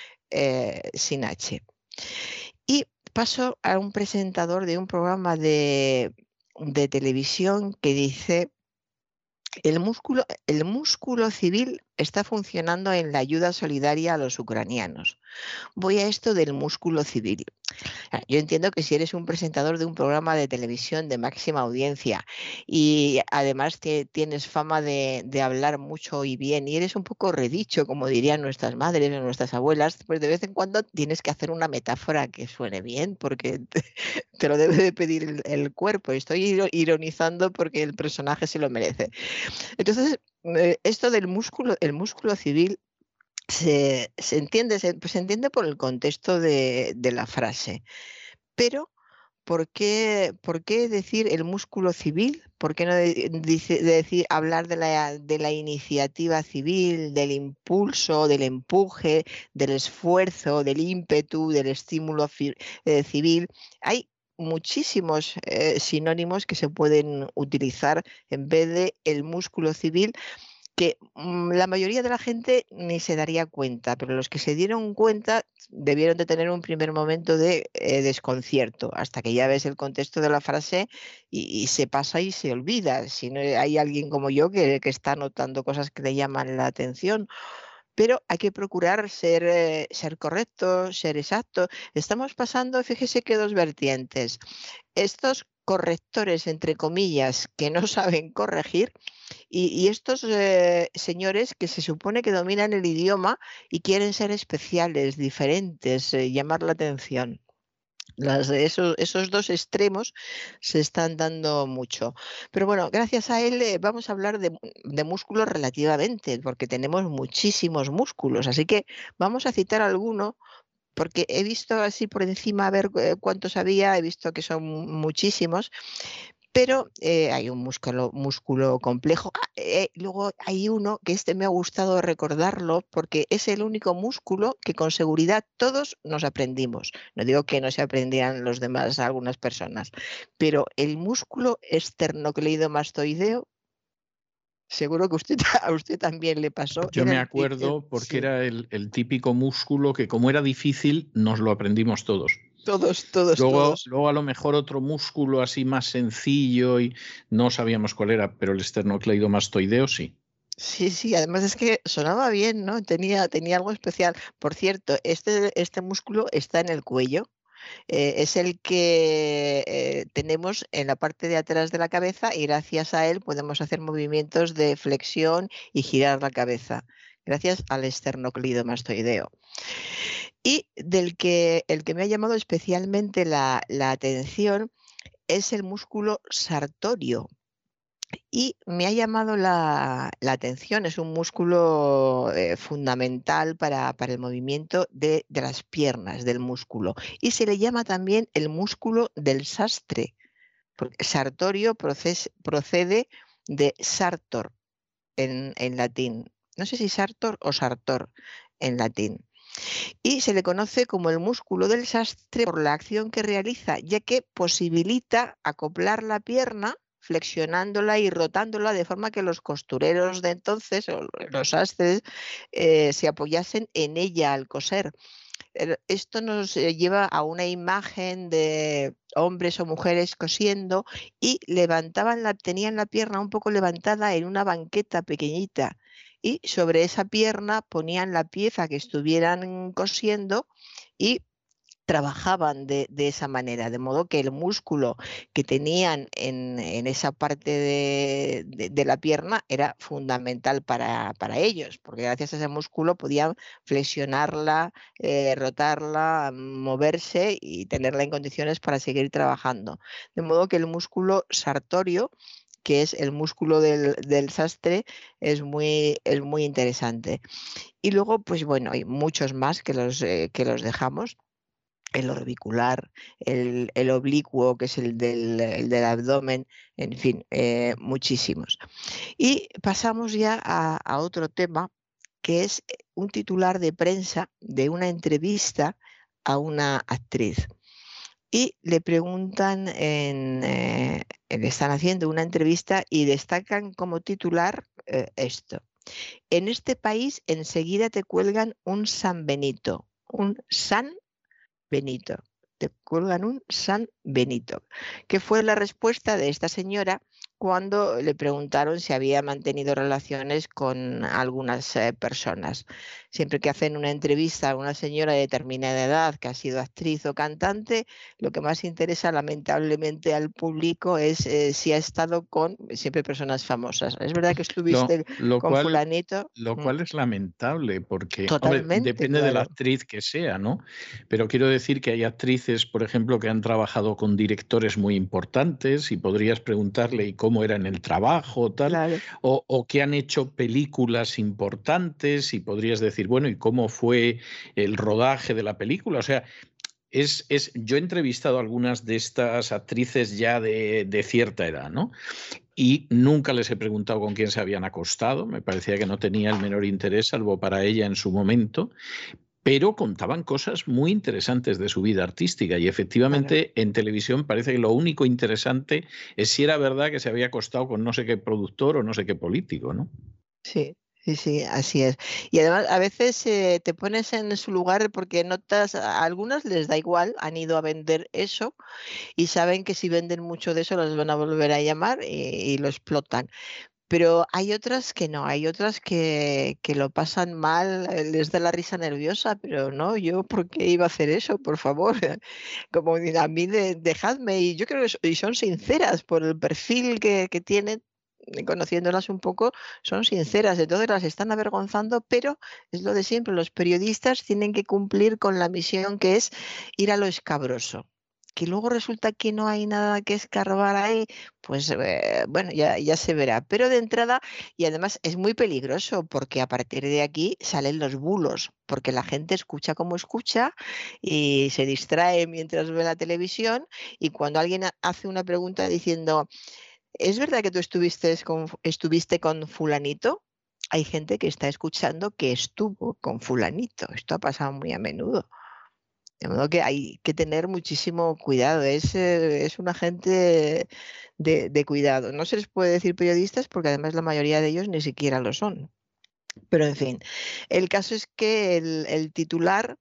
sin H. Y paso a un presentador de un programa de televisión que dice: el músculo civil está funcionando en la ayuda solidaria a los ucranianos. Voy a esto del músculo civil. Yo entiendo que si eres un presentador de un programa de televisión de máxima audiencia y además tienes fama de hablar mucho y bien y eres un poco redicho, como dirían nuestras madres o nuestras abuelas, pues de vez en cuando tienes que hacer una metáfora que suene bien porque te lo debe de pedir el cuerpo. Estoy ironizando porque el personaje se lo merece. Entonces, esto del músculo, el músculo civil se entiende por el contexto de la frase, pero ¿por qué decir el músculo civil? ¿Por qué no decir hablar de la iniciativa civil, del impulso, del empuje, del esfuerzo, del ímpetu, del estímulo civil? Hay muchísimos sinónimos que se pueden utilizar en vez de el músculo civil, que la mayoría de la gente ni se daría cuenta, pero los que se dieron cuenta debieron de tener un primer momento de desconcierto, hasta que ya ves el contexto de la frase y se pasa y se olvida. Si no hay alguien como yo que está notando cosas que le llaman la atención. Pero hay que procurar ser correcto, ser exacto. Estamos pasando, fíjese que dos vertientes. Estos correctores, entre comillas, que no saben corregir, y estos señores que se supone que dominan el idioma y quieren ser especiales, diferentes, llamar la atención. Esos dos extremos se están dando mucho. Pero bueno, gracias a él vamos a hablar de músculos relativamente, porque tenemos muchísimos músculos. Así que vamos a citar alguno, porque he visto así por encima a ver cuántos había, he visto que son muchísimos. Pero hay un músculo complejo. Luego hay uno que me ha gustado recordarlo porque es el único músculo que con seguridad todos nos aprendimos. No digo que no se aprendieran los demás algunas personas, pero el músculo esternocleidomastoideo, seguro que a usted también le pasó. Yo me acuerdo porque sí. Era el típico músculo que, como era difícil, nos lo aprendimos todos. Todos. Luego a lo mejor otro músculo así más sencillo y no sabíamos cuál era, pero el esternocleidomastoideo sí. Sí, además es que sonaba bien, ¿no? Tenía algo especial. Por cierto, este músculo está en el cuello. Es el que tenemos en la parte de atrás de la cabeza y gracias a él podemos hacer movimientos de flexión y girar la cabeza, gracias al esternocleidomastoideo. Y el que me ha llamado especialmente la atención es el músculo sartorio. Y me ha llamado la atención, es un músculo fundamental para el movimiento de las piernas, del músculo. Y se le llama también el músculo del sastre, porque sartorio procede de sartor, en latín. No sé si sartor o sartor en latín. Y se le conoce como el músculo del sastre por la acción que realiza, ya que posibilita acoplar la pierna flexionándola y rotándola de forma que los costureros de entonces o los sastres se apoyasen en ella al coser. Esto nos lleva a una imagen de hombres o mujeres cosiendo y tenían la pierna un poco levantada en una banqueta pequeñita y sobre esa pierna ponían la pieza que estuvieran cosiendo y trabajaban de esa manera, de modo que el músculo que tenían en esa parte de la pierna era fundamental para ellos, porque gracias a ese músculo podían flexionarla, rotarla, moverse y tenerla en condiciones para seguir trabajando. De modo que el músculo sartorio, que es el músculo del sastre, es muy interesante. Y luego, pues bueno, hay muchos más que los dejamos. El orbicular, el oblicuo, que es el del abdomen, en fin, muchísimos. Y pasamos ya a otro tema, que es un titular de prensa de una entrevista a una actriz. Y le preguntan, le están haciendo una entrevista y destacan como titular esto. En este país enseguida te cuelgan un San Benito, un San Benito. Te cuelgan un San Benito. ¿Qué fue la respuesta de esta señora cuando le preguntaron si había mantenido relaciones con algunas personas? Siempre que hacen una entrevista a una señora de determinada edad que ha sido actriz o cantante, lo que más interesa lamentablemente al público es si ha estado con siempre personas famosas. Es verdad que estuviste con fulanito. Lo cual es lamentable porque Totalmente, hombre, depende de la actriz que sea, ¿no? Pero quiero decir que hay actrices, por ejemplo, que han trabajado con directores muy importantes y podrías preguntarle ¿y cómo era en el trabajo? Tal, claro. O que han hecho películas importantes y podrías decir, bueno, ¿y cómo fue el rodaje de la película? O sea, yo he entrevistado a algunas de estas actrices ya de cierta edad, ¿no? Y nunca les he preguntado con quién se habían acostado, me parecía que no tenía el menor interés, salvo para ella en su momento, pero contaban cosas muy interesantes de su vida artística y efectivamente en televisión parece que lo único interesante es si era verdad que se había acostado con no sé qué productor o no sé qué político, ¿no? Sí. Sí, así es. Y además a veces te pones en su lugar porque notas, a algunos les da igual, han ido a vender eso y saben que si venden mucho de eso los van a volver a llamar y lo explotan. Pero hay otras que no, hay otras que lo pasan mal, les da la risa nerviosa, pero no, yo ¿por qué iba a hacer eso? Por favor, como a mí dejadme. Y yo creo que son sinceras por el perfil que tienen. Conociéndolas un poco, son sinceras, entonces las están avergonzando, pero es lo de siempre, los periodistas tienen que cumplir con la misión que es ir a lo escabroso. Que luego resulta que no hay nada que escarbar ahí, pues bueno, ya se verá. Pero de entrada, y además es muy peligroso porque a partir de aquí salen los bulos, porque la gente escucha como escucha y se distrae mientras ve la televisión y cuando alguien hace una pregunta diciendo ¿es verdad que tú estuviste con fulanito? Hay gente que está escuchando que estuvo con fulanito. Esto ha pasado muy a menudo. De modo que hay que tener muchísimo cuidado. Es una gente de cuidado. No se les puede decir periodistas porque además la mayoría de ellos ni siquiera lo son. Pero en fin, el caso es que el titular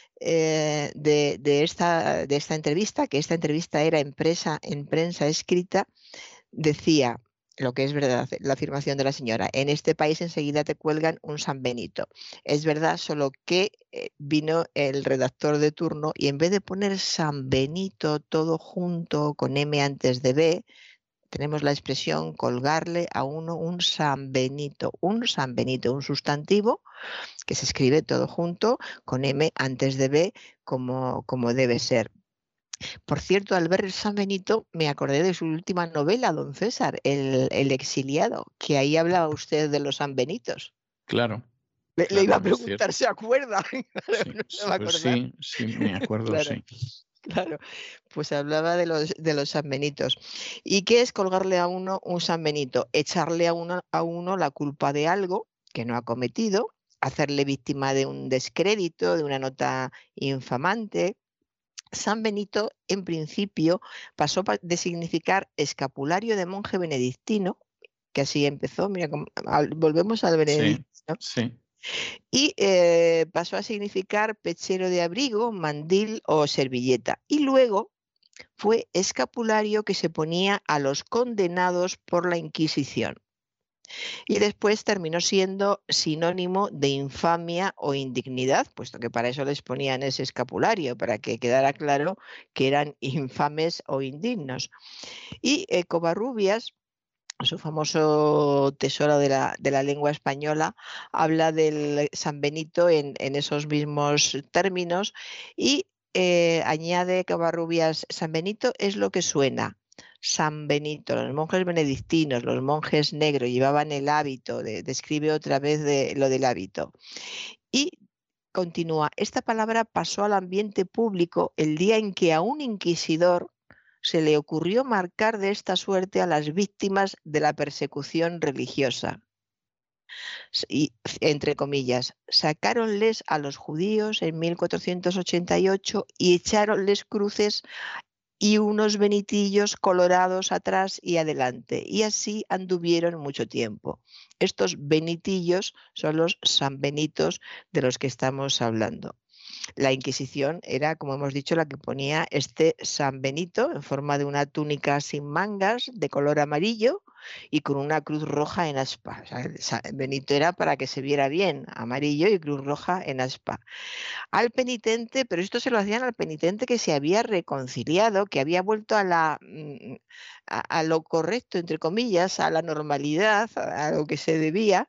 de esta entrevista, que esta entrevista era en prensa escrita, decía, lo que es verdad, la afirmación de la señora, en este país enseguida te cuelgan un San Benito. Es verdad, solo que vino el redactor de turno y en vez de poner San Benito todo junto con M antes de B, tenemos la expresión colgarle a uno un San Benito, un sustantivo que se escribe todo junto con M antes de B como debe ser. Por cierto, al ver el San Benito me acordé de su última novela, don César, El exiliado, que ahí hablaba usted de los San Benitos. Claro. Le iba a preguntar, ¿se acuerda? Sí, me acuerdo, claro. Sí, me acuerdo, claro. Sí. Claro, pues hablaba de los sanbenitos. ¿Y qué es colgarle a uno un sanbenito? Echarle a uno la culpa de algo que no ha cometido, hacerle víctima de un descrédito, de una nota infamante. San Benito, en principio, pasó de significar escapulario de monje benedictino, que así empezó, mira, volvemos al benedictino. Sí. Y pasó a significar pechero de abrigo, mandil o servilleta. Y luego fue escapulario que se ponía a los condenados por la Inquisición. Y después terminó siendo sinónimo de infamia o indignidad, puesto que para eso les ponían ese escapulario, para que quedara claro que eran infames o indignos. Y Covarrubias, su famoso tesoro de la lengua española, habla del San Benito en esos mismos términos y añade Covarrubias, San Benito es lo que suena. San Benito, los monjes benedictinos, los monjes negros llevaban el hábito, describe otra vez lo del hábito. Y continúa, esta palabra pasó al ambiente público el día en que a un inquisidor se le ocurrió marcar de esta suerte a las víctimas de la persecución religiosa. Y, entre comillas, sacáronles a los judíos en 1488 y echáronles cruces y unos benitillos colorados atrás y adelante, y así anduvieron mucho tiempo. Estos benitillos son los sanbenitos de los que estamos hablando. La Inquisición era, como hemos dicho, la que ponía este San Benito en forma de una túnica sin mangas de color amarillo y con una cruz roja en aspa. O sea, San Benito era para que se viera bien, amarillo y cruz roja en aspa. Al penitente, pero esto se lo hacían al penitente que se había reconciliado, que había vuelto a lo correcto, entre comillas, a la normalidad, a lo que se debía.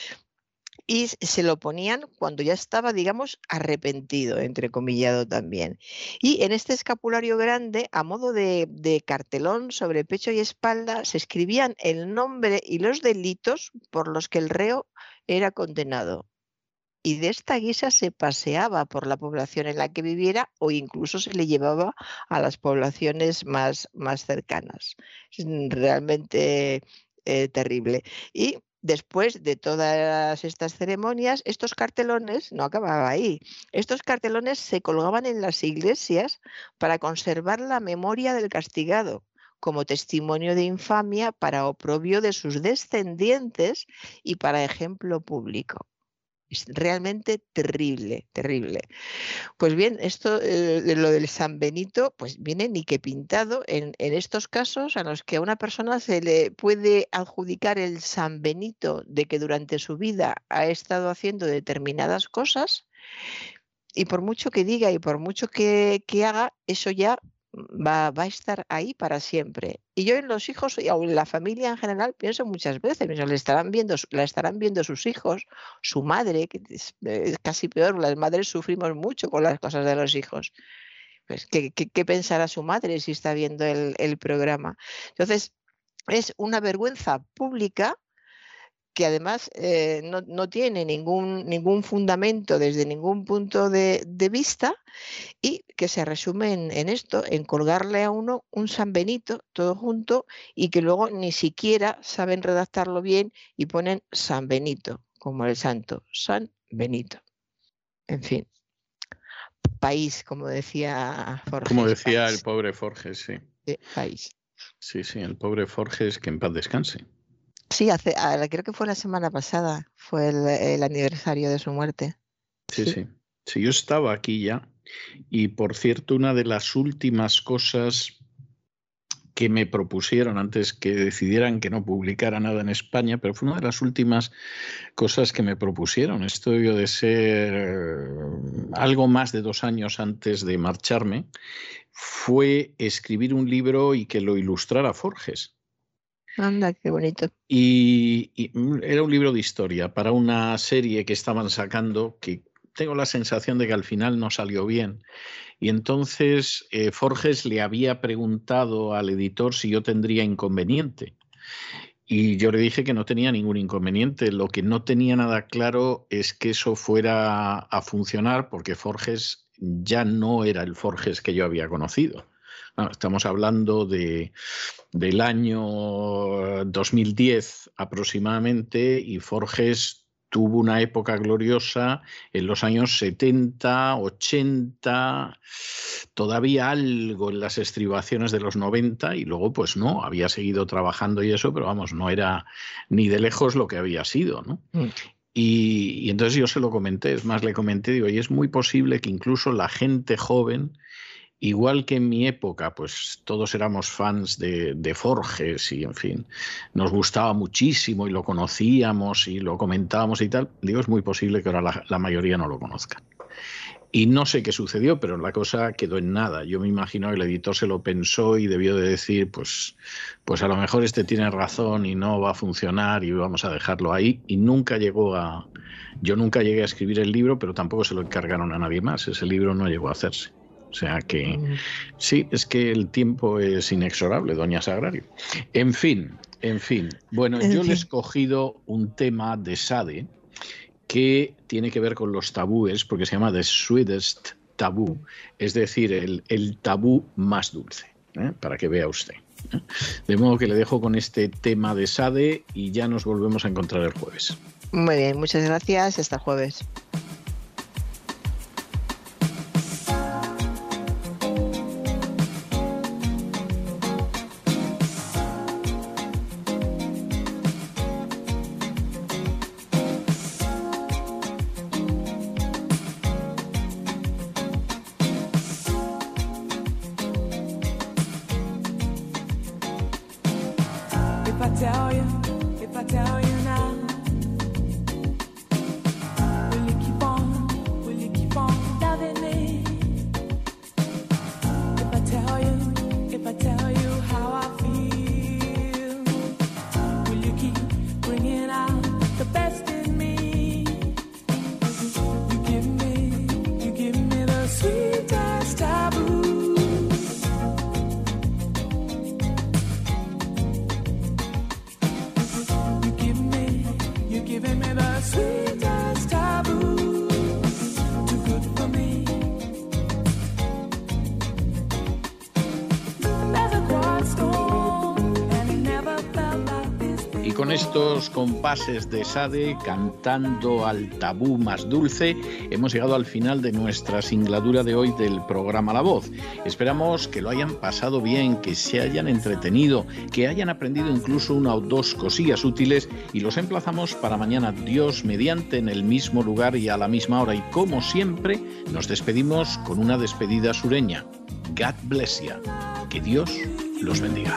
Y se lo ponían cuando ya estaba, digamos, arrepentido, entrecomillado también. Y en este escapulario grande, a modo de cartelón sobre pecho y espalda, se escribían el nombre y los delitos por los que el reo era condenado. Y de esta guisa se paseaba por la población en la que viviera o incluso se le llevaba a las poblaciones más cercanas. Es realmente terrible. Y después de todas estas ceremonias, estos cartelones, no acababa ahí, estos cartelones se colgaban en las iglesias para conservar la memoria del castigado, como testimonio de infamia para oprobio de sus descendientes y para ejemplo público. Es realmente terrible, terrible. Pues bien, esto de lo del San Benito, pues viene ni que pintado en estos casos a los que a una persona se le puede adjudicar el San Benito de que durante su vida ha estado haciendo determinadas cosas y por mucho que diga y por mucho que haga, eso ya va a estar ahí para siempre. Y yo en los hijos y en la familia en general pienso muchas veces, la estarán viendo sus hijos, su madre, que es casi peor, las madres sufrimos mucho con las cosas de los hijos. Pues, ¿qué pensará su madre si está viendo el programa? Entonces, es una vergüenza pública que además no tiene ningún fundamento desde ningún punto de vista y que se resume en esto, en colgarle a uno un San Benito todo junto y que luego ni siquiera saben redactarlo bien y ponen San Benito, como el santo, San Benito. En fin, país, como decía Forges. Como decía país. El pobre Forges, sí. País. Sí, el pobre Forges, que en paz descanse. Sí, creo que fue la semana pasada, fue el aniversario de su muerte. Sí, yo estaba aquí ya y, por cierto, una de las últimas cosas que me propusieron antes que decidieran que no publicara nada en España, pero fue una de las últimas cosas que me propusieron. Esto debió de ser algo más de 2 años antes de marcharme, fue escribir un libro y que lo ilustrara Forges. Anda, qué bonito. Y era un libro de historia para una serie que estaban sacando que tengo la sensación de que al final no salió bien. Y entonces Forges le había preguntado al editor si yo tendría inconveniente. Y yo le dije que no tenía ningún inconveniente. Lo que no tenía nada claro es que eso fuera a funcionar porque Forges ya no era el Forges que yo había conocido. Bueno, estamos hablando del año 2010 aproximadamente, y Forges tuvo una época gloriosa en los años 70, 80, todavía algo en las estribaciones de los 90, y luego pues no, había seguido trabajando y eso, pero vamos, no era ni de lejos lo que había sido, ¿no? Y entonces yo se lo comenté, es más, le comenté, digo, y es muy posible que incluso la gente joven, igual que en mi época, pues todos éramos fans de Forges y, en fin, nos gustaba muchísimo y lo conocíamos y lo comentábamos y tal. Digo, es muy posible que ahora la mayoría no lo conozcan. Y no sé qué sucedió, pero la cosa quedó en nada. Yo me imagino que el editor se lo pensó y debió de decir, pues a lo mejor este tiene razón y no va a funcionar y vamos a dejarlo ahí. Y nunca llegó a... Yo nunca llegué a escribir el libro, pero tampoco se lo encargaron a nadie más. Ese libro no llegó a hacerse. O sea que sí, es que el tiempo es inexorable, doña Sagrario. En fin. Bueno, yo le he escogido un tema de Sade que tiene que ver con los tabúes, porque se llama The Sweetest Taboo, es decir, el tabú más dulce, para que vea usted. De modo que le dejo con este tema de Sade y ya nos volvemos a encontrar el jueves. Muy bien, muchas gracias. Hasta el jueves. Con estos compases de Sade cantando al tabú más dulce, hemos llegado al final de nuestra singladura de hoy del programa La Voz. Esperamos que lo hayan pasado bien, que se hayan entretenido, que hayan aprendido incluso una o dos cosillas útiles, y los emplazamos para mañana, Dios mediante, en el mismo lugar y a la misma hora. Y como siempre, nos despedimos con una despedida sureña. God bless you. Que Dios los bendiga.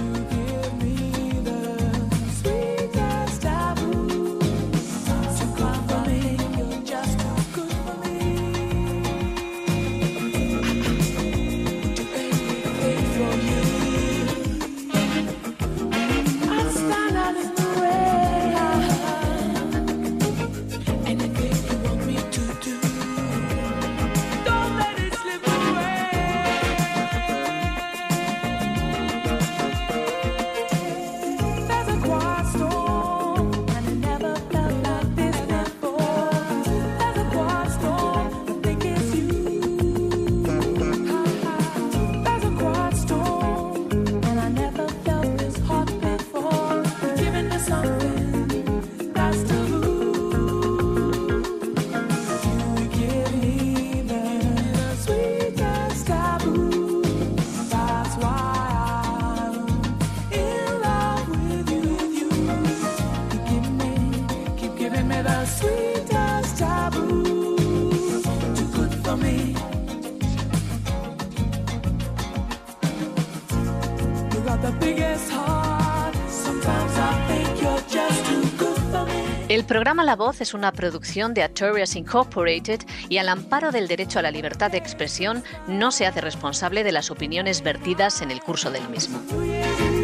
El programa La Voz es una producción de Artorias Incorporated y, al amparo del derecho a la libertad de expresión, no se hace responsable de las opiniones vertidas en el curso del mismo.